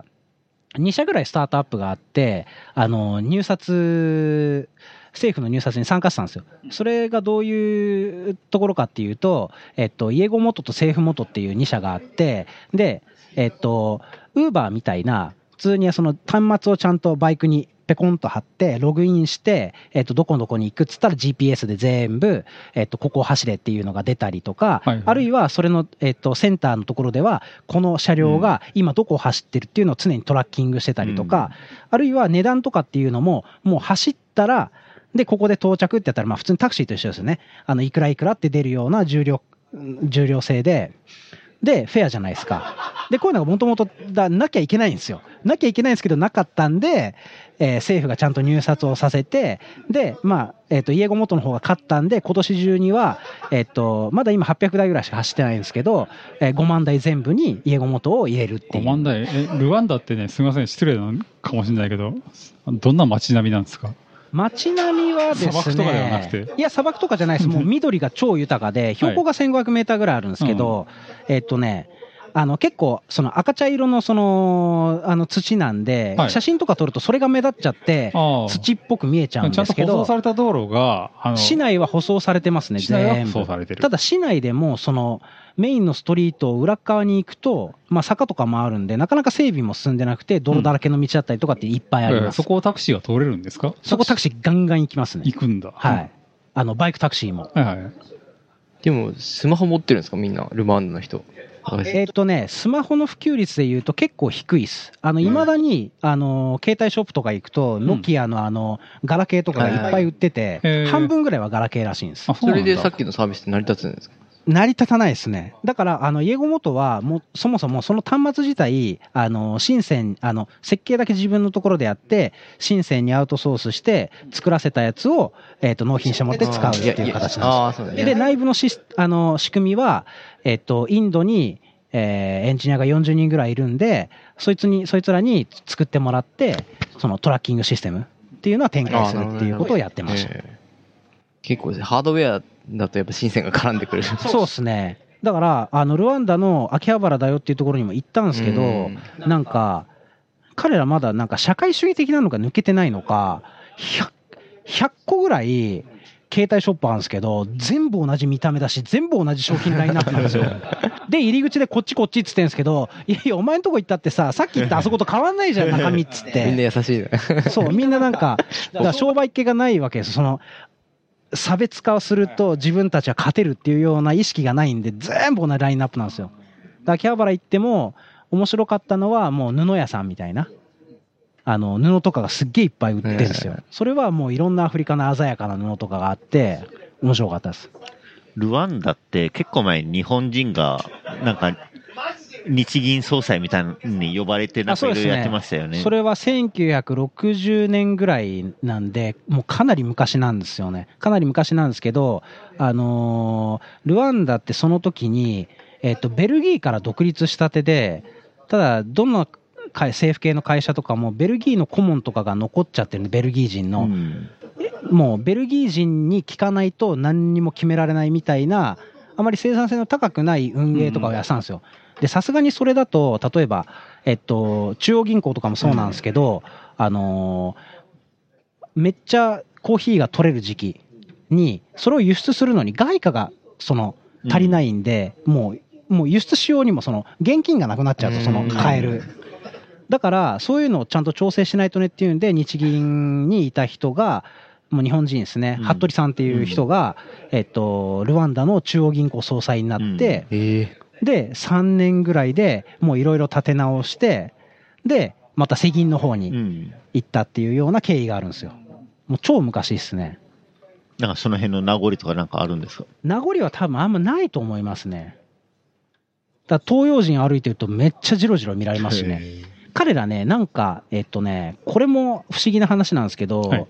2社ぐらいスタートアップがあって入札政府の入札に参加したんですよ。それがどういうところかっていうと、イエゴモトとセーフモトっていう2社があって、でウーバーみたいな普通にその端末をちゃんとバイクにペコンと貼ってログインして、どこどこに行くっつったら GPS で全部、ここを走れっていうのが出たりとか、あるいはそれの、センターのところではこの車両が今どこを走ってるっていうのを常にトラッキングしてたりとか、あるいは値段とかっていうのももう走ったらでここで到着ってやったら普通にタクシーと一緒ですよね。いくらいくらって出るような重量制でフェアじゃないですか。でこういうのがもともとなきゃいけないんですよ。なきゃいけないんですけどなかったんで、政府がちゃんと入札をさせて、でイエゴモトの方が勝ったんで今年中にはまだ今800台ぐらいしか走ってないんですけど、5万台全部にイエゴモトを入れるっていう。 5万台ルワンダってね、すみません失礼なのかもしれないけど、どんな街並みなんですか？ 街並みはですね、 砂漠とかではなくて、 いや砂漠とかじゃないです。もう緑が超豊かで標高が1500メーターぐらいあるんですけど、結構その赤茶色の土なんで、写真とか撮るとそれが目立っちゃって土っぽく見えちゃうんですけど、 ちゃんと舗装された道路が市内は舗装されてますね。全部ただ市内でもそのメインのストリートを裏側に行くと、坂とかもあるんでなかなか整備も進んでなくて泥だらけの道だったりとかっていっぱいあります。 そこをタクシーが通れるんですか？ そこタクシーガンガン行きますね。 行くんだ。 はい。バイクタクシーも。 でもスマホ持ってるんですかみんなルマンドの人？ スマホの普及率でいうと結構低いです。いまだに携帯ショップとか行くとノキアのガラケーとかがいっぱい売ってて、半分ぐらいはガラケーらしいんです。 それでさっきのサービスって成り立つんですか？ 成り立たないですね。だからイエゴモトはもうそもそもその端末自体深セン設計だけ自分のところでやって深センにアウトソースして作らせたやつを納品してもらって使うっていう形なんです。で内部の仕組みはインドにエンジニアが40人ぐらいいるんで、そいつらに作ってもらってそのトラッキングシステムっていうのは展開するっていうことをやってました。 結構ハードウェアだとやっぱ深センが絡んでくる。 そうですね。だからルワンダの秋葉原だよっていうところにも行ったんですけど、なんか彼らまだなんか社会主義的なのが抜けてないのか、100個ぐらい携帯ショップあるんですけど全部同じ見た目だし全部同じ商品ラインナップなんですよ。で入り口でこっちっつってんですけど、いやいやお前んとこ行ったってさっき言ったあそこと変わんないじゃん中身っつって。 みんな優しいね。 そうみんななんかだから商売っ気がないわけです。その差別化をすると自分たちは勝てるっていうような意識がないんで全部同じラインナップなんですよ。秋葉原行っても面白かったのはもう布屋さんみたいな布とかがすっげえいっぱい売ってるんですよ。それはもういろんなアフリカの鮮やかな布とかがあって、面白かったです。 ルワンダって結構前に日本人が、なんか、日銀総裁みたいに呼ばれて、なんかいろいろやってましたよね。 それは1960年ぐらいなんで、もうかなり昔なんですよね。かなり昔なんですけど、ルワンダってその時に、ベルギーから独立したてで、ただ、どんな政府系の会社とかも、ベルギーの顧問とかが残っちゃってるんで、ベルギー人の。もう、ベルギー人に聞かないと何にも決められないみたいな、あまり生産性の高くない運営とかをやってたんですよ。で、さすがにそれだと、例えば、中央銀行とかもそうなんですけど、めっちゃコーヒーが取れる時期に、それを輸出するのに外貨が、足りないんで、もう輸出しようにも、現金がなくなっちゃうと、買える。だから、そういうのをちゃんと調整しないとねっていうんで、日銀にいた人が、もう日本人ですね、服部さんっていう人が、ルワンダの中央銀行総裁になって、で、3年ぐらいでもういろいろ立て直して、で、また世銀の方に行ったっていうような経緯があるんですよ。もう超昔ですね。 なんかその辺の名残とかなんかあるんですか？ 名残は多分あんまないと思いますね。だから東洋人歩いてるとめっちゃジロジロ見られますしね。彼らね、なんか、これも不思議な話なんですけど、はい、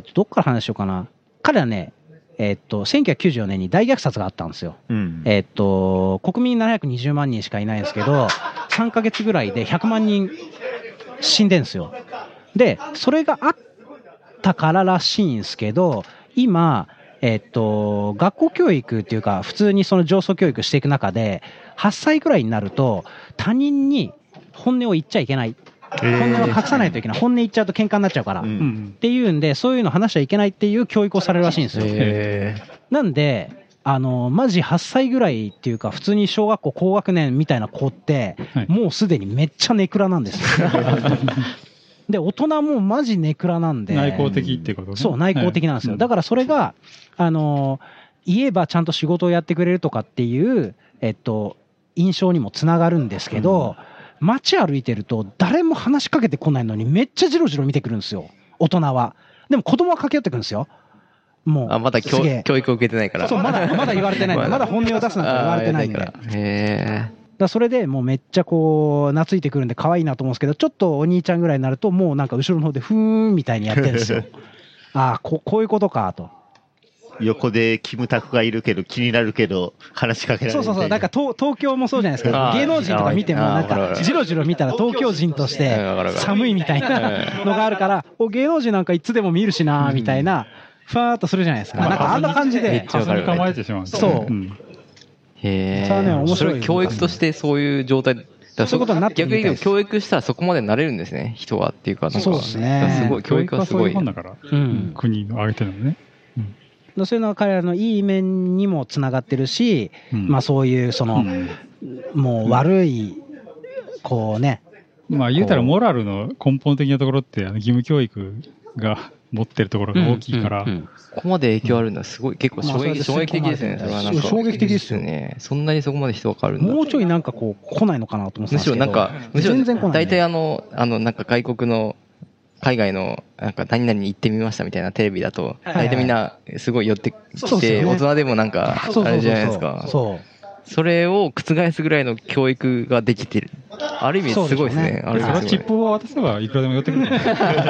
どっから話しようかな。彼らね、1994年に大虐殺があったんですよ。国民720万人しかいないんですけど、3ヶ月ぐらいで100万人死んでんですよ。で、それがあったかららしいんですけど、今、学校教育っていうか、普通にその上層教育していく中で、8歳ぐらいになると、他人に本音を言っちゃいけない。本音を隠さないといけない。本音言っちゃうと喧嘩になっちゃうから。っていうんで、そういうの話しちゃいけないっていう教育をされるらしいんですよ。なんで、マジ8歳ぐらいっていうか、普通に小学校高学年みたいな子って、もうすでにめっちゃネクラなんですよ。で、大人もマジネクラなんで。 内向的ってことね。 そう、内向的なんですよ。だからそれが、言えばちゃんと仕事をやってくれるとかっていう、印象にもつながるんですけど、街歩いてると誰も話しかけてこないのにめっちゃジロジロ見てくるんですよ、大人は。でも子供は駆け寄ってくるんですよ。もう。 まだ教育を受けてないから。 そう、まだ言われてない。まだ本音を出すなんて言われてないんで。だそれでもうめっちゃこう、懐いてくるんで可愛いなと思うんですけど、ちょっとお兄ちゃんぐらいになるともうなんか後ろの方でふーんみたいにやってるんですよ。ああ、こういうことか、と。 横でキムタクがいるけど気になるけど話しかけられない。 そう。なんか東京もそうじゃないですか。芸能人とか見てもなんかジロジロ見たら東京人として寒いみたいなのがあるから、芸能人なんかいつでも見るしなみたいな、ふわーっとするじゃないですか。なんかあんな感じで。 構えてしまう。 そう。 へぇ。それ教育としてそういう状態。 そういうことになって逆に教育したらそこまでなれるんですね、人はっていうか。 そうですね。 すごい、教育はすごい。 そういうもんだから、国の挙げてるのね。 そういうのは彼らのいい面にもつながってるし、まあそういうもう悪い、こうね。 まあ言うたらモラルの根本的なところって義務教育が持ってるところが大きいから。 ここまで影響あるのはすごい、結構衝撃的ですね。それはなんか衝撃的ですよね。そんなにそこまで人が変わるんだ。 もうちょいなんかこう来ないのかなと思ってたんですけど。 むしろ大体なんか外国の海外のなんか何々に行ってみましたみたいなテレビだと、大体みんなすごい寄ってきて、大人でもなんかあれじゃないですか。それを覆すぐらいの教育ができてる。ある意味すごいですね。 それはチップを渡せばいくらでも寄ってくる。それ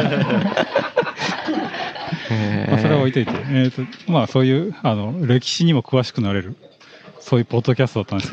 は置いといて、まあそういう歴史にも詳しくなれるそういうポッドキャストだったんですけ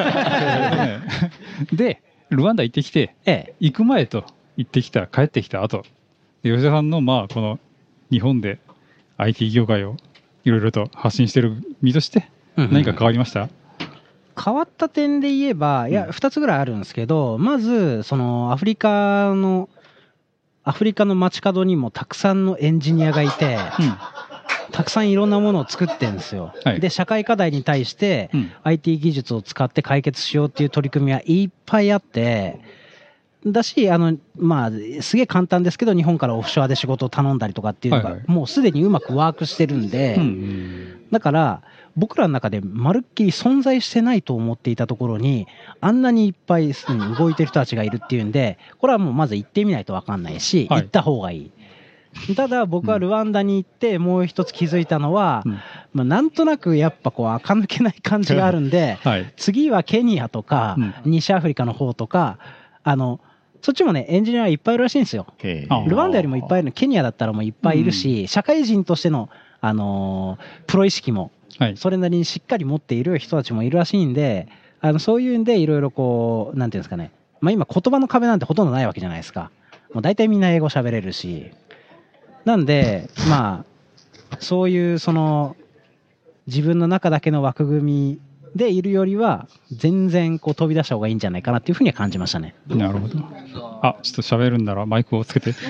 ど、でルワンダ行ってきて、行く前と行ってきた帰ってきた後、吉田さんのまあこの日本で IT 業界をいろいろと発信してる身として何か変わりました？ 変わった点で言えば、いや2つぐらいあるんですけど、まずそのアフリカの街角にもたくさんのエンジニアがいて、たくさんいろんなものを作ってるんですよ。で社会課題に対して IT 技術を使って解決しようっていう取り組みはいっぱいあって、 だし、まあ、すげえ簡単ですけど、日本からオフショアで仕事を頼んだりとかっていうのが、もうすでにうまくワークしてるんで、だから、僕らの中でまるっきり存在してないと思っていたところに、あんなにいっぱい動いてる人たちがいるっていうんで、これはもうまず行ってみないと分かんないし、行った方がいい。ただ僕はルワンダに行ってもう一つ気づいたのは、まあ、なんとなくやっぱこう垢抜けない感じがあるんで、次はケニアとか西アフリカの方とか、そっちもね、エンジニアはいっぱいいるらしいんですよ。ルワンダよりもいっぱいいる。ケニアだったらもういっぱいいるし、社会人としての、プロ意識も、それなりにしっかり持っている人たちもいるらしいんで、そういうんでいろいろこう、なんていうんですかね。まあ今言葉の壁なんてほとんどないわけじゃないですか。もう大体みんな英語喋れるし。なんで、まあ、そういう自分の中だけの枠組みでいるよりは、全然こう飛び出した方がいいんじゃないかなっていうふうには感じましたね。 なるほど。あ、ちょっと喋るんならマイクをつけて。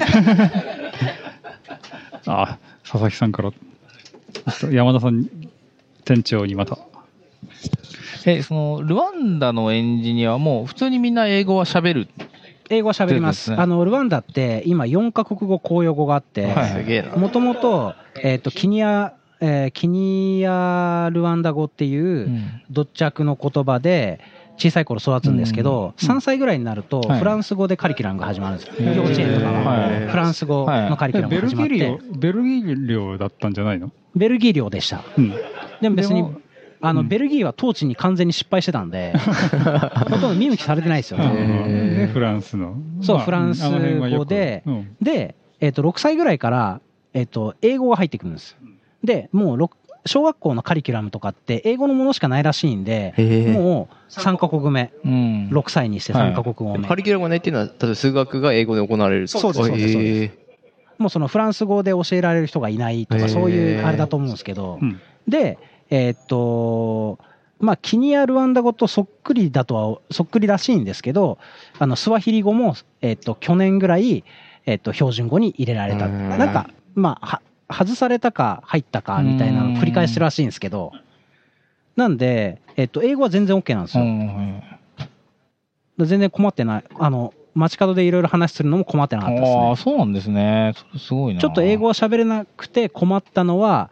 あ、佐々木さんから、山田さん、店長にまた。 ルワンダのエンジニアはもう普通にみんな英語は喋る？ 英語は喋ります。ルワンダって今4カ国語公用語があって、もともと、キニアルワンダ語っていう土着の言葉で小さい頃育つんですけど、3歳ぐらいになるとフランス語でカリキュラムが始まるんですよ。幼稚園とかはフランス語のカリキュラムが始まって。 ベルギー領だったんじゃないの？ ベルギー領でした。でも別にベルギーは統治に完全に失敗してたんで、ほとんど見向きされてないですよね。 で、フランスの。 そう、フランス語で、で、6歳ぐらいから、英語が入ってくるんです。で、もう小学校のカリキュラムとかって英語のものしかないらしいんで、もう3カ国目、6歳にして3カ国語目。 カリキュラムがないっていうのは、例えば数学が英語で行われる。 そうです、そうです。もうそのフランス語で教えられる人がいないとか、そういうあれだと思うんですけど、で、まあ、キニア・ルワンダ語とそっくりらしいんですけど、スワヒリ語も、去年ぐらい、標準語に入れられた。なんか、まあ、外されたか入ったかみたいなのを繰り返してるらしいんですけど、なんで、英語は全然 OK なんですよ。全然困ってない。街角でいろいろ話するのも困ってなかったですね。 ああ、そうなんですね。すごいな。 ちょっと英語は喋れなくて困ったのは、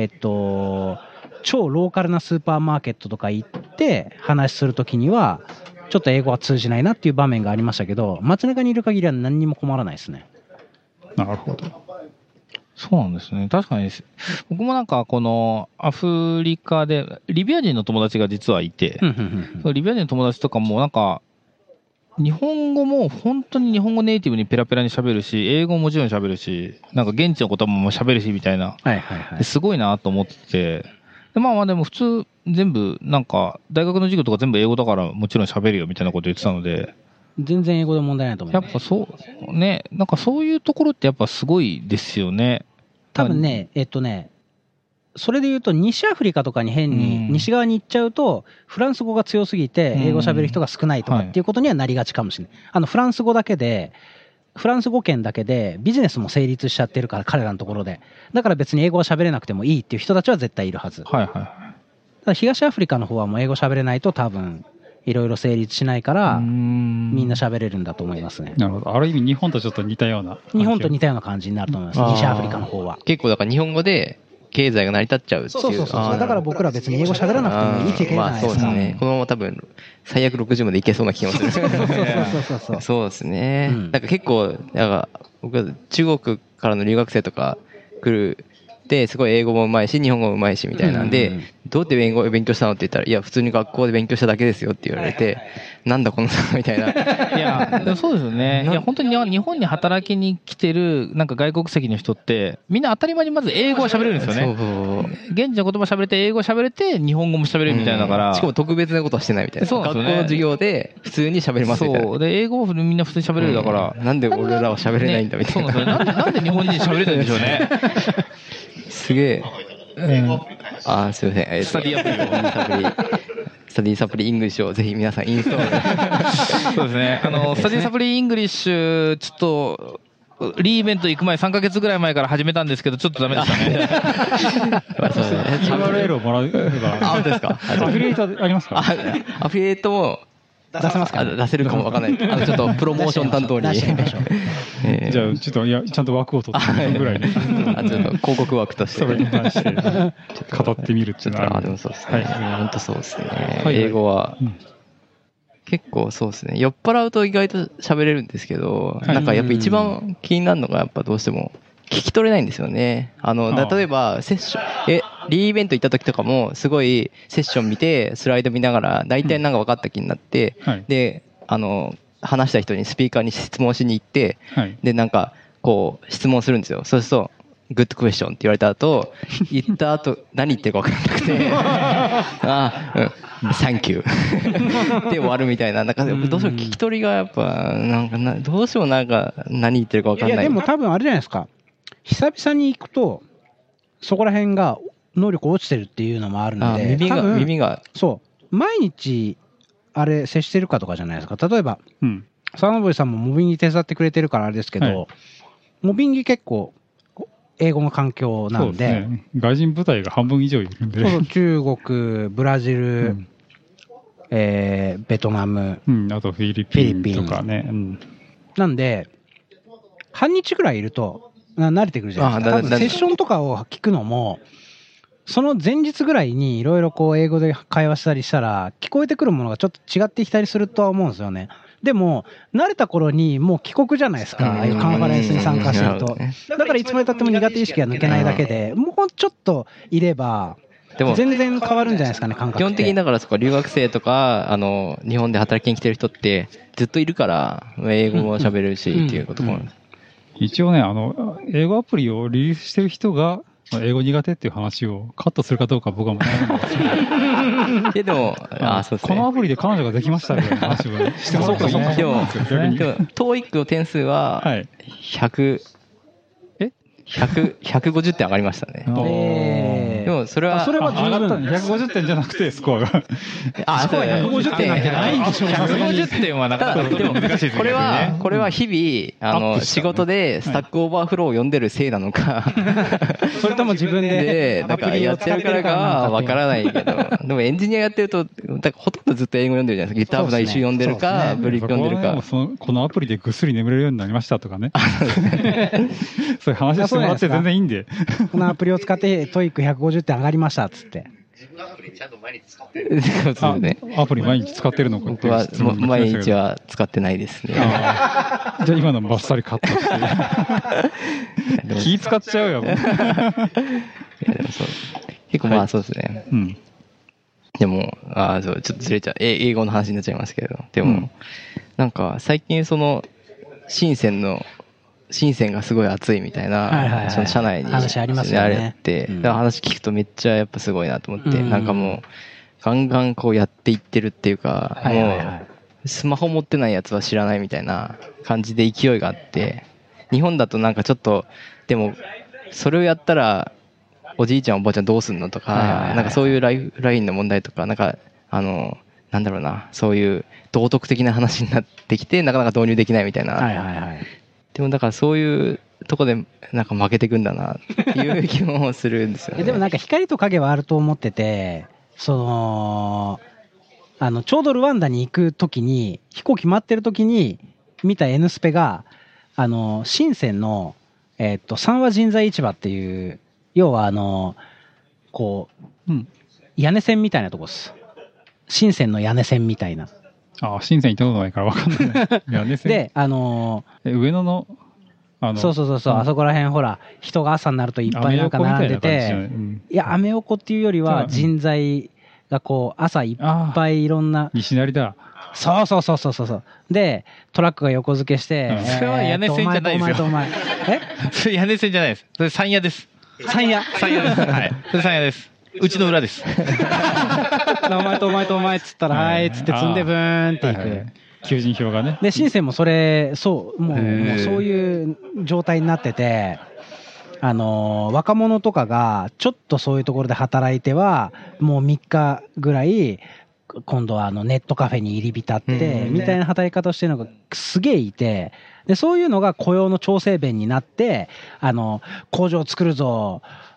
超ローカルなスーパーマーケットとか行って話するときにはちょっと英語は通じないなっていう場面がありましたけど、街中にいる限りは何にも困らないですね。 なるほど。 そうなんですね。確かに僕もなんかこのアフリカでリビア人の友達が実はいて、リビア人の友達とかもなんか日本語も本当に日本語ネイティブにペラペラに喋るし、英語ももちろん喋るし、なんか現地の言葉も喋るしみたいな、すごいなと思ってて、でまあでも普通全部なんか大学の授業とか全部英語だからもちろん喋るよみたいなこと言ってたので、 全然英語で問題ないと思う、 やっぱそうね、なんかそういうところってやっぱすごいですよね。 多分ね、それで言うと西アフリカとかに変に西側に行っちゃうとフランス語が強すぎて英語喋る人が少ないとかっていうことにはなりがちかもしれない。フランス語だけでフランス語圏だけでビジネスも成立しちゃってるから彼らのところで、だから別に英語は喋れなくてもいいっていう人たちは絶対いるはず。ただ東アフリカの方はもう英語喋れないと多分いろいろ成立しないからみんな喋れるんだと思いますね。 なるほど。ある意味日本とちょっと似たような感じになると思います。西アフリカの方は結構だから日本語で経済が成り立っちゃうっていう。 そうだから僕ら別に英語喋らなくても生きていけないじゃないですか。 そうですね。このまま多分最悪60までいけそうな気がする。そうですね。なんか結構僕は中国からの留学生とか来るですごい英語もうまいし日本語もうまいしみたいなんで、どうやって英語を勉強したのって言ったら、いや普通に学校で勉強しただけですよって言われて、なんだこの差みたいな。 いやそうですよね。いや本当に日本に働きに来てるなんか外国籍の人ってみんな当たり前にまず英語は喋れるんですよね。現地の言葉喋れて英語喋れて日本語も喋れるみたいなだから、 しかも特別なことはしてないみたいな。学校の授業で普通に喋れますみたいな。 そうで英語をみんな普通に喋れるだから、 なんで俺らは喋れないんだみたいな。 なんで日本人喋れないんでしょうね。 すげえ。すいません。スタディサプリイングリッシュをぜひ皆さんインストール。そうですね。スタディサプリイングリッシュ、ちょっと、リーイベント行く前、3ヶ月ぐらい前から始めたんですけど、ちょっとダメでしたね。 URL をもらえば。 本当ですか。 アフィリエイトありますか？ アフィリエイトも、 出せますか？ 出せるかもわかんない。ちょっとプロモーション担当に。 じゃあちょっとちゃんと枠を取って2分ぐらいで。 ちょっと広告枠として。 それに関して語ってみるっていうのは。 でもそうですね。本当そうですね。英語は。結構そうですね。酔っ払うと意外と喋れるんですけど、なんかやっぱ一番気になるのがやっぱどうしても聞き取れないんですよね。例えばセッション、リーイベント行った時とかもすごいセッション見てスライド見ながら大体なんか分かった気になって、で、話した人にスピーカーに質問しに行って、で、なんかこう質問するんですよ。そうすると、グッドクエスチョンって言われた後、言った後、何言ってるか分からなくて、サンキューで終わるみたいな、なんかどうしても聞き取りがやっぱ、なんかどうしてもなんか何言ってるか分からない。 いや、でも多分あれじゃないですか。久々に行くと、そこら辺が能力落ちてるっていうのもあるので、 耳が。 そう。毎日、あれ、接してるかとかじゃないですか。例えば、沢登さんもモビンギ手伝ってくれてるからあれですけど、モビンギ結構、英語の環境なんで、 ね、外人部隊が半分以上いるんで、 そう中国、ブラジル、ベトナム、 あとフィリピンとかね。 なんで、半日ぐらいいると慣れてくるじゃないですか。多分セッションとかを聞くのも、その前日ぐらいにいろいろこう英語で会話したりしたら、聞こえてくるものがちょっと違ってきたりするとは思うんですよね。でも、慣れた頃にもう帰国じゃないですか、ああいうカンファレンスに参加してると。だからいつまでたっても苦手意識が抜けないだけで、もうちょっといれば、全然変わるんじゃないですかね、感覚って。 基本的にだからそこ留学生とか、日本で働きに来てる人って、ずっといるから、英語も喋れるしっていうことも。 一応ね、英語アプリをリリースしてる人が、英語苦手っていう話をカットするかどうか僕はもう悩んでます。 でも、そうですね。 このアプリで彼女ができましたみたいな話をしてもらったらいいなと思うんですよ、逆に。 でも、TOEIC の点数は、150点上がりましたね。でもそれは上がったの150点じゃなくてスコアがスコア150点なんてないんでしょう。 150点はなかなか難しいですね。 これは日々仕事でスタックオーバーフローを読んでるせいなのか、 それとも自分でなんかやってるからかわからないけど、でもエンジニアやってるとほとんどずっと英語読んでるじゃないですか。GitHub のイシュー読んでるか、ブリック読んでるか。 このアプリでぐっすり眠れるようになりましたとかね。そういう話してもらって全然いいんで。 このアプリを使ってTOEIC150点上がりましたっつって。 自分のアプリちゃんと毎日使ってる。 アプリ毎日使ってるのかっていう質問。 毎日は使ってないですね。 じゃあ今のバッサリカットして。気使っちゃうよ。 結構まあそうですね。でも、そう、ちょっとずれちゃう。英語の話になっちゃいますけど。でも、なんか最近その、深センがすごい熱いみたいな、その社内に話ありますよね。 話聞くとめっちゃやっぱすごいなと思って、なんかもう、ガンガンこうやっていってるっていうか、もう、スマホ持ってないやつは知らないみたいな感じで勢いがあって、日本だとなんかちょっと、でも、それをやったら、おじいちゃんおばあちゃんどうすんのとか、なんかそういうラインの問題とか、なんか、なんだろうな、そういう道徳的な話になってきて、なかなか導入できないみたいな。でもだからそういうとこでなんか負けていくんだなっていう気もするんですよね。 でもなんか光と影はあると思ってて、ちょうどルワンダに行くときに、飛行機待ってるときに見た N スペが、深センの、三和人材市場っていう、要はこう、屋根線みたいなとこです。深センの屋根線みたいな。 深セン行ったことないから分かんない。屋根線。 で、 上野の、 そう、あそこら辺ほら、人が朝になるといっぱいなんか並んでて、いや、アメ横っていうよりは人材がこう、朝いっぱいいろんな。 西成だ。 そう。で、トラックが横付けして、 それは屋根線じゃないですよ。それ屋根線じゃないです。それ山屋です。 山屋です。はい。それ山屋です。うちの裏です。 お前っつったら、はいっつって積んでブーンっていく。 求人票がね。 で、深センもそれ、もうそういう状態になってて、若者とかがちょっとそういうところで働いては、もう3日ぐらい、今度はネットカフェに入り浸って、みたいな働き方をしてるのがすげえいて、で、そういうのが雇用の調整弁になって、工場を作るぞ、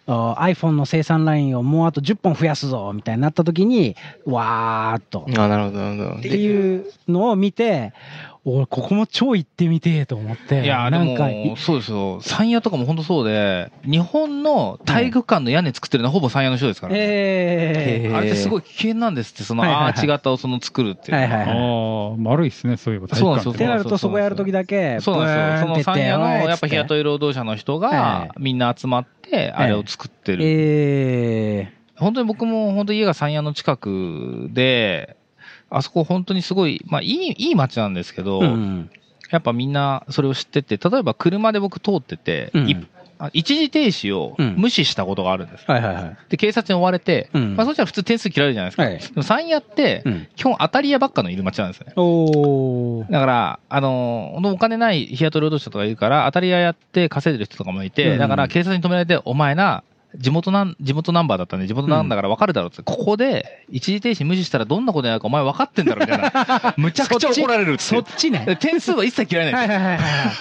iPhone の生産ラインをもうあと10本増やすぞみたいになった時にわーっとなるほどなるほどっていうのを見て、俺ここも超行ってみてえと思って。 いやでもそうですよ。山谷とかも本当そうで、日本の体育館の屋根作ってるのはほぼ山谷の人ですからね。あれってすごい危険なんですって、そのアーチ型を作るっていう。 丸いですね、そういえば。 そうなんですよ。ってなるとそこやるときだけ、 そうなんですよ。その山谷のやっぱ日雇い労働者の人がみんな集まってあれを作ってる。本当に僕も本当家が山谷の近くで、あそこ本当にすごい、まあいい街なんですけど、やっぱみんなそれを知ってて、例えば車で僕通ってて、一時停止を無視したことがあるんです。で、警察に追われて、まあそしたら普通点数切られるじゃないですか。でも山谷って、基本当たり屋ばっかのいる街なんですね。だから、お金ない日雇い労働者とかいるから、当たり屋やって稼いでる人とかもいて、だから警察に止められて、お前な、地元ナンバーだったんで、地元なんだから分かるだろうって、ここで一時停止無視したらどんなことになるかお前分かってんだろみたいな。むちゃくちゃ怒られるって。 そっちね。 点数は一切切られないです。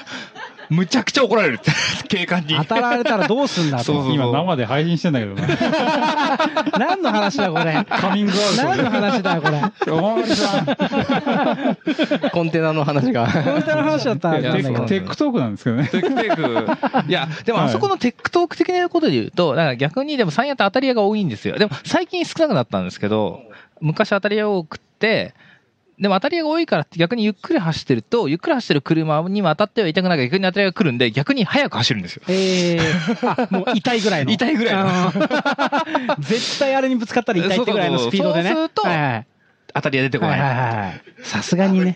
むちゃくちゃ怒られるって、警官に。 当たられたらどうすんだと。 今生で配信してんだけどな。 何の話だこれ。 カミングアウト。 何の話だよこれ。 おまわりさん。 コンテナの話が。 コンテナの話だったら。 テックトークなんですけどね。 テック。いや、でもあそこのテックトーク的なことで言うと、だから逆にでも山谷って当たり屋が多いんですよ。でも最近少なくなったんですけど、昔当たり屋多くて、でも当たり屋が多いからって逆にゆっくり走ってると、ゆっくり走ってる車にも当たってはいたくないから逆に当たり屋が来るんで、逆に速く走るんですよ。 もう痛いぐらいの。 痛いぐらいの。 絶対あれにぶつかったら痛いってぐらいのスピードでね。 そうすると、当たり屋出てこない。 さすがにね。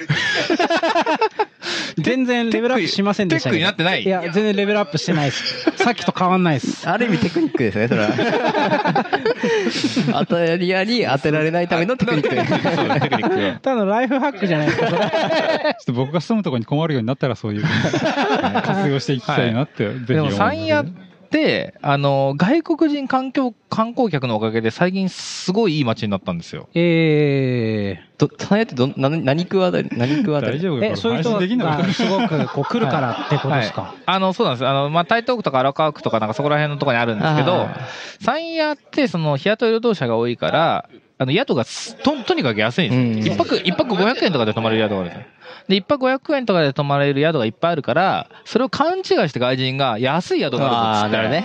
全然レベルアップしませんでした。 テックになってない？ いや、全然レベルアップしてないです。さっきと変わんないです。 ある意味テクニックですね、それは。当たり屋に当てられないためのテクニック。テクニック。 ただのライフハックじゃないですか、それ。ちょっと僕が住むところに困るようになったらそういう活用していきたいなって、ぜひ思います。 でも山谷で、外国人観光客のおかげで最近すごいいい街になったんですよ。 山谷って何区あたり大丈夫そういう人がすごくこう来るからってことですか？ そうなんです。まあ、台東区とか荒川区とかなんかそこら辺のところにあるんですけど、山谷ってその日雇い労働者が多いから、宿がとにかく安いんですよ。一泊500円とかで泊まれる宿があるんですよ。で、一泊500円とかで泊まれる宿がいっぱいあるから、それを勘違いして外人が安い宿があるぞって言って、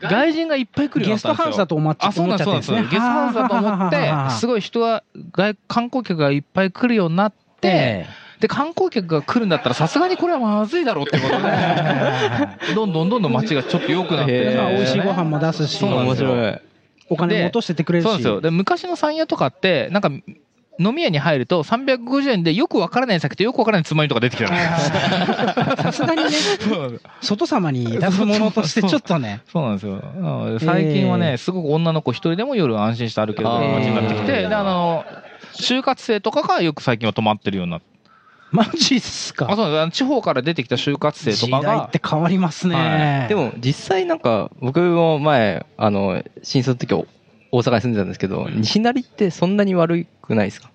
外人がいっぱい来るようになったんですよ。 ゲストハウスだと思っちゃってるんですね。 ゲストハウスだと思って、すごい人が、観光客がいっぱい来るようになって、で、観光客が来るんだったらさすがにこれはまずいだろうってことで、どんどん街がちょっと良くなって。 美味しいご飯も出すし、 面白い。 お金も落としててくれるし。 そうですよ。で、昔の山谷とかって、なんか、飲み屋に入ると350円でよくわからない酒とよくわからないつまみとか出てきたさすがにね、外様に出すものとしてちょっとね。 そうなんですよ。最近はね、すごく女の子一人でも夜安心して歩ける街になってきて、で、就活生とかがよく最近は泊まってるようになって。 マジっすか？ そうです。地方から出てきた就活生とかが。 時代って変わりますね。 でも実際なんか、僕も前、新卒の時大阪に住んでたんですけど、西成ってそんなに悪くないですか？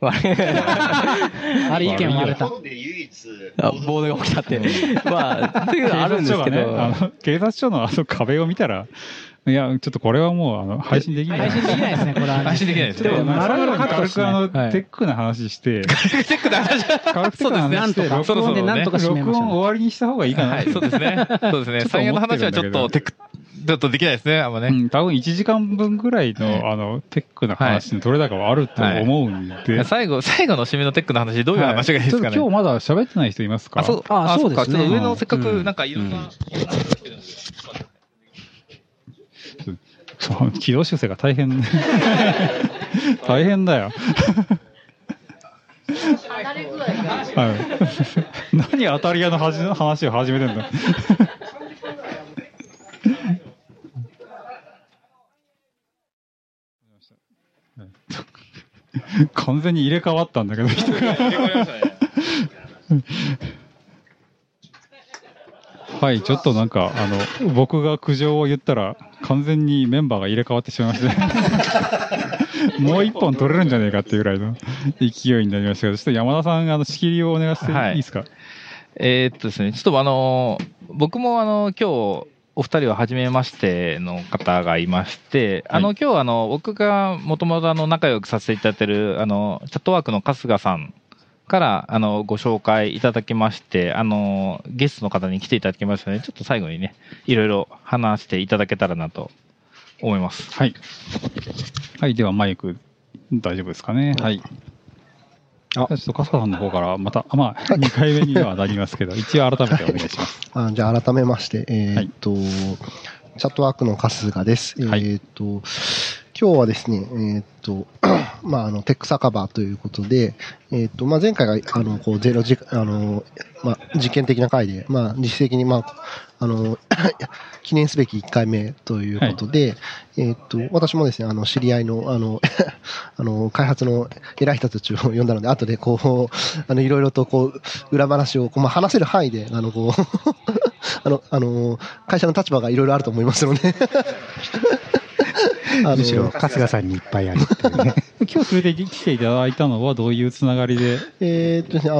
あれ意見割れた。 ボードが起きたって。まあ、というのはあるんですけど。 警察署の壁を見たら、いや、ちょっっとこれはもう配信できない。 配信できないですね、これは。 配信できないですね。 でも、軽くテックな話して、 軽くテックな話して、録音終わりにした方がいいかな。 そうですね。そうですね。最後の話はちょっとテック、ちょっとできないですね、あんまね。 多分1時間分ぐらいのテックな話の取れ高はあると思うんで。 最後の締めのテックの話、どういう話がいいですかね。 今日まだ喋ってない人いますか？ そうですね。 ちょっと上のせっかくなんかいろんな。 そう、軌道修正が大変。大変だよ。何当たり屋の話を始めてんだ。完全に入れ替わったんだけど、人が。はい、ちょっとなんか僕が苦情を言ったら完全にメンバーが入れ替わってしまいましたもう一本取れるんじゃねえかっていうぐらいの勢いになりましたけど、ちょっと山田さん仕切りをお願いしていいですか？ ですね、ちょっと僕も今日お二人は初めましての方がいまして、今日僕がもともと仲良くさせていただいている、チャットワークの春日さんから、ご紹介いただきまして、ゲストの方に来ていただきましたので、ちょっと最後にね、いろいろ話していただけたらなと思います。 はい。はい、ではマイク、大丈夫ですかね。はい。ちょっと春日さんの方からまた、2回目にはなりますけど、一応改めてお願いします。 じゃあ改めまして、チャットワークの春日です。今日はですね、テック酒場ということで、前回が、実験的な回で、実質的に、記念すべき1回目ということで、私もですね、知り合いの、開発の偉い人たちを呼んだので、後でいろいろと裏話を話せる範囲で、会社の立場がいろいろあると思いますので、 むしろ春日さんにいっぱいあるっていうね。 今日連れてきていただいたのはどういうつながりで？ 今日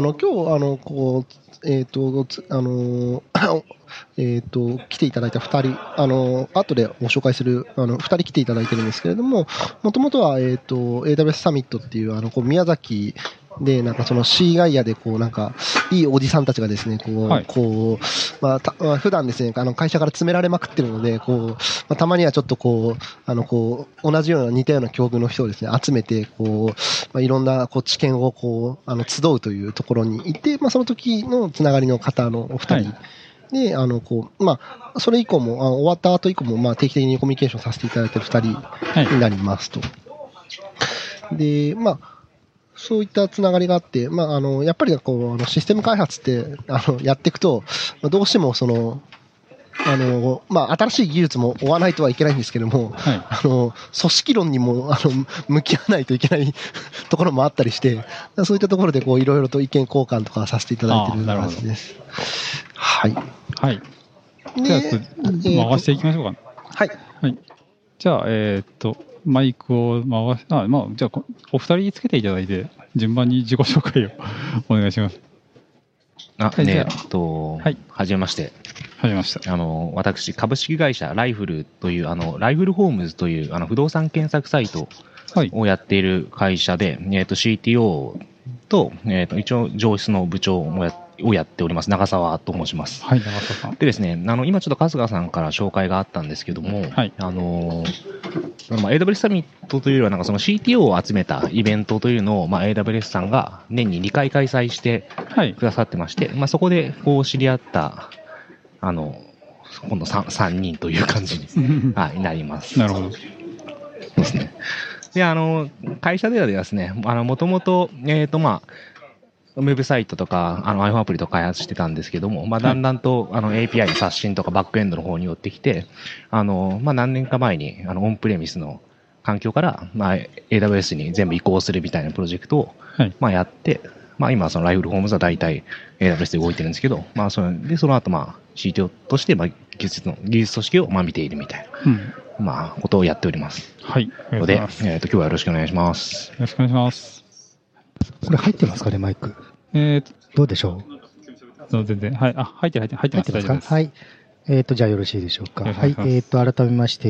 来ていただいた2人、後でご紹介する、2人来ていただいてるんですけれども、もともとは、AWS サミットっていう、宮崎で、その C ガイアで、いいおじさんたちがですね、普段ですね、会社から詰められまくってるので、たまにはちょっと同じような似たような境遇の人をですね、集めて、いろんな、知見を、集うというところにいて、その時のつながりの方のお二人、で、それ以降も、終わった後以降も、定期的にコミュニケーションさせていただいている2人になりますと。で、そういったつながりがあって、やっぱりシステム開発って、やっていくと、どうしても新しい技術も追わないとはいけないんですけども、組織論にも向き合わないといけないところもあったりして、そういったところでいろいろと意見交換とかさせていただいている感じです。はい。 はい。じゃあ、回していきましょうか。 はい。 はい。じゃあ、マイクを回し、じゃあ、お二人つけていただいて、順番に自己紹介をお願いします。 はじめまして。 はじめまして。 私、株式会社ライフルという、ライフルホームズという、不動産検索サイトをやっている会社で、CTO と、一応、上質の部長をやっております。長澤と申します。 はい、長澤さん。 でですね、今ちょっと春日さんから紹介があったんですけども、AWS サミットというよりは、その CTO を集めたイベントというのを、AWS さんが年に2回開催してくださってまして、そこで知り合った、今度3人という感じに、なります。 なるほど。 そうですね。で、会社ではですね、もともと、ウェブサイトとか、iPhone アプリとか開発してたんですけども、だんだんと、API の刷新とかバックエンドの方に寄ってきて、何年か前に、オンプレミスの環境から、AWS に全部移行するみたいなプロジェクトを、やって、今、そのライフルホームズは大体 AWS で動いてるんですけど、その後、CTO として、技術組織を、見ているみたいな、ことをやっております。 はい。 ので、今日はよろしくお願いします。 よろしくお願いします。 これ入ってますかね、マイク。どうでしょう？全然。はい。入ってます。 入ってますか？はい。じゃあよろしいでしょうか。はい。改めまして、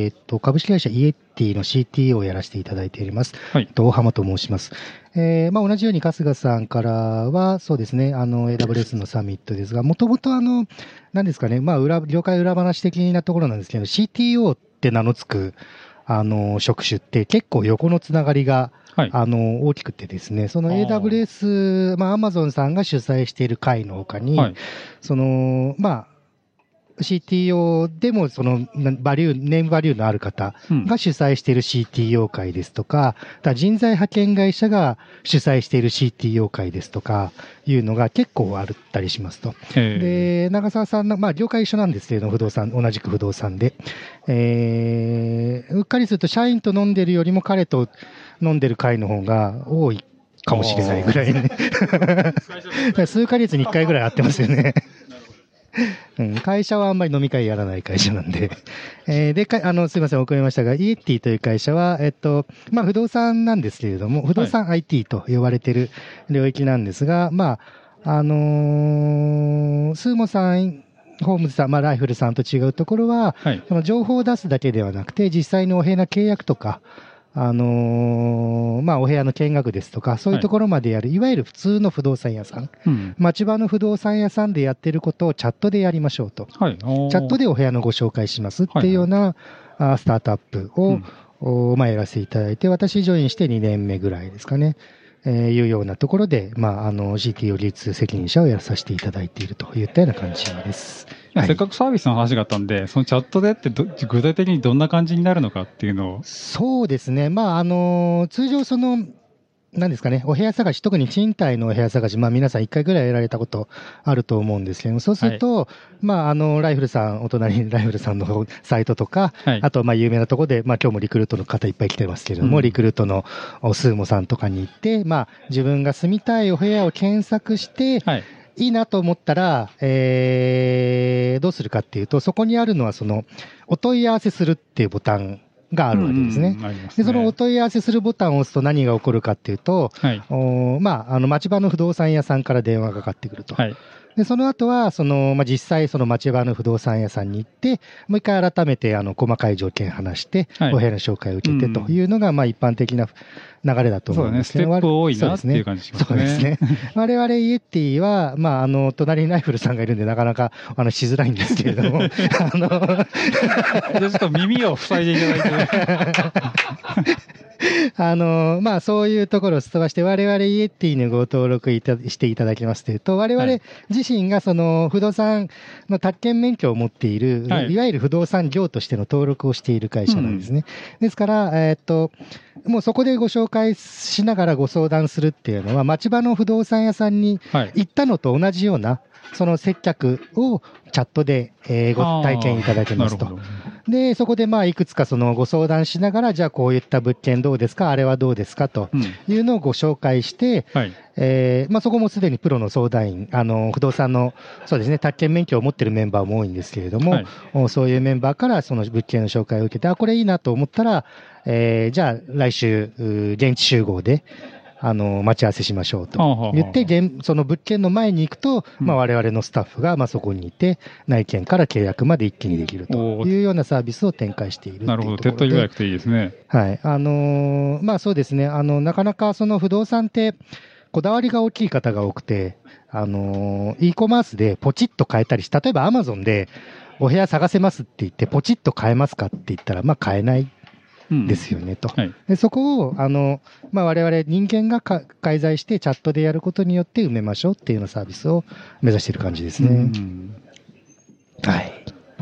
株式会社イエッティの CTO をやらせていただいております。はい。大浜と申します。同じように春日さんからは、そうですね、AWS のサミットですが、もともと何ですかね、業界裏話的なところなんですけど、CTO って名の付く、職種って結構横のつながりが、大きくてですね、その AWS、Amazon さんが主催している会の他に、CTO でもそのネームバリューのある方が主催している CTO 会ですとか、人材派遣会社が主催している CTO 会ですとかいうのが結構あったりしますと。で、長澤さんの、業界一緒なんですけれども、同じく不動産で。うっかりすると社員と飲んでるよりも彼と飲んでる会の方が多いかもしれないぐらいね。数ヶ月に1回ぐらい会ってますよね。会社はあんまり飲み会やらない会社なんで。すいません、遅れましたが、イエッティという会社は、不動産なんですけれども、不動産 IT と呼ばれている領域なんですが、スーモさんホームズさん、ライフルさんと違うところは、その情報を出すだけではなくて、実際にお部屋の契約とか、お部屋の見学ですとか、そういうところまでやる、いわゆる普通の不動産屋さん、町場の不動産屋さんでやってることをチャットでやりましょうと、チャットでお部屋のご紹介しますっていうような、スタートアップを、やらせていただいて、私ジョインして2年目ぐらいですかね。いうようなところで、CTO 流通責任者をやらさせていただいているといったような感じです。 せっかくサービスの話があったんで、そのチャットでって具体的にどんな感じになるのかっていうのを。 そうですね。通常何ですかね、お部屋探し、特に賃貸のお部屋探し、皆さん1回ぐらいやられたことあると思うんですけど、そうすると、ライフルさん、お隣にライフルさんのサイトとか、あと、有名なところで、今日もリクルートの方いっぱい来てますけれども、リクルートのスーモさんとかに行って、自分が住みたいお部屋を検索して、いいなと思ったら、どうするかっていうと、そこにあるのは、お問い合わせするっていうボタンがあるわけですね。で、そのお問い合わせするボタンを押すと何が起こるかっていうと、町場の不動産屋さんから電話がかかってくると。で、その後は、実際、町場の不動産屋さんに行って、もう一回改めて、細かい条件話して、お部屋の紹介を受けてというのが、一般的な流れだと思うんですけど、 ステップ多いなっていう感じしますね。 そうですね。我々イエティは、隣にライフルさんがいるんで、なかなか、しづらいんですけれども、ちょっと耳を塞いでいただいて。 そういうところをすっ飛ばして、我々イエティにご登録していただきますというと、我々自身が不動産の宅建免許を持っている、いわゆる不動産業としての登録をしている会社なんですね。ですから、もうそこでご紹介しながらご相談するっていうのは、町場の不動産屋さんに行ったのと同じような、その接客をチャットでご体験いただけますと。で、そこでいくつかご相談しながら、じゃあこういった物件どうですか、あれはどうですかというのをご紹介して、そこもすでにプロの相談員、不動産の、そうですね、宅建免許を持っているメンバーも多いんですけれども、そういうメンバーからその物件の紹介を受けて、これいいなと思ったら、じゃあ来週、現地集合で、待ち合わせしましょうと言って、その物件の前に行くと、我々のスタッフがそこにいて、内見から契約まで一気にできるというようなサービスを展開しているというところで。 なるほど、手っ取り早くていいですね。 はい。そうですね。なかなかその不動産って、こだわりが大きい方が多くて、e コマースでポチッと変えたりし、例えば Amazon でお部屋探せますって言って、ポチッと変えますかって言ったら、買えないですよねと。でそこを我々人間が介在してチャットでやることによって埋めましょうっていうようなサービスを目指している感じですね。はい。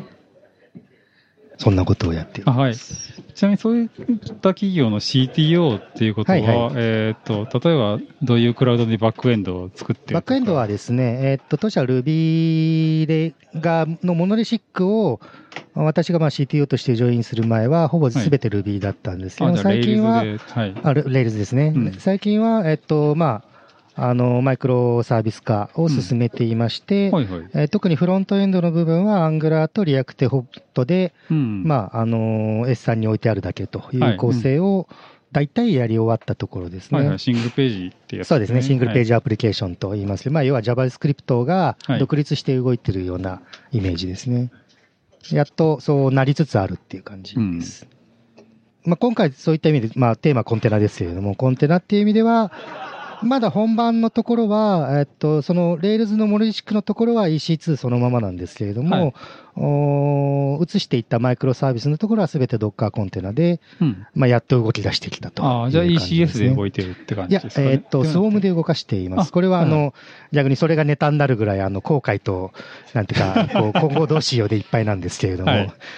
そんなことをやっています。 ちなみにそういった企業の CTO っていうことは、例えばどういうクラウドでバックエンドを作ってるバックエンドはですね、当社は Ruby のモノリシックを私がCTO としてジョインする前はほぼ全て Ruby だったんですけど、最近は、Rails ですね。最近は、マイクロサービス化を進めていまして、特にフロントエンドの部分は Angular と React Hot で、S3 に置いてあるだけという構成を大体やり終わったところですね。 シングルページってやつですね。 そうですね。シングルページアプリケーションと言いますけど、要は JavaScript が独立して動いているようなイメージですね。やっとそうなりつつあるっていう感じです。今回そういった意味で、テーマはコンテナですけれども、コンテナっていう意味では、まだ本番のところは、その Rails のモノリシックのところは EC2 そのままなんですけれども、移していったマイクロサービスのところはすべて Docker コンテナで、やっと動き出してきたという感じですね。 じゃあ ECS で動いてるって感じですかね。 いや、Swarm で動かしています。これは、逆にそれがネタになるぐらい、後悔と、なんていうか、今後どうしようでいっぱいなんですけれども、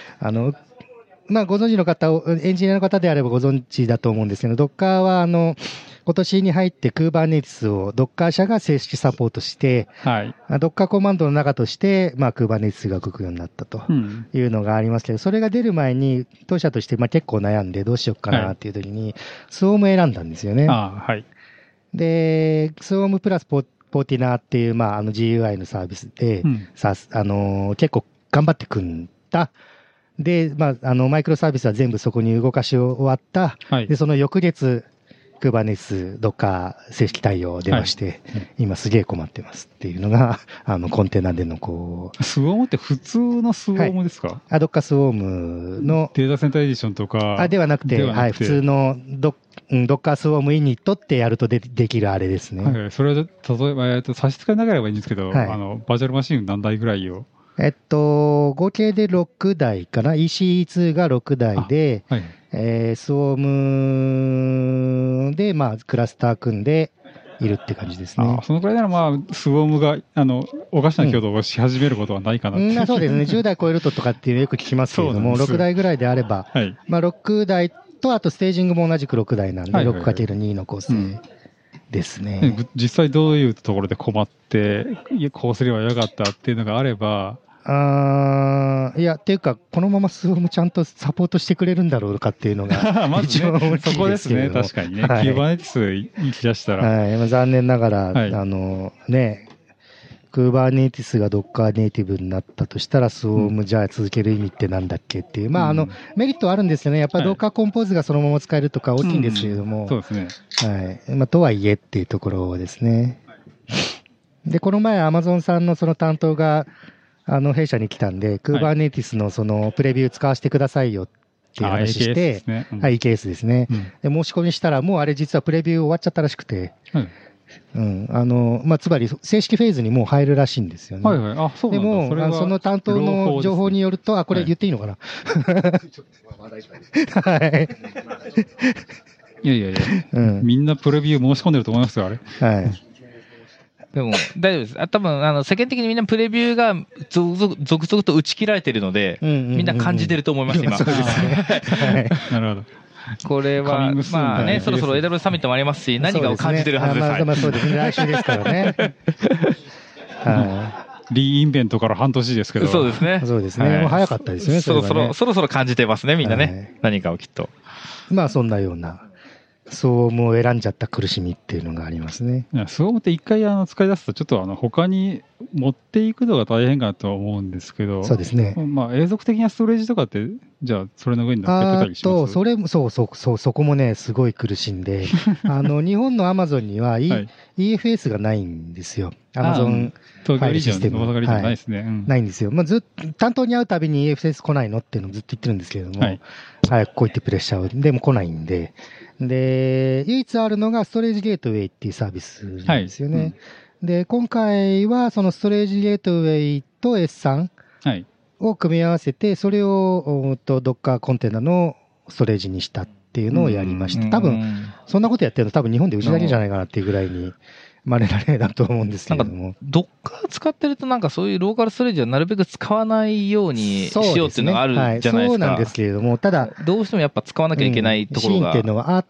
ご存知の方、エンジニアの方であればご存知だと思うんですけど、Docker は、今年に入って Kubernetes を Docker 社が正式サポートして、Docker コマンドの中として、Kubernetes が動くようになったというのがありますけど、それが出る前に、当社として結構悩んでどうしようかなっていう時に、Swarm 選んだんですよね。で、Swarm プラスポーティナーっていう、GUI のサービスで、結構頑張って組んだ。で、マイクロサービスは全部そこに動かし終わった。で、その翌月、 Kubernetes、Docker 正式対応出まして、今すげえ困ってますっていうのが、コンテナでのこう。 スウォームって普通のスウォームですか？ Docker スウォームの。 データセンターエディションとか。 ではなくて、はい、普通のDocker スウォームイニットってやるとできるあれですね。 はい、それは、例えば、差し支えなければいいんですけど、バーチャルマシン何台ぐらいを？ 合計で6台かな。EC2 が6台で、スウォームで、クラスター組んでいるって感じですね。 そのくらいなら、スウォームが、おかしな挙動をし始めることはないかなって、 そうですね。10台超えるとかっていうのよく聞きますけれども、6台ぐらいであれば、6台と、あとステージングも同じく6台なんで、6×2 の構成ですね。 実際どういうところで困って、こうすればよかったっていうのがあれば、 いや、っていうか、このままスウォームちゃんとサポートしてくれるんだろうかっていうのが、 まずね、そこですね、確かにね。Kubernetes 行き出したら。 残念ながら、Kubernetes が Docker ネイティブになったとしたら、スウォームじゃあ続ける意味ってなんだっけっていう。メリットはあるんですよね。やっぱり Docker コンポーズがそのまま使えるとか大きいんですけれども。 そうですね。とはいえっていうところですね。で、この前 Amazon さんのその担当が、弊社に来たんで、Kubernetes のそのプレビュー使わせてくださいよっていう話して、EKS ですね。で、申し込みしたら、もうあれ実はプレビュー終わっちゃったらしくて、つまり正式フェーズにもう入るらしいんですよね。でも、その担当の情報によると、これ言っていいのかな？ いや、みんなプレビュー申し込んでると思いますよ、あれ。 でも、大丈夫です。多分、世間的にみんなプレビューが続々と打ち切られているので、みんな感じてると思います、今。 そうですね。 なるほど。 これは、そろそろ AWS サミットもありますし、何かを感じてるはずです。 そうですね、来週ですからね。 リインベントから半年ですけど。 そうですね。 そうですね。もう早かったですね。 そろそろ感じてますね、みんなね。何かをきっと。 そんなような。スウォームを選んじゃった苦しみっていうのがありますね。 スウォームって一回使い出すとちょっと他に持っていくのが大変かなとは思うんですけど、 そうですね。 永続的なストレージとかってじゃあそれの上に乗っけてたりします？ そこもねすごい苦しいんで、日本のアマゾンには、EFS がないんですよ。アマゾンファイルシステムないですね。 ないんですよ。ずっと担当に会うたびに EFS 来ないのっていうのをずっと言ってるんですけれども、早く来いってプレッシャーをでも来ないんで。で、唯一あるのがストレージゲートウェイっていうサービスなんですよね。で、今回はそのストレージゲートウェイと S3 を組み合わせて、それをDocker コンテナのストレージにしたっていうのをやりました。多分、そんなことやってるの多分日本でうちだけじゃないかなっていうぐらいに、稀な例だと思うんですけれども。 Docker 使ってるとそういうローカルストレージはなるべく使わないようにしようっていうのがあるじゃないですか。 そうなんですけれども、ただ、 どうしてもやっぱ使わなきゃいけないところが。 シーンっていうのはあって、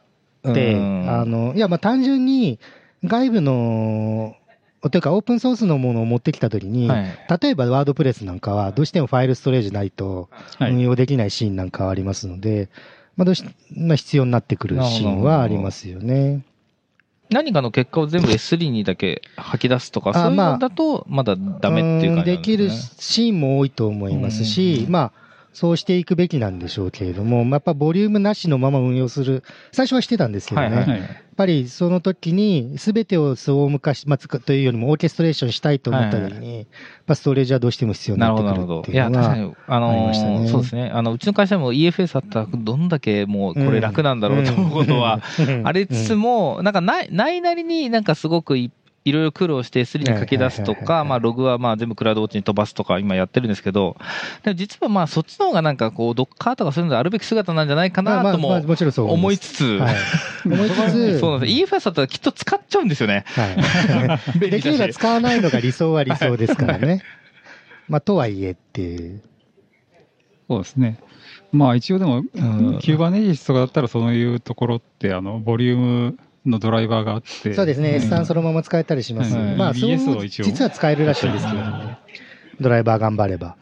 いや、単純に外部の、というかオープンソースのものを持ってきたときに、例えばワードプレスなんかはどうしてもファイルストレージないと運用できないシーンなんかはありますので、どうして必要になってくるシーンはありますよね。 何かの結果を全部 S3 にだけ吐き出すとか、そういうのだとまだダメっていう感じなんですね。 できるシーンも多いと思いますし、そうしていくべきなんでしょうけれども、やっぱボリュームなしのまま運用する、最初はしてたんですけどね、やっぱりその時に全てをスウォーム化し、というよりもオーケストレーションしたいと思った時に、ストレージはどうしても必要になってくるっていうのがありましたね。 そうですね。うちの会社も EFS あったらどんだけもうこれ楽なんだろうと思うことはありつつも、ないなりにすごくいろいろ苦労して S3 に書き出すとか、ログは全部クラウドウォッチに飛ばすとか今やってるんですけど、でも実はそっちの方がDocker とかそういうのであるべき姿なんじゃないかなとも思いつつ、そうなんです。EFS だったらきっと使っちゃうんですよね。 できれば使わないのが理想は理想ですからね。とはいえっていう。 そうですね。一応でも、Kubernetes とかだったらそういうところって、ボリューム、のドライバーがあって。 そうですね。S3 そのまま使えたりします。そう実は使えるらしいんですけどね。ドライバー頑張れば。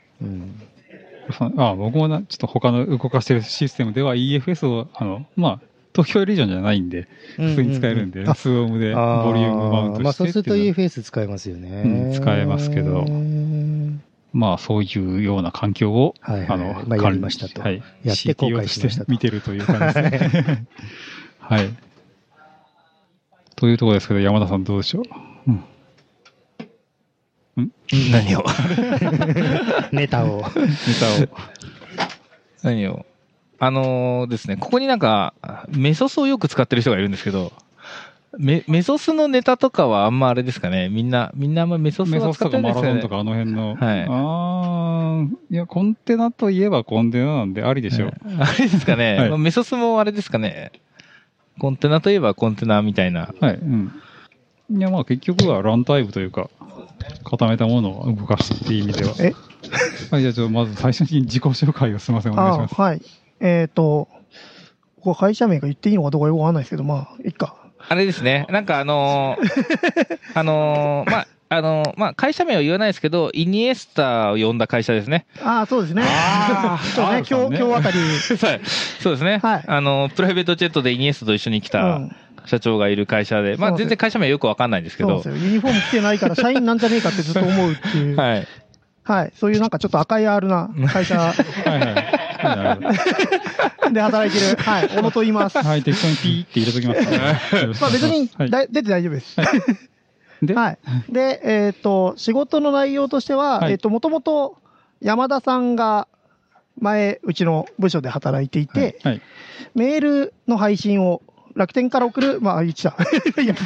僕もちょっと他の動かしてるシステムでは EFS を、東京エリジョンじゃないんで、普通に使えるんで、スウォームでボリュームマウントして。 そうすると EFS 使えますよね。 使えますけど。そういうような環境を、 やりましたと。やって後悔しましたと。 見てるという感じですね。はい。 というところですけど、山田さんどうでしょう。 何をネタを。 何をですね、ここになんか、メソスをよく使ってる人がいるんですけど、メソスのネタとかはあんまあれですかね、みんなあんまメソスは使ってないですかね。 メソスとかマラソンとかあの辺の。はい。いや、コンテナといえばコンテナなんでありでしょう。 あれですかね、メソスもあれですかね、コンテナといえばコンテナみたいな。 はい。いや、まあ結局はランタイムというか、固めたものを動かすっていう意味では。はい、じゃあまず最初に自己紹介をすみません、お願いします。 はい。ここ会社名が言っていいのかどうかよくわかんないですけど、まあ、いいか。 あれですね、なんか会社名は言わないですけど、イニエスタを呼んだ会社ですね。 そうですね。そうね、今日あたり。 そうですね。はい。プライベートジェットでイニエスタと一緒に来た社長がいる会社で、まあ全然会社名はよくわかんないんですけど。 そうですよ。ユニフォーム着てないから社員なんじゃねえかってずっと思うっていう。はい。はい。そういうなんかちょっと赤い R な会社。で働いてる、はい、小野と言います。 はい、適当にピーって入れときます。 まあ別に出て大丈夫です。はい。で、仕事の内容としては、もともと山田さんが前、うちの部署で働いていて、メールの配信を楽天から送る、まあ、言っちゃう。いや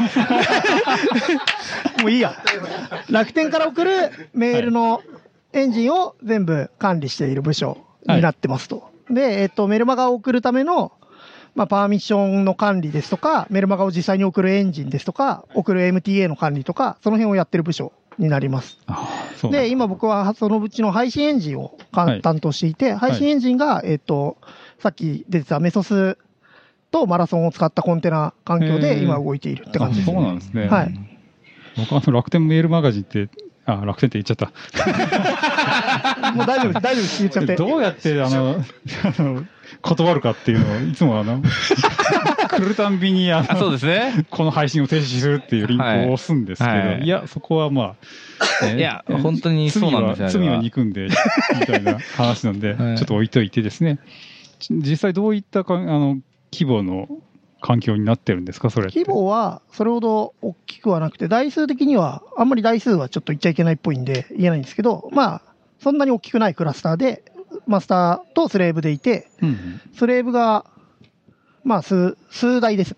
もういいや。楽天から送るメールのエンジンを全部管理している部署になってますと。で、メルマガを送るための、まあ、パーミッションの管理ですとか、メルマガを実際に送るエンジンですとか、送る MTA の管理とか、その辺をやってる部署になります。で、今僕はそのうちの配信エンジンを担当していて、配信エンジンが、さっき出てたメソスとマラソンを使ったコンテナ環境で今動いているって感じですね。 そうなんですね。 はい。 僕は楽天メールマガジンって、楽天って言っちゃった。 もう大丈夫です、言っちゃって。 どうやって断るかっていうのをいつも来るたんびにそうですね。 この配信を停止するっていうリンクを押すんですけど、いやそこはまあ、 いや本当にそうなんですよ。 罪は憎んでみたいな話なんで、ちょっと置いといてですね。実際どういった規模の環境になってるんですか、それ。 規模はそれほど大きくはなくて、台数的にはあんまり台数はちょっと言っちゃいけないっぽいんで言えないんですけど、まあそんなに大きくないクラスターでマスターとスレーブでいて、スレーブがまあ数台です、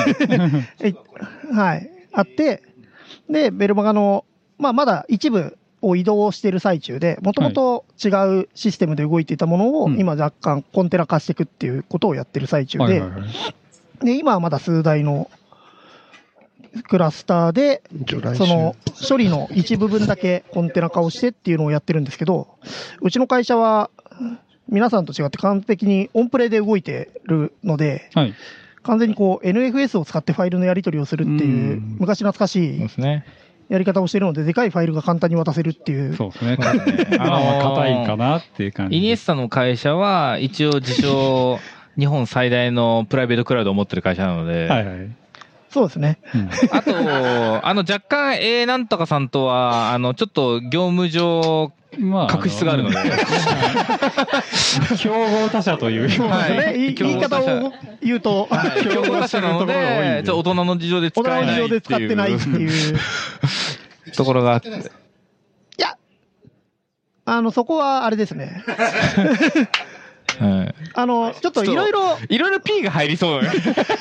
はい、あって、でベルマガのまだ一部を移動している最中で、もともと違うシステムで動いていたものを今若干コンテナ化していくっていうことをやってる最中で。で、今はまだ数台のクラスターで、その処理の一部分だけコンテナ化をしてっていうのをやってるんですけど、うちの会社は皆さんと違って完璧にオンプレで動いてるので、完全にこう NFS を使ってファイルのやり取りをするっていう昔懐かしいやり方をしているので、でかいファイルが簡単に渡せるっていう。 そうですね。硬いかなっていう感じ。 イニエスタの会社は一応自称日本最大のプライベートクラウドを持ってる会社なので、 そうですね。 あと、若干なんとかさんとは、ちょっと業務上、確執があるので。 競合他社という。 言い方を言うと、 競合他社なので、大人の事情で使えないっていう。大人の事情で使ってないっていうところがあって。いや、そこはあれですね。ちょっといろいろ P が入りそうだね。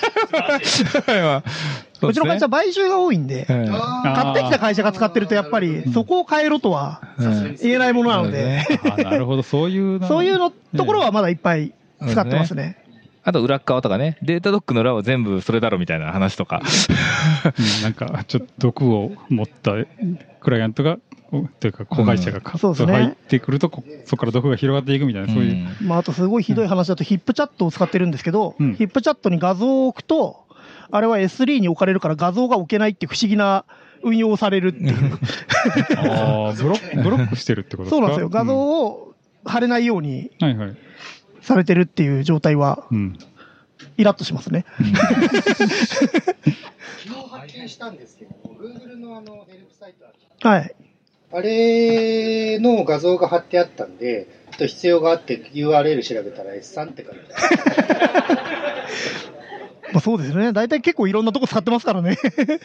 うちの会社買収が多いんで、買ってきた会社が使ってるとやっぱりそこを変えろとは言えないものなので、 なるほど、そういうのところはまだいっぱい使ってますね。 あと裏側とかね、データドックの裏は全部それだろみたいな話とか。 なんかちょっと毒を持ったクライアントがというか子会社が入ってくると、そこから毒が広がっていくみたいな、そういう。 あとすごいひどい話だとヒップチャットを使ってるんですけど、ヒップチャットに画像を置くと、あれは S3 に置かれるから画像が置けないっていう不思議な運用をされるっていう。 ブロックしてるってことですか？ そうなんですよ。画像を貼れないようにされてるっていう状態は、イラッとしますね。 昨日発見したんですけど、Google のヘルプサイトはい。 あれの画像が貼ってあったんで、必要があって URL 調べたら S3 って書いてある。 まあそうですね。大体結構いろんなとこ使ってますからね。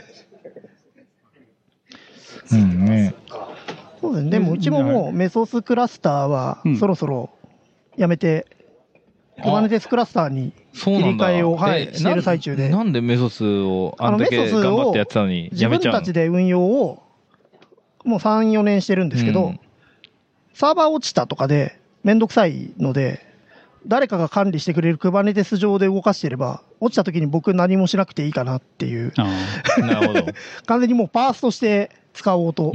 うんね。 そうですね。でもうちももうメソスクラスターはそろそろやめて、Kubernetes クラスターに切り替えを、してる最中で。 なんでメソスをあんだけ頑張ってやってたのにやめちゃうの？ 自分たちで運用をもう3、4年してるんですけど、サーバー落ちたとかでめんどくさいので、誰かが管理してくれる Kubernetes 上で動かしていれば、落ちた時に僕何もしなくていいかなっていう。 なるほど。 完全にもうパースとして使おうと。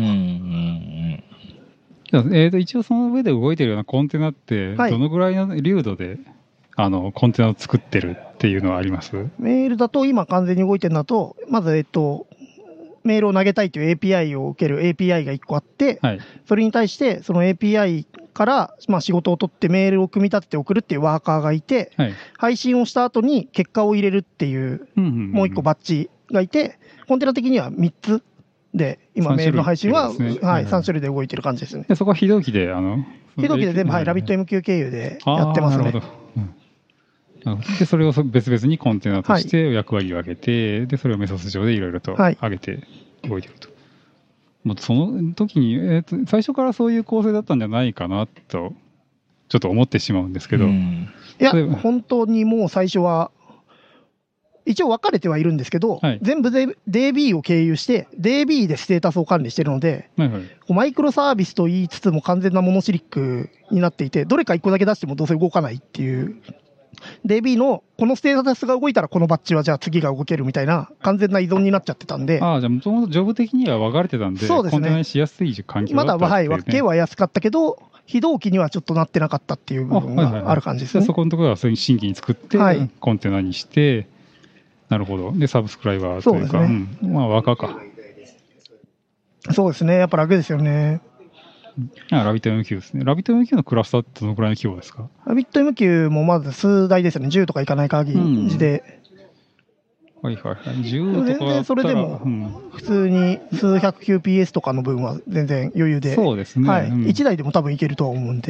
一応その上で動いてるようなコンテナって、どのぐらいの流度で、コンテナを作ってるっていうのはあります？ メールだと今完全に動いてるのだと、まず、メールを投げたいという API を受ける API が1個あって、それに対してその API から、まあ、仕事を取ってメールを組み立てて送るっていうワーカーがいて、配信をした後に結果を入れるっていう、もう1個バッジがいて、コンテナ的には3つで、今メールの配信は、3種類で動いてる感じですね。 そこは非同期で、 非同期で全部、RabbitMQ 経由でやってますね。 で、それを別々にコンテナとして役割を分けて、で、それをメソス上でいろいろと上げて動いてると。その時に、最初からそういう構成だったんじゃないかなと、ちょっと思ってしまうんですけど。いや、本当にもう最初は、一応分かれてはいるんですけど、全部で DB を経由して、DB でステータスを管理してるので、マイクロサービスと言いつつも完全なモノシリックになっていて、どれか1個だけ出してもどうせ動かないっていう。DB のこのステータスが動いたらこのバッジはじゃあ次が動けるみたいな完全な依存になっちゃってたんで。 じゃあもともとジョブ的には分かれてたんで、 そうですね、 コンテナにしやすい環境だったんですね。 まだ分けは安かったけど、非同期にはちょっとなってなかったっていう部分がある感じですね。 そこのところは新規に作って、コンテナにして、なるほど。で、サブスクライバーというか、まあ若か。 そうですね、やっぱ楽ですよね。 ラビット MQ ですね。ラビット MQ のクラスターってどのくらいの規模ですか？ ラビット MQ もまず数台ですよね。10とかいかない限りで。 10とかだったらそれでも、普通に数百 QPS とかの分は全然余裕で。 そうですね。 1台でも多分いけるとは思うんで。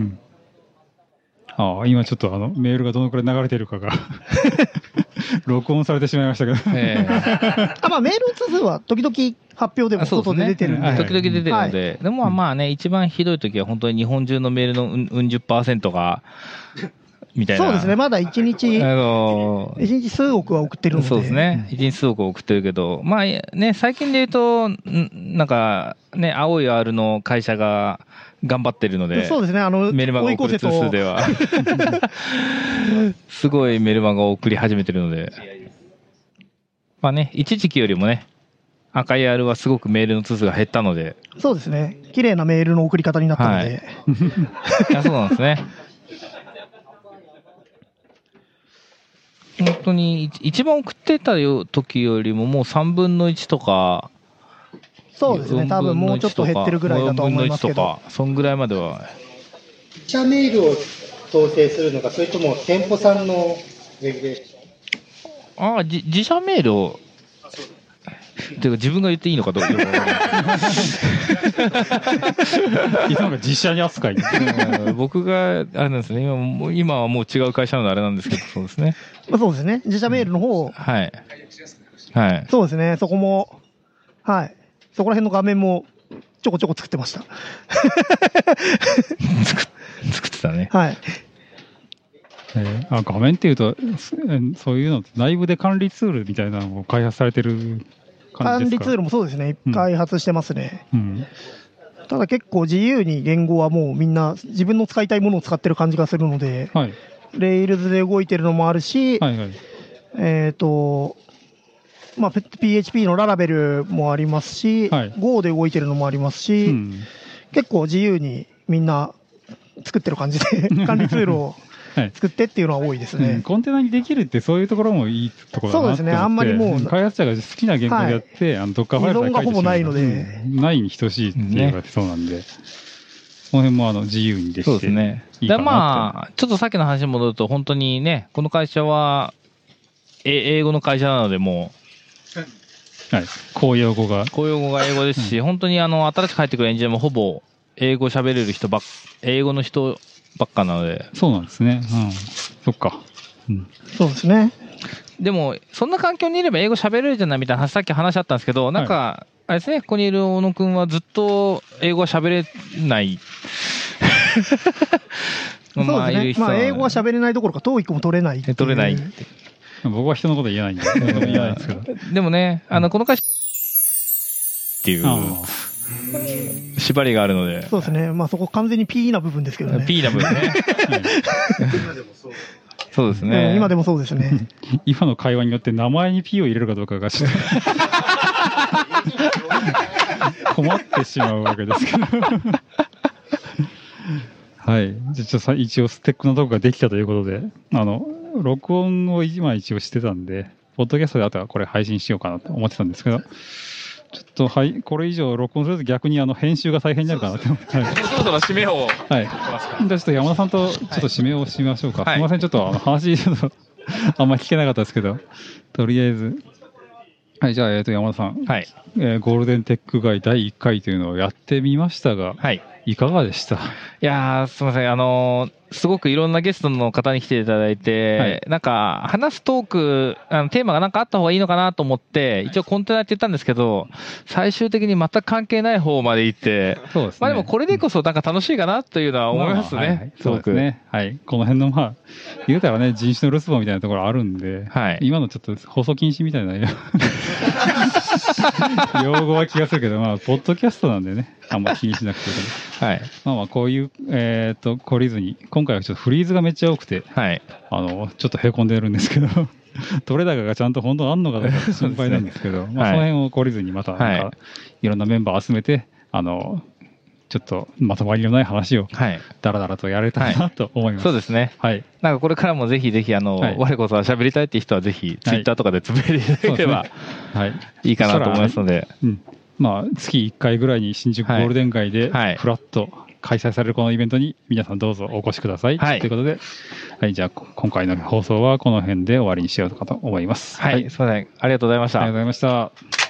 今ちょっとメールがどのくらい流れてるかが録音されてしまいましたけどまあメールの数は時々発表でも外で出てるんで、 時々出てるので、でもまあね、一番ひどい時は本当に日本中のメールの10% がみたいな。 そうですね、まだ1日数億は送ってるので。 そうですね、1日数億送ってるけど、まあね、最近で言うと、なんかね、青い R の会社が頑張ってるので、 そうですね、 メルマガ送る通数ではすごいメルマガを送り始めてるので、まあね、一時期よりもね、赤い R はすごくメールの通数が減ったので、 そうですね、綺麗なメールの送り方になったので、 そうなんですね。本当に一番送ってた時よりももう3分の1とか、 そうですね、多分もうちょっと減ってるぐらいだと思いますけど、 そんぐらいまでは。 自社メールを統制するのか、それとも店舗さんのレギュレーション？ 自社メールを、てか自分が言っていいのかどうか。 実写に扱い。 僕があれなんですね。今はもう違う会社なのであれなんですけど、そうですね。 そうですね。自社メールの方。 はい。 そうですね。そこも、そこら辺の画面もちょこちょこ作ってました。 作ってたね。 画面っていうと、そういうの内部で管理ツールみたいなのを開発されてる感じですか？ 管理ツールもそうですね。開発してますね。ただ結構自由に言語はもうみんな自分の使いたいものを使ってる感じがするので、Rails で動いてるのもあるし、まあ、PHP のララベルもありますし、Go で動いてるのもありますし、結構自由にみんな作ってる感じで管理ツールを作ってっていうのは多いですね。 コンテナにできるってそういうところもいいところだなと思って。そうですね、あんまりもう開発者が好きな言語でやって、Docker ファイルで書いてしまう。依存がほぼないので。ないに等しいっていうかそうなんで、この辺も自由にできていいかなって。そうですね。 でまあ、ちょっとさっきの話に戻ると、本当にね、この会社は、英語の会社なので、もう、公用語が英語ですし、本当に新しく入ってくるエンジニアもほぼ英語喋れる人英語の人ばっかなので。 そうなんですね。そっか。 そうですね。 でも、そんな環境にいれば英語喋れるじゃないみたいなさっき話あったんですけど、なんか、あれですね、ここにいる小野くんはずっと英語は喋れない。 そうですね。まあ、英語は喋れないどころか、TOEICも取れない。 取れない。 僕は人のこと言えないんで、言えないですけど。 でもね、この会社っていう縛りがあるので。 そうですね。まあ、そこ完全に P な部分ですけどね。 P な部分ね。今でもそう。そうですね。 今でもそうですね。 今の会話によって名前に P を入れるかどうかがちょっと困ってしまうわけですけど。はい。じゃあ一応ステックのとこができたということで、録音を今一応してたんで、ポッドキャストであとはこれ配信しようかなと思ってたんですけど、ちょっとはい、これ以上録音すると逆に編集が大変になるかなと思って。そろそろ締めを。 はい。じゃあちょっと山田さんとちょっと締めをしましょうか。すみません、ちょっと話ちょっとあんまり聞けなかったですけど、とりあえず。はい、じゃあ、山田さん。 はい。 ゴールデンテック街第1回というのをやってみましたが、 はい。 いかがでした？ いやー、すみません。すごくいろんなゲストの方に来ていただいて、はい、なんか、話すトーク、テーマがなんかあった方がいいのかなと思って、一応コンテナって言ったんですけど、最終的に全く関係ない方まで行って、 そうですね。 まあでもこれでこそなんか楽しいかなというのは思いますね。はい、 そうですね。はい。この辺の言うたらね、人種の留守番みたいなところあるんで、はい。今のちょっと放送禁止みたいな用語は気がするけど、ポッドキャストなんでね、あんま気にしなくていい。はい。こういう、懲りずに、今回はちょっとフリーズがめっちゃ多くて、はい。ちょっと凹んでるんですけど、取れ高がちゃんと本当あんのかどうか心配なんですけど、その辺を懲りずにまた、いろんなメンバー集めて、ちょっとまとまりのない話を、だらだらとやれたらなと思います。 そうですね。はい。なんかこれからもぜひぜひ、我こそは喋りたいっていう人はぜひ、ツイッターとかでつぶやいていただければ、はい。いいかなと思いますので。 月1回ぐらいに新宿ゴールデン街で、フラッと開催されるこのイベントに皆さんどうぞお越しください。ということで、はい、じゃあ今回の放送はこの辺で終わりにしようかと思います。 はい、すみません。ありがとうございました。 ありがとうございました。